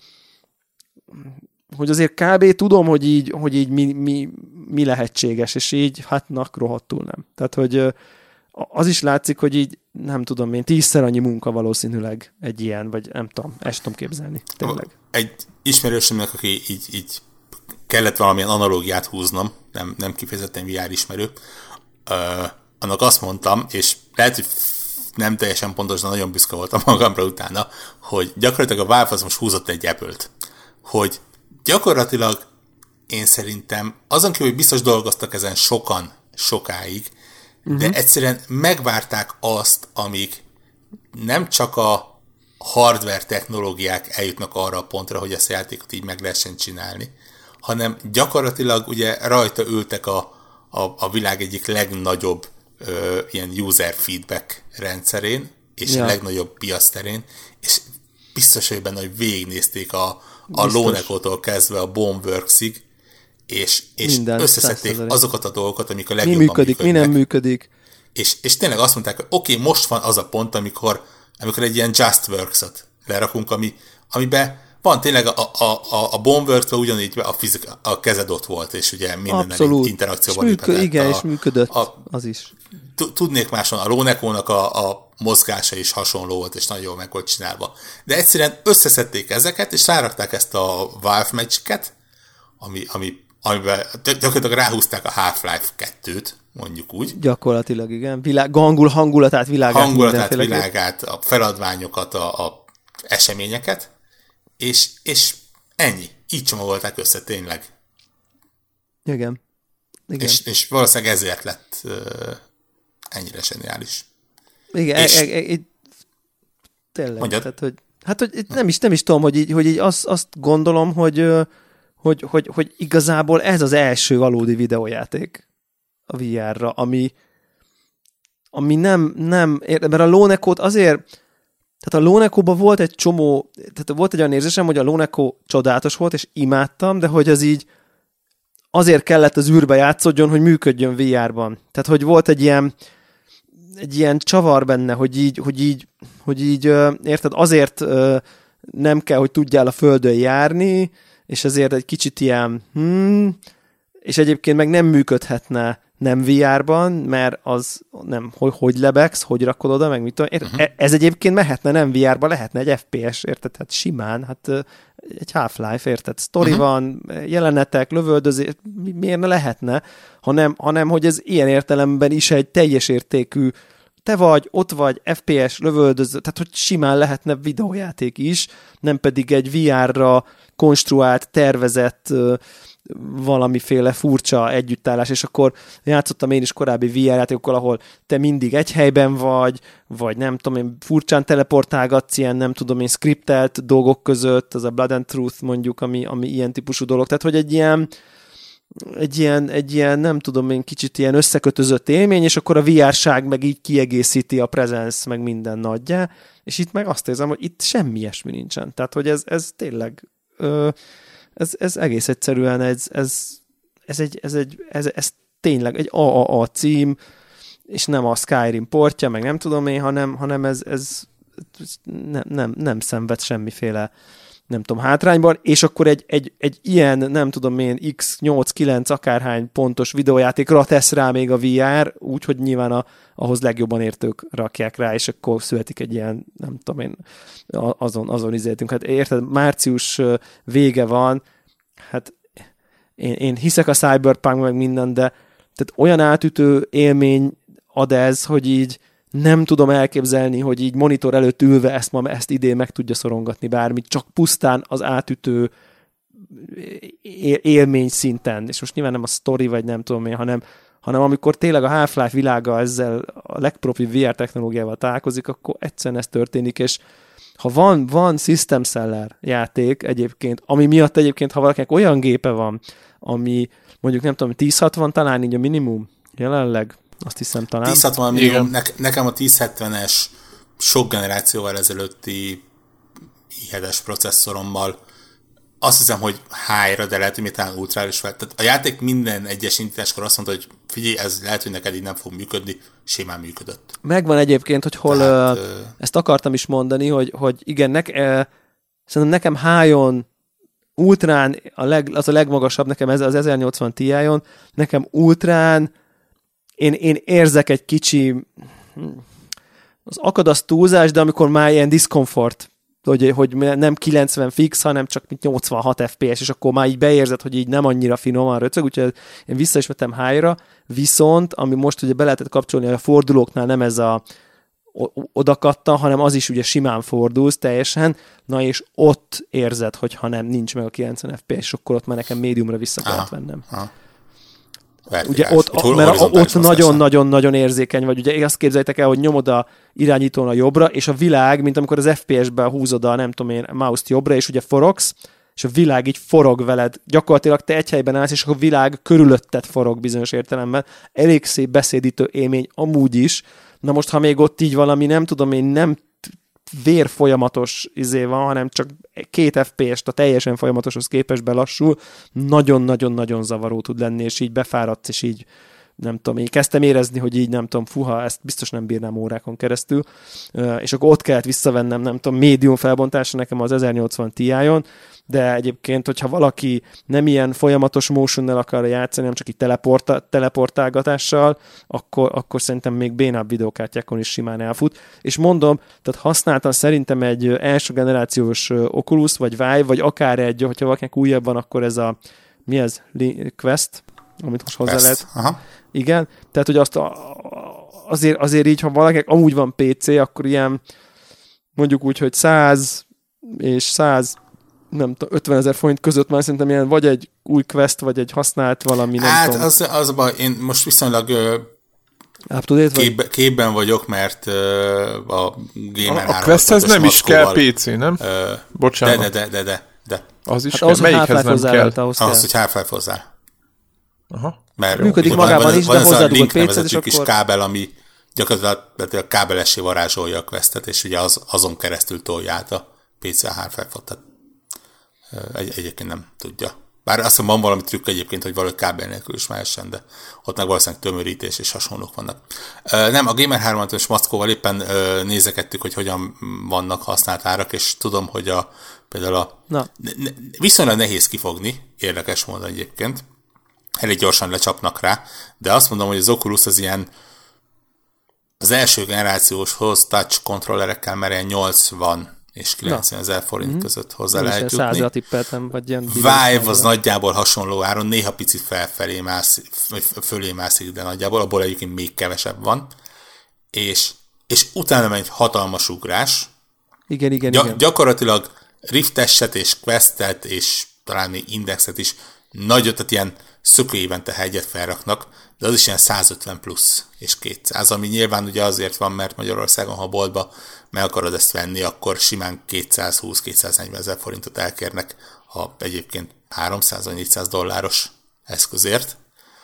azért kb. Tudom, hogy így mi lehetséges, és így hát rohadtul nem. Tehát, hogy az is látszik, hogy így nem tudom én, 10-szer annyi munka valószínűleg egy ilyen, vagy nem tudom, ezt tudom képzelni. Tényleg. Egy ismerősömnek, aki így kellett valamilyen analógiát húznom, nem kifejezetten VR ismerő, annak azt mondtam, és lehet, hogy nem teljesen pontos, de nagyon büszke voltam magamra utána, hogy gyakorlatilag a Valve az most húzott egy Apple-t, hogy gyakorlatilag én szerintem azon kívül, hogy biztos dolgoztak ezen sokáig, de egyszerűen megvárták azt, amíg nem csak a hardware technológiák eljutnak arra a pontra, hogy ezt a játékot így meg lehessen csinálni, hanem gyakorlatilag ugye rajta ültek a világ egyik legnagyobb ilyen user feedback rendszerén, és a legnagyobb piac terén, és biztos, hogy benne, hogy végignézték a Lónekótól kezdve a Boneworks-ig, és összeszedték azokat a dolgokat, amik a legjobban működik. Mi nem működik. És tényleg azt mondták, hogy oké, most van az a pont, amikor egy ilyen Just Works-ot lerakunk, amiben van tényleg a Boneworks-ben ugyanígy a kezed ott volt, és ugye minden interakcióban igen, és működött az is. Tudnék máson, a Lónekónak a mozgása is hasonló volt, és nagyon jól meg volt csinálva. De egyszerűen összeszedték ezeket, és rárakták ezt a Valve Magic-et, amiben gyakorlatilag ráhúzták a Half-Life 2-t, mondjuk úgy. Gyakorlatilag, igen. Hangulatát, világát, a feladványokat, a eseményeket, és ennyi. Így csomagolták össze, tényleg. Igen. És valószínűleg ezért lett ennyire zseniális. Igen, tényleg. Tehát, hogy nem is tudom, hogy így azt gondolom, hogy igazából ez az első valódi videójáték a VR-ra, ami nem mert a Lone Echo-t azért, tehát a Lone Echo-ban volt egy csomó, tehát volt egy olyan érzésem, hogy a Lone Echo csodálatos volt, és imádtam, de hogy az így azért kellett az űrbe játszódjon, hogy működjön VR-ban. Tehát, hogy volt egy ilyen csavar benne, hogy így érted, azért nem kell, hogy tudjál a Földön járni, és ezért egy kicsit ilyen és egyébként meg nem működhetne nem VR-ban, mert az nem, hogy lebegsz, hogy rakod oda, meg mit tudom. Ez egyébként mehetne nem VR-ban, lehetne egy FPS, érted? Hát simán, hát egy Half-Life, érted? Sztori van, jelenetek, lövöldözés, miért ne lehetne, hanem hogy ez ilyen értelemben is egy teljes értékű, te vagy, ott vagy, FPS, lövöldöző, tehát hogy simán lehetne videójáték is, nem pedig egy VR-ra konstruált, tervezett valamiféle furcsa együttállás, és akkor játszottam én is korábbi VR játékokkal, ahol te mindig egy helyben vagy nem tudom én, furcsán teleportálgatsz ilyen, nem tudom én, scriptelt dolgok között, az a Blood and Truth mondjuk, ami ilyen típusú dolog, tehát hogy egy ilyen, nem tudom én, kicsit ilyen összekötözött élmény, és akkor a VR-ság meg így kiegészíti a presence, meg minden nagyjá, és itt meg azt érzem, hogy itt semmi ilyesmi nincsen. Tehát, hogy ez tényleg ez egész egyszerűen ez tényleg egy AAA cím, és nem a Skyrim portja, meg nem tudom én, hanem ez nem szenved semmiféle, nem tudom, hátrányban, és akkor egy ilyen, nem tudom én, X8-9 akárhány pontos videójátékra tesz rá még a VR, úgyhogy nyilván ahhoz legjobban értők rakják rá, és akkor születik egy ilyen, nem tudom én, azon izéltünk. Hát érted, március vége van, hát én hiszek a Cyberpunk meg minden, de tehát olyan átütő élmény ad ez, hogy így nem tudom elképzelni, hogy így monitor előtt ülve ezt idén meg tudja szorongatni bármit, csak pusztán az átütő élmény szinten. És most nyilván nem a sztori, vagy nem tudom én, hanem amikor tényleg a Half-Life világa ezzel a legprofibb VR technológiával találkozik, akkor egyszerűen ez történik, és ha van System Seller játék egyébként, ami miatt egyébként, ha valakinek olyan gépe van, ami mondjuk nem tudom, 1060 talán így a minimum jelenleg, azt hiszem talán. 1060 minimum, nekem a 1070-es sok generációval ezelőtti i7-es processzorommal azt hiszem, hogy high-ra, de lehet, hogy még talán ultra is fel. Tehát a játék minden egyes indításkor azt mondta, hogy figyelj, ez lehet, hogy neked így nem fog működni, simán működött. Megvan egyébként, hogy hol, ezt akartam is mondani, hogy igen, szerintem nekem high-on, ultrán, az a legmagasabb, nekem ez az 1080 Ti-on, nekem ultrán, én érzek egy kicsi, az akad az túlzás, de amikor már ilyen diszkomfort, hogy nem 90 fix, hanem csak 86 FPS, és akkor már így beérzed, hogy így nem annyira finoman röcög, úgyhogy én vissza is vettem high-ra, viszont, ami most ugye be lehetett kapcsolni, a fordulóknál nem ez a odakatta, hanem az is ugye simán fordulsz teljesen, na és ott érzed, hogy ha nem, nincs meg a 90 FPS, akkor ott már nekem médiumra vissza kellett vennem. Ugye ott nagyon-nagyon-nagyon érzékeny vagy. Ugye azt képzeljétek el, hogy nyomod a irányítón a jobbra, és a világ, mint amikor az FPS-ben húzod a, nem tudom én, mouse-t jobbra, és ugye forogsz, és a világ így forog veled. Gyakorlatilag te egy helyben állsz, és a világ körülötted forog bizonyos értelemben. Elég szép beszédítő élmény amúgy is. Na most, ha még ott így valami, nem tudom én, nem vérfolyamatos van, hanem csak 2 FPS-t a teljesen folyamatoshoz képest belassul, nagyon-nagyon-nagyon zavaró tud lenni, és így befáradsz, és így nem tudom, én kezdtem érezni, hogy így nem tudom, fuha, ezt biztos nem bírnám órákon keresztül, és akkor ott kellett visszavennem, nem tudom, médium felbontásra nekem az 1080 Ti-on, de egyébként, hogyha valaki nem ilyen folyamatos motionnel akar játszani, nem csak így teleportálgatással, akkor szerintem még bénább videókártyákon is simán elfut. És mondom, tehát használtam szerintem egy első generációs Oculus, vagy Vive, vagy akár egy, hogyha valakinek újabb van, akkor ez a, mi ez? Quest? Amit most hozzá lehet. Aha. Igen, tehát, hogy azt azért így, ha valakinek amúgy van PC, akkor ilyen mondjuk úgy, hogy 100 és 100 nem tudom, 50 000 forint között már szerintem ilyen vagy egy új Quest, vagy egy használt valami, nem tudom. Az a baj, én most viszonylag Képben vagyok, mert a Gamer 365-ös A Questhez nem is kell PC, nem? Bocsánat. De. Az is hát kell. Ahhoz, melyikhez nem kell? Ahhoz, hogy Half-Life hozzá. Aha. Mert működik magában is, de hozzádugott PC-t, és kis kábel, ami gyakorlatilag kábelessé varázsolja a Questet, és ugye azon keresztül tolja át a PC a Half-Life-ot, tehát egyébként nem tudja. Bár azt mondom, van valami trükk egyébként, hogy valahogy kábel nélkül is mehessen, de ott meg valószínűleg tömörítés és hasonlók vannak. Nem, a Gamer 365-ös Mackóval éppen nézegettük, hogy hogyan vannak használt árak, és tudom, hogy például viszonylag nehéz kifogni, érdekes módon egyébként, elég gyorsan lecsapnak rá, de azt mondom, hogy az Oculus az ilyen az első generációshoz touch kontrollerekkel már ilyen 80 és 90 000 forint között hozzá lehet jutni. 100-ra tippeltem, vagy ilyen... Vive az nagyjából hasonló áron, néha picit fölé mászik, de nagyjából, abból egyébként még kevesebb van. És utána megy hatalmas ugrás. Igen. Gyakorlatilag Rifteset és Questet, és talán még Indexet is tehát ilyen szökő évente hegyet felraknak, de az is ilyen 150 plusz és 200, ami nyilván ugye azért van, mert Magyarországon, ha boltba meg akarod ezt venni, akkor simán 220-240 000 forintot elkérnek, ha egyébként 300-400 dolláros eszközért.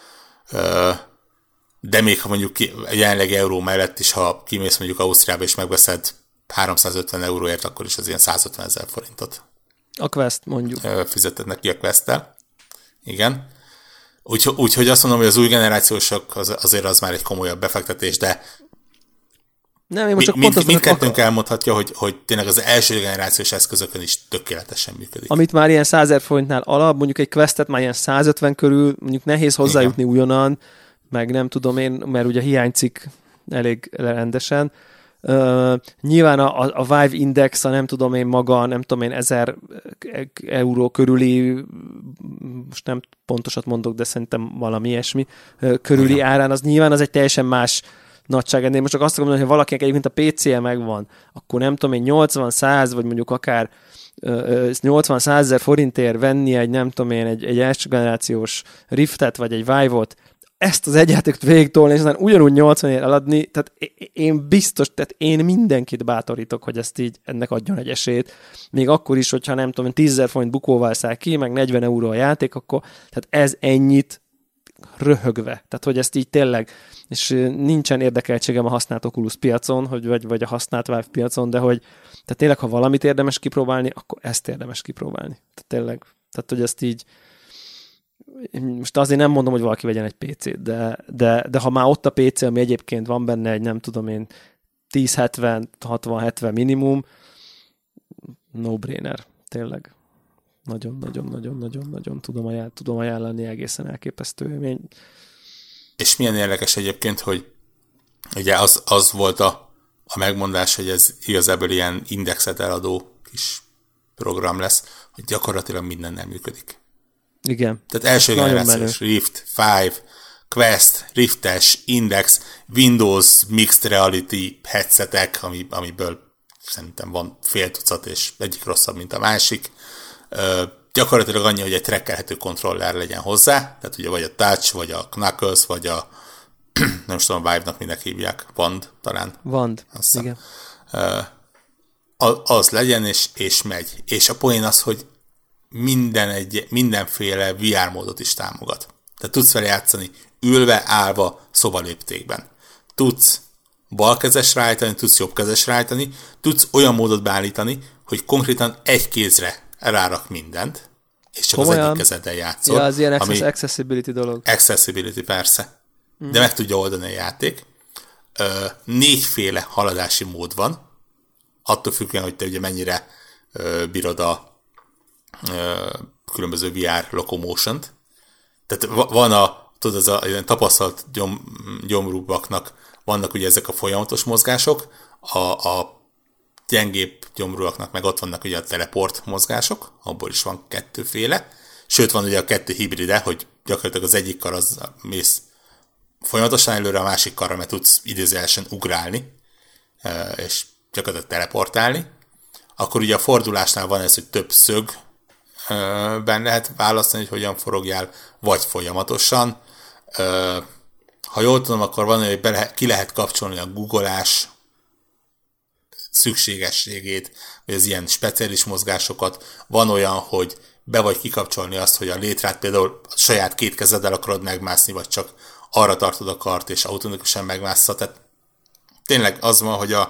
De még ha mondjuk jelenleg euró mellett is, ha kimész mondjuk Ausztriába és megveszed 350 euróért, akkor is az ilyen 150 000 forintot. A Quest mondjuk. Fizeted neki a Quest-tel. Igen. Úgyhogy azt mondom, hogy az új generációsok azért az már egy komolyabb befektetés, de nem, én most csak mindkettőnk elmondhatja, hogy tényleg az első generációs eszközökön is tökéletesen működik. Amit már ilyen 100 000 forintnál alap, mondjuk egy Questet már ilyen 150 körül, mondjuk nehéz hozzájutni ugyanan, meg nem tudom én, mert ugye hiányzik elég rendesen. Nyilván a Vive Index, nem tudom én maga, nem tudom én 1000 euró körüli, most nem pontosat mondok, de szerintem valami ilyesmi körüli árán, az nyilván az egy teljesen más nagyság ennél. Most csak azt akarom mondani, hogy valakinek egyébként a PC-je megvan, akkor nem tudom én 80-100, vagy mondjuk akár 80-100 000 forintért venni egy nem tudom én, egy első generációs Riftet, vagy egy Vive-ot, ezt az egyjátékot végigtolni, és aztán ugyanúgy 80-ért eladni, tehát én biztos, tehát én mindenkit bátorítok, hogy ezt így ennek adjon egy esélyt. Még akkor is, hogyha nem tudom, 10 000 forint bukóval száll ki, meg 40 euró a játék, akkor tehát ez ennyit röhögve. Tehát, hogy ezt így tényleg, és nincsen érdekeltségem a használt Oculus piacon, vagy a használt Vive piacon, de hogy tehát tényleg, ha valamit érdemes kipróbálni, akkor ezt érdemes kipróbálni. Tehát tényleg, tehát, hogy ezt így most azért nem mondom, hogy valaki vegyen egy PC-t, de ha már ott a PC, ami egyébként van benne egy nem tudom én 10-70, 60-70 minimum, no-brainer, tényleg. Nagyon tudom ajánlani, egészen elképesztő élmény. És milyen érdekes egyébként, hogy ugye az volt a megmondás, hogy ez igazából ilyen indexet eladó kis program lesz, hogy gyakorlatilag minden nem működik. Igen. Tehát első generációs Rift, Vive, Quest, Riftes, Index, Windows Mixed Reality headsetek, amiből szerintem van fél tucat, és egyik rosszabb, mint a másik. Gyakorlatilag annyi, hogy egy trackelhető kontroller legyen hozzá, tehát ugye vagy a Touch, vagy a Knuckles, vagy a nem is tudom, a Vive-nak minek hívják, Wand talán. Wand, igen. Az legyen, és megy. És a poén az, hogy mindenféle VR módot is támogat. Tehát tudsz vele játszani ülve, állva, szobaléptékben. Tudsz balkezes ráállítani, tudsz jobbkezes ráállítani, tudsz olyan módot beállítani, hogy konkrétan egy kézre rárak mindent, és csak komolyan? Az egyik kezeddel játszol. Ja, az ilyen accessibility dolog. Accessibility, persze. De meg tudja oldani a játék. 4 haladási mód van, attól függően, hogy te ugye mennyire bírod a különböző VR locomotion-t. Tehát van tudod, a tapasztalt gyomrúbbaknak vannak ugye ezek a folyamatos mozgások, a gyengébb gyomrúaknak meg ott vannak ugye a teleport mozgások, abból is van 2, sőt van ugye a 2 hibride, hogy gyakorlatilag az egyik kar az mész folyamatosan előre, a másik karra, mert tudsz idézőjelesen ugrálni, és gyakorlatilag teleportálni. Akkor ugye a fordulásnál van ez, hogy több szög, benne lehet választani, hogy hogyan forogjál, vagy folyamatosan. ha jól tudom, akkor van olyan, hogy ki lehet kapcsolni a googolás szükségességét, vagy az ilyen speciális mozgásokat. Van olyan, hogy be vagy kikapcsolni azt, hogy a létrát például a saját két kezeddel akarod megmászni, vagy csak arra tartod a kart, és automatikusan megmászza. Tehát tényleg az van, hogy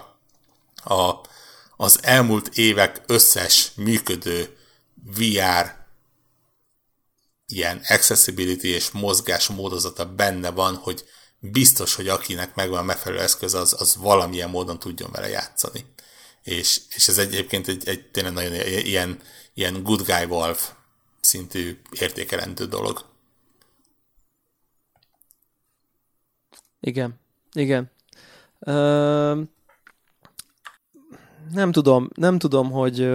az elmúlt évek összes működő VR ilyen accessibility és mozgás módozata benne van, hogy biztos, hogy akinek megvan a megfelelő eszköz, az valamilyen módon tudjon vele játszani. És ez egyébként egy tényleg nagyon ilyen good guy Valve szintű értékelendő dolog. Igen. Nem tudom,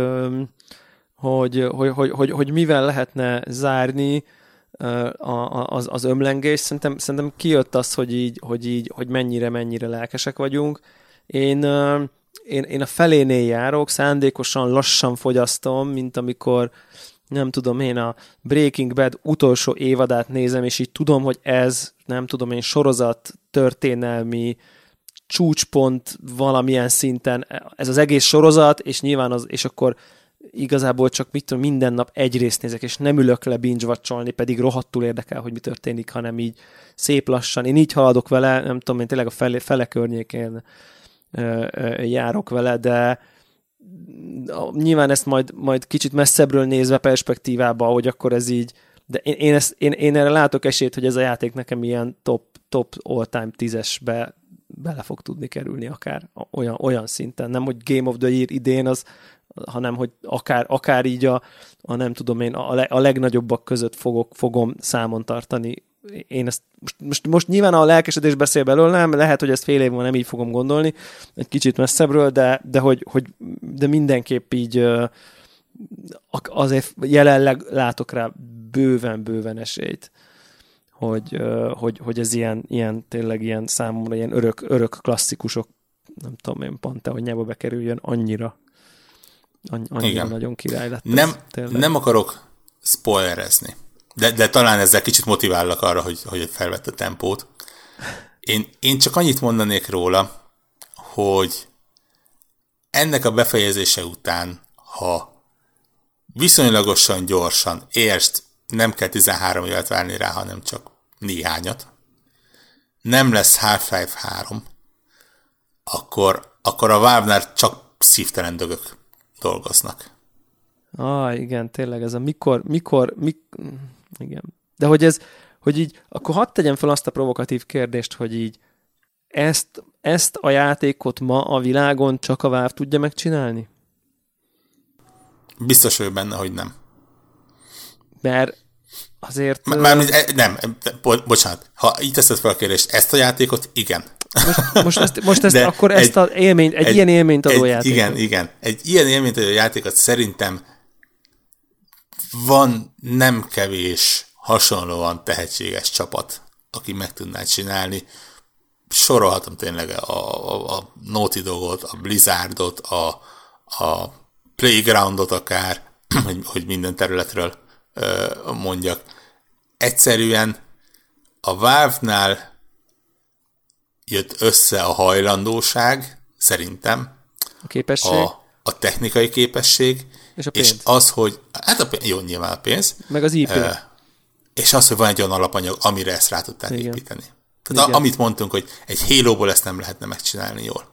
hogy mivel lehetne zárni az ömlengés. Szerintem kijött az, hogy mennyire lelkesek vagyunk. Én a felénél járok, szándékosan lassan fogyasztom, mint amikor nem tudom én a Breaking Bad utolsó évadát nézem, és így tudom, hogy ez, nem tudom én, sorozat történelmi csúcspont valamilyen szinten, ez az egész sorozat, és nyilván és akkor igazából csak minden nap egy részt nézek, és nem ülök le binge-watcholni, pedig rohadtul érdekel, hogy mi történik, hanem így szép lassan. Én így haladok vele, nem tudom, én tényleg a fele környékén járok vele, de nyilván ezt majd kicsit messzebbről nézve perspektívába, hogy akkor ez így, de én erre látok esélyt, hogy ez a játék nekem ilyen top all-time 10-esbe bele fog tudni kerülni akár olyan szinten. Nem, hogy Game of the Year idén hanem, hogy akár így a nem tudom én, a legnagyobbak között fogom számon tartani. Én ezt most nyilván a lelkesedés beszél belőlem, lehet, hogy ezt fél év múlva nem így fogom gondolni, egy kicsit messzebbről, de mindenképp így azért jelenleg látok rá bőven esélyt, hogy ez ilyen tényleg ilyen számomra ilyen örök klasszikusok, nem tudom én, Pantheonjába bekerüljön, annyira nagyon király lett. Nem akarok spoilerezni, de talán ezzel kicsit motivállak arra, hogy felvett a tempót. Én csak annyit mondanék róla, hogy ennek a befejezése után, ha viszonylagosan gyorsan értsd, nem kell 13 évet várni rá, hanem csak néhányat, nem lesz Half-Life 3, akkor a Valve-nál csak szívtelen dögök dolgoznak. Igen, tényleg ez a mikor, igen. De hogy így, akkor hadd tegyem fel azt a provokatív kérdést, hogy így ezt a játékot ma a világon csak a Valve tudja megcsinálni? Biztos vagyok benne, hogy nem. Mert azért... Nem, bocsánat. Ha így teszed fel a kérdést, ezt a játékot, igen. Most ezt akkor ezt az élményt, egy ilyen élményt adó játékot. Igen. Egy ilyen élményt adó játékot szerintem van nem kevés hasonlóan tehetséges csapat, aki meg tudná csinálni. Sorolhatom tényleg a Naughty Dogot, a Blizzardot, a Playgroundot akár, hogy minden területről mondjak. Egyszerűen a Valve-nál jött össze a hajlandóság, szerintem. A képesség. A technikai képesség. És a pénz. És az, hogy... jó, nyilván a pénz. Meg az IP. És az, hogy van egy olyan alapanyag, amire ezt rá tudták építeni. Tehát amit mondtunk, hogy egy Halo-ból ezt nem lehetne megcsinálni jól.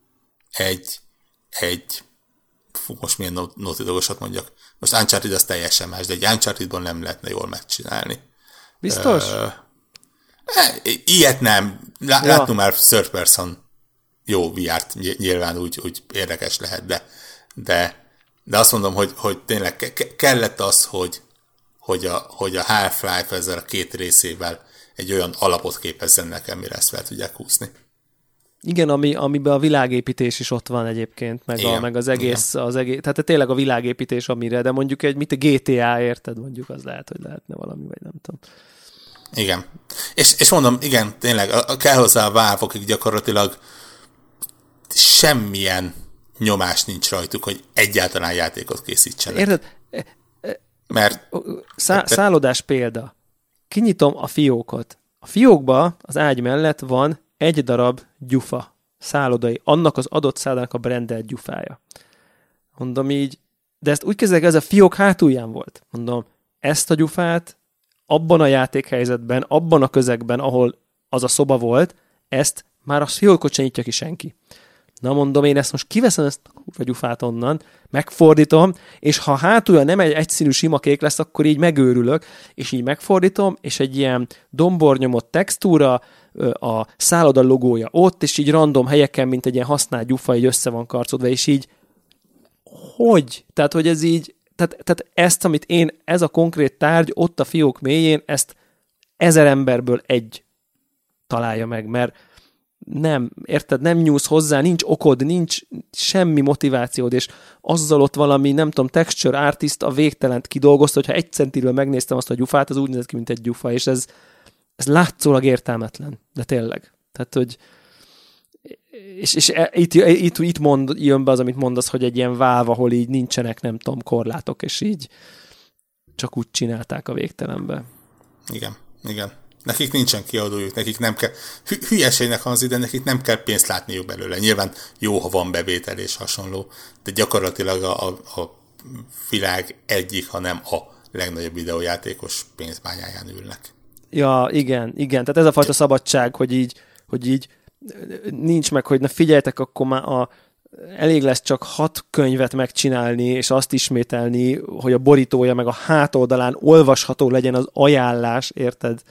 Most milyen Naughty Dogosat mondjak. Most Uncharted az teljesen más, de egy Unchartedból nem lehetne jól megcsinálni. Biztos? Ilyet nem. Láttunk már third person jó VR-t, nyilván úgy érdekes lehet, de azt mondom, hogy tényleg kellett az, hogy a Half-Life ezzel a két részével egy olyan alapot képezzen nekem, mire ezt fel tudják húzni. Igen, amiben a világépítés is ott van egyébként, meg az egész, tehát tényleg a világépítés amire, de mondjuk a GTA, érted, mondjuk az lehet, hogy lehetne valami, vagy nem tudom. Igen. És mondom, igen, tényleg kell hozzá a Valve, akik gyakorlatilag semmilyen nyomás nincs rajtuk, hogy egyáltalán játékot készítsenek. Érted? Mert... Szállodás példa. Kinyitom a fiókot, A fiókba az ágy mellett van egy darab gyufa, szállodai, annak az adott szállodának a brandelt gyufája. Mondom így, de ezt úgy kezdek, ez a fiók hátulján volt. Mondom, ezt a gyufát abban a játékhelyzetben, abban a közegben, ahol az a szoba volt, ezt már a fiókot sem nyitja ki senki. Na mondom, én ezt most kiveszem ezt a kurva gyufát onnan, megfordítom, és ha hátulja nem egy egyszínű sima kék lesz, akkor így megőrülök, és így megfordítom, és egy ilyen dombornyomott textúra, a szálloda logója ott, és így random helyeken, mint egy ilyen használt gyufa, így össze van karcolva, és így hogy? Tehát, hogy ez így, tehát ezt, amit én, ez a konkrét tárgy ott a fiók mélyén, ezt 1000 emberből egy találja meg, mert nem, érted, nem nyúlsz hozzá, nincs okod, nincs semmi motivációd, és azzal ott valami, nem tudom, texture artist a végtelent kidolgozta, hogyha 1 centiről megnéztem azt a gyufát, az úgy nézett ki, mint egy gyufa, és ez látszólag értelmetlen, de tényleg. Tehát, hogy és itt jön be az, amit mondasz, hogy egy ilyen váv, ahol így nincsenek, nem tudom, korlátok, és így csak úgy csinálták a végtelenbe. Igen. Nekik nincsen kiadójuk, nekik nem kell, hülyeségnek hangzik, de nekik nem kell pénzt látniuk belőle. Nyilván jó, ha van bevétel és hasonló, de gyakorlatilag a világ egyik, hanem a legnagyobb videójátékos pénzbányáján ülnek. Ja, igen. Tehát ez a fajta szabadság, hogy így nincs meg, hogy na figyeljetek, akkor már elég lesz csak 6 könyvet megcsinálni, és azt ismételni, hogy a borítója meg a hátoldalán olvasható legyen az ajánlás, érted?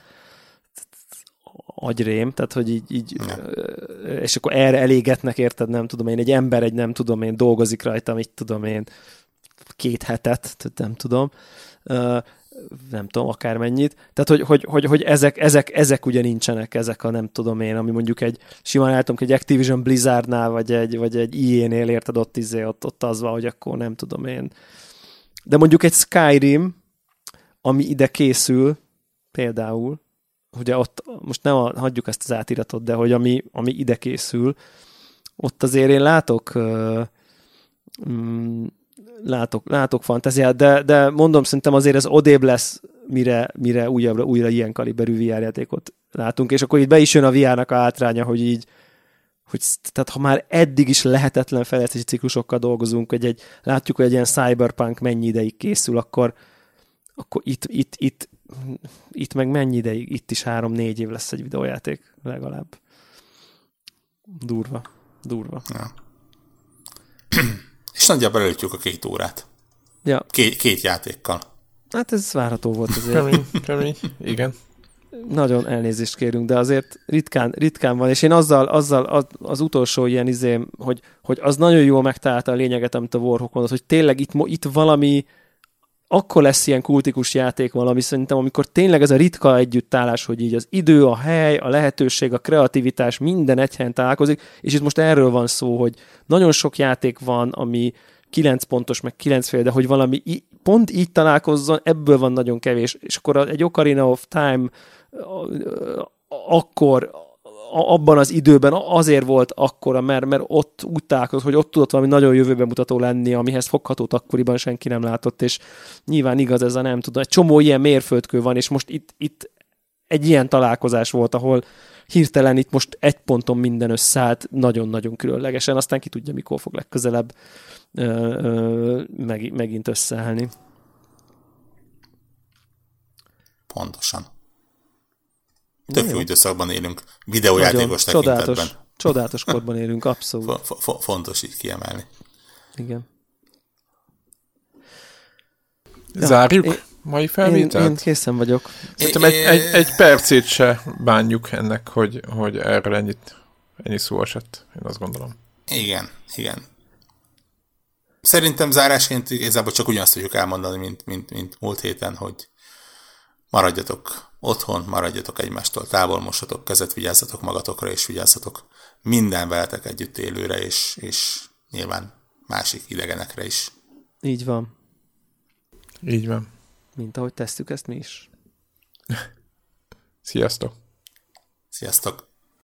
Agyrém, tehát hogy így és akkor erre elégetnek, érted, nem tudom én, egy ember nem tudom én, dolgozik rajta, mit tudom én, 2 hetet, nem tudom, akármennyit. Tehát, hogy ezek ugye nincsenek, ezek a nem tudom én, ami mondjuk simán látom, hogy egy Activision Blizzardnál, vagy egy EA-nél, érted, ott az van, hogy akkor nem tudom én. De mondjuk egy Skyrim, ami ide készül, például, ugye ott, most nem hagyjuk ezt az átiratot, de hogy ami ide készül, ott azért én látok fantáziát, de mondom, szerintem azért ez odébb lesz, mire újra ilyen kaliberű VR játékot látunk, és akkor itt be is jön a VR-nak a hátránya, hogy tehát ha már eddig is lehetetlen fejlesztési ciklusokkal dolgozunk, hogy látjuk, hogy egy ilyen cyberpunk mennyi ideig készül, akkor itt meg mennyi ideig? Itt is 3-4 év lesz egy videójáték legalább. Durva. Ja. És nagyjából előttjük a 2 órát. Ja. Két játékkal. Hát ez várható volt azért. Kemény. Igen. Nagyon elnézést kérünk, de azért ritkán van, és én azzal az utolsó ilyen hogy az nagyon jól megtalálta a lényeget, amit a Warhawk mondott, hogy tényleg itt valami akkor lesz ilyen kultikus játék valami, szerintem, amikor tényleg ez a ritka együttállás, hogy így az idő, a hely, a lehetőség, a kreativitás, minden egy helyen találkozik, és itt most erről van szó, hogy nagyon sok játék van, ami 9 pontos, meg 9 fél, de hogy valami pont így találkozzon, ebből van nagyon kevés. És akkor egy Ocarina of Time akkor abban az időben azért volt akkora, mert ott úgy találkozott, hogy ott tudott valami nagyon jövőben mutató lenni, amihez foghatót akkoriban senki nem látott, és nyilván igaz ez a nem tudom. Egy csomó ilyen mérföldkő van, és most itt egy ilyen találkozás volt, ahol hirtelen itt most 1 ponton minden összeállt nagyon-nagyon különlegesen, aztán ki tudja, mikor fog legközelebb megint összeállni. Pontosan. Tök jó időszakban élünk, videójátékos tekintetben. Csodálatos korban élünk, abszolút. Fontos így kiemelni. Igen. Zárjuk mai felvételt? Én készen vagyok. Szerintem egy percét se bánjuk ennek, hogy erről ennyi szó esett, én azt gondolom. Igen. Szerintem zárásként igazából csak ugyanazt tudjuk elmondani, mint múlt héten, hogy maradjatok otthon, maradjatok egymástól távol, mosatok kezet, vigyázzatok magatokra, és vigyázzatok minden veletek együtt élőre, és nyilván másik idegenekre is. Így van. Így van. Mint ahogy tesszük ezt mi is. Sziasztok! Sziasztok!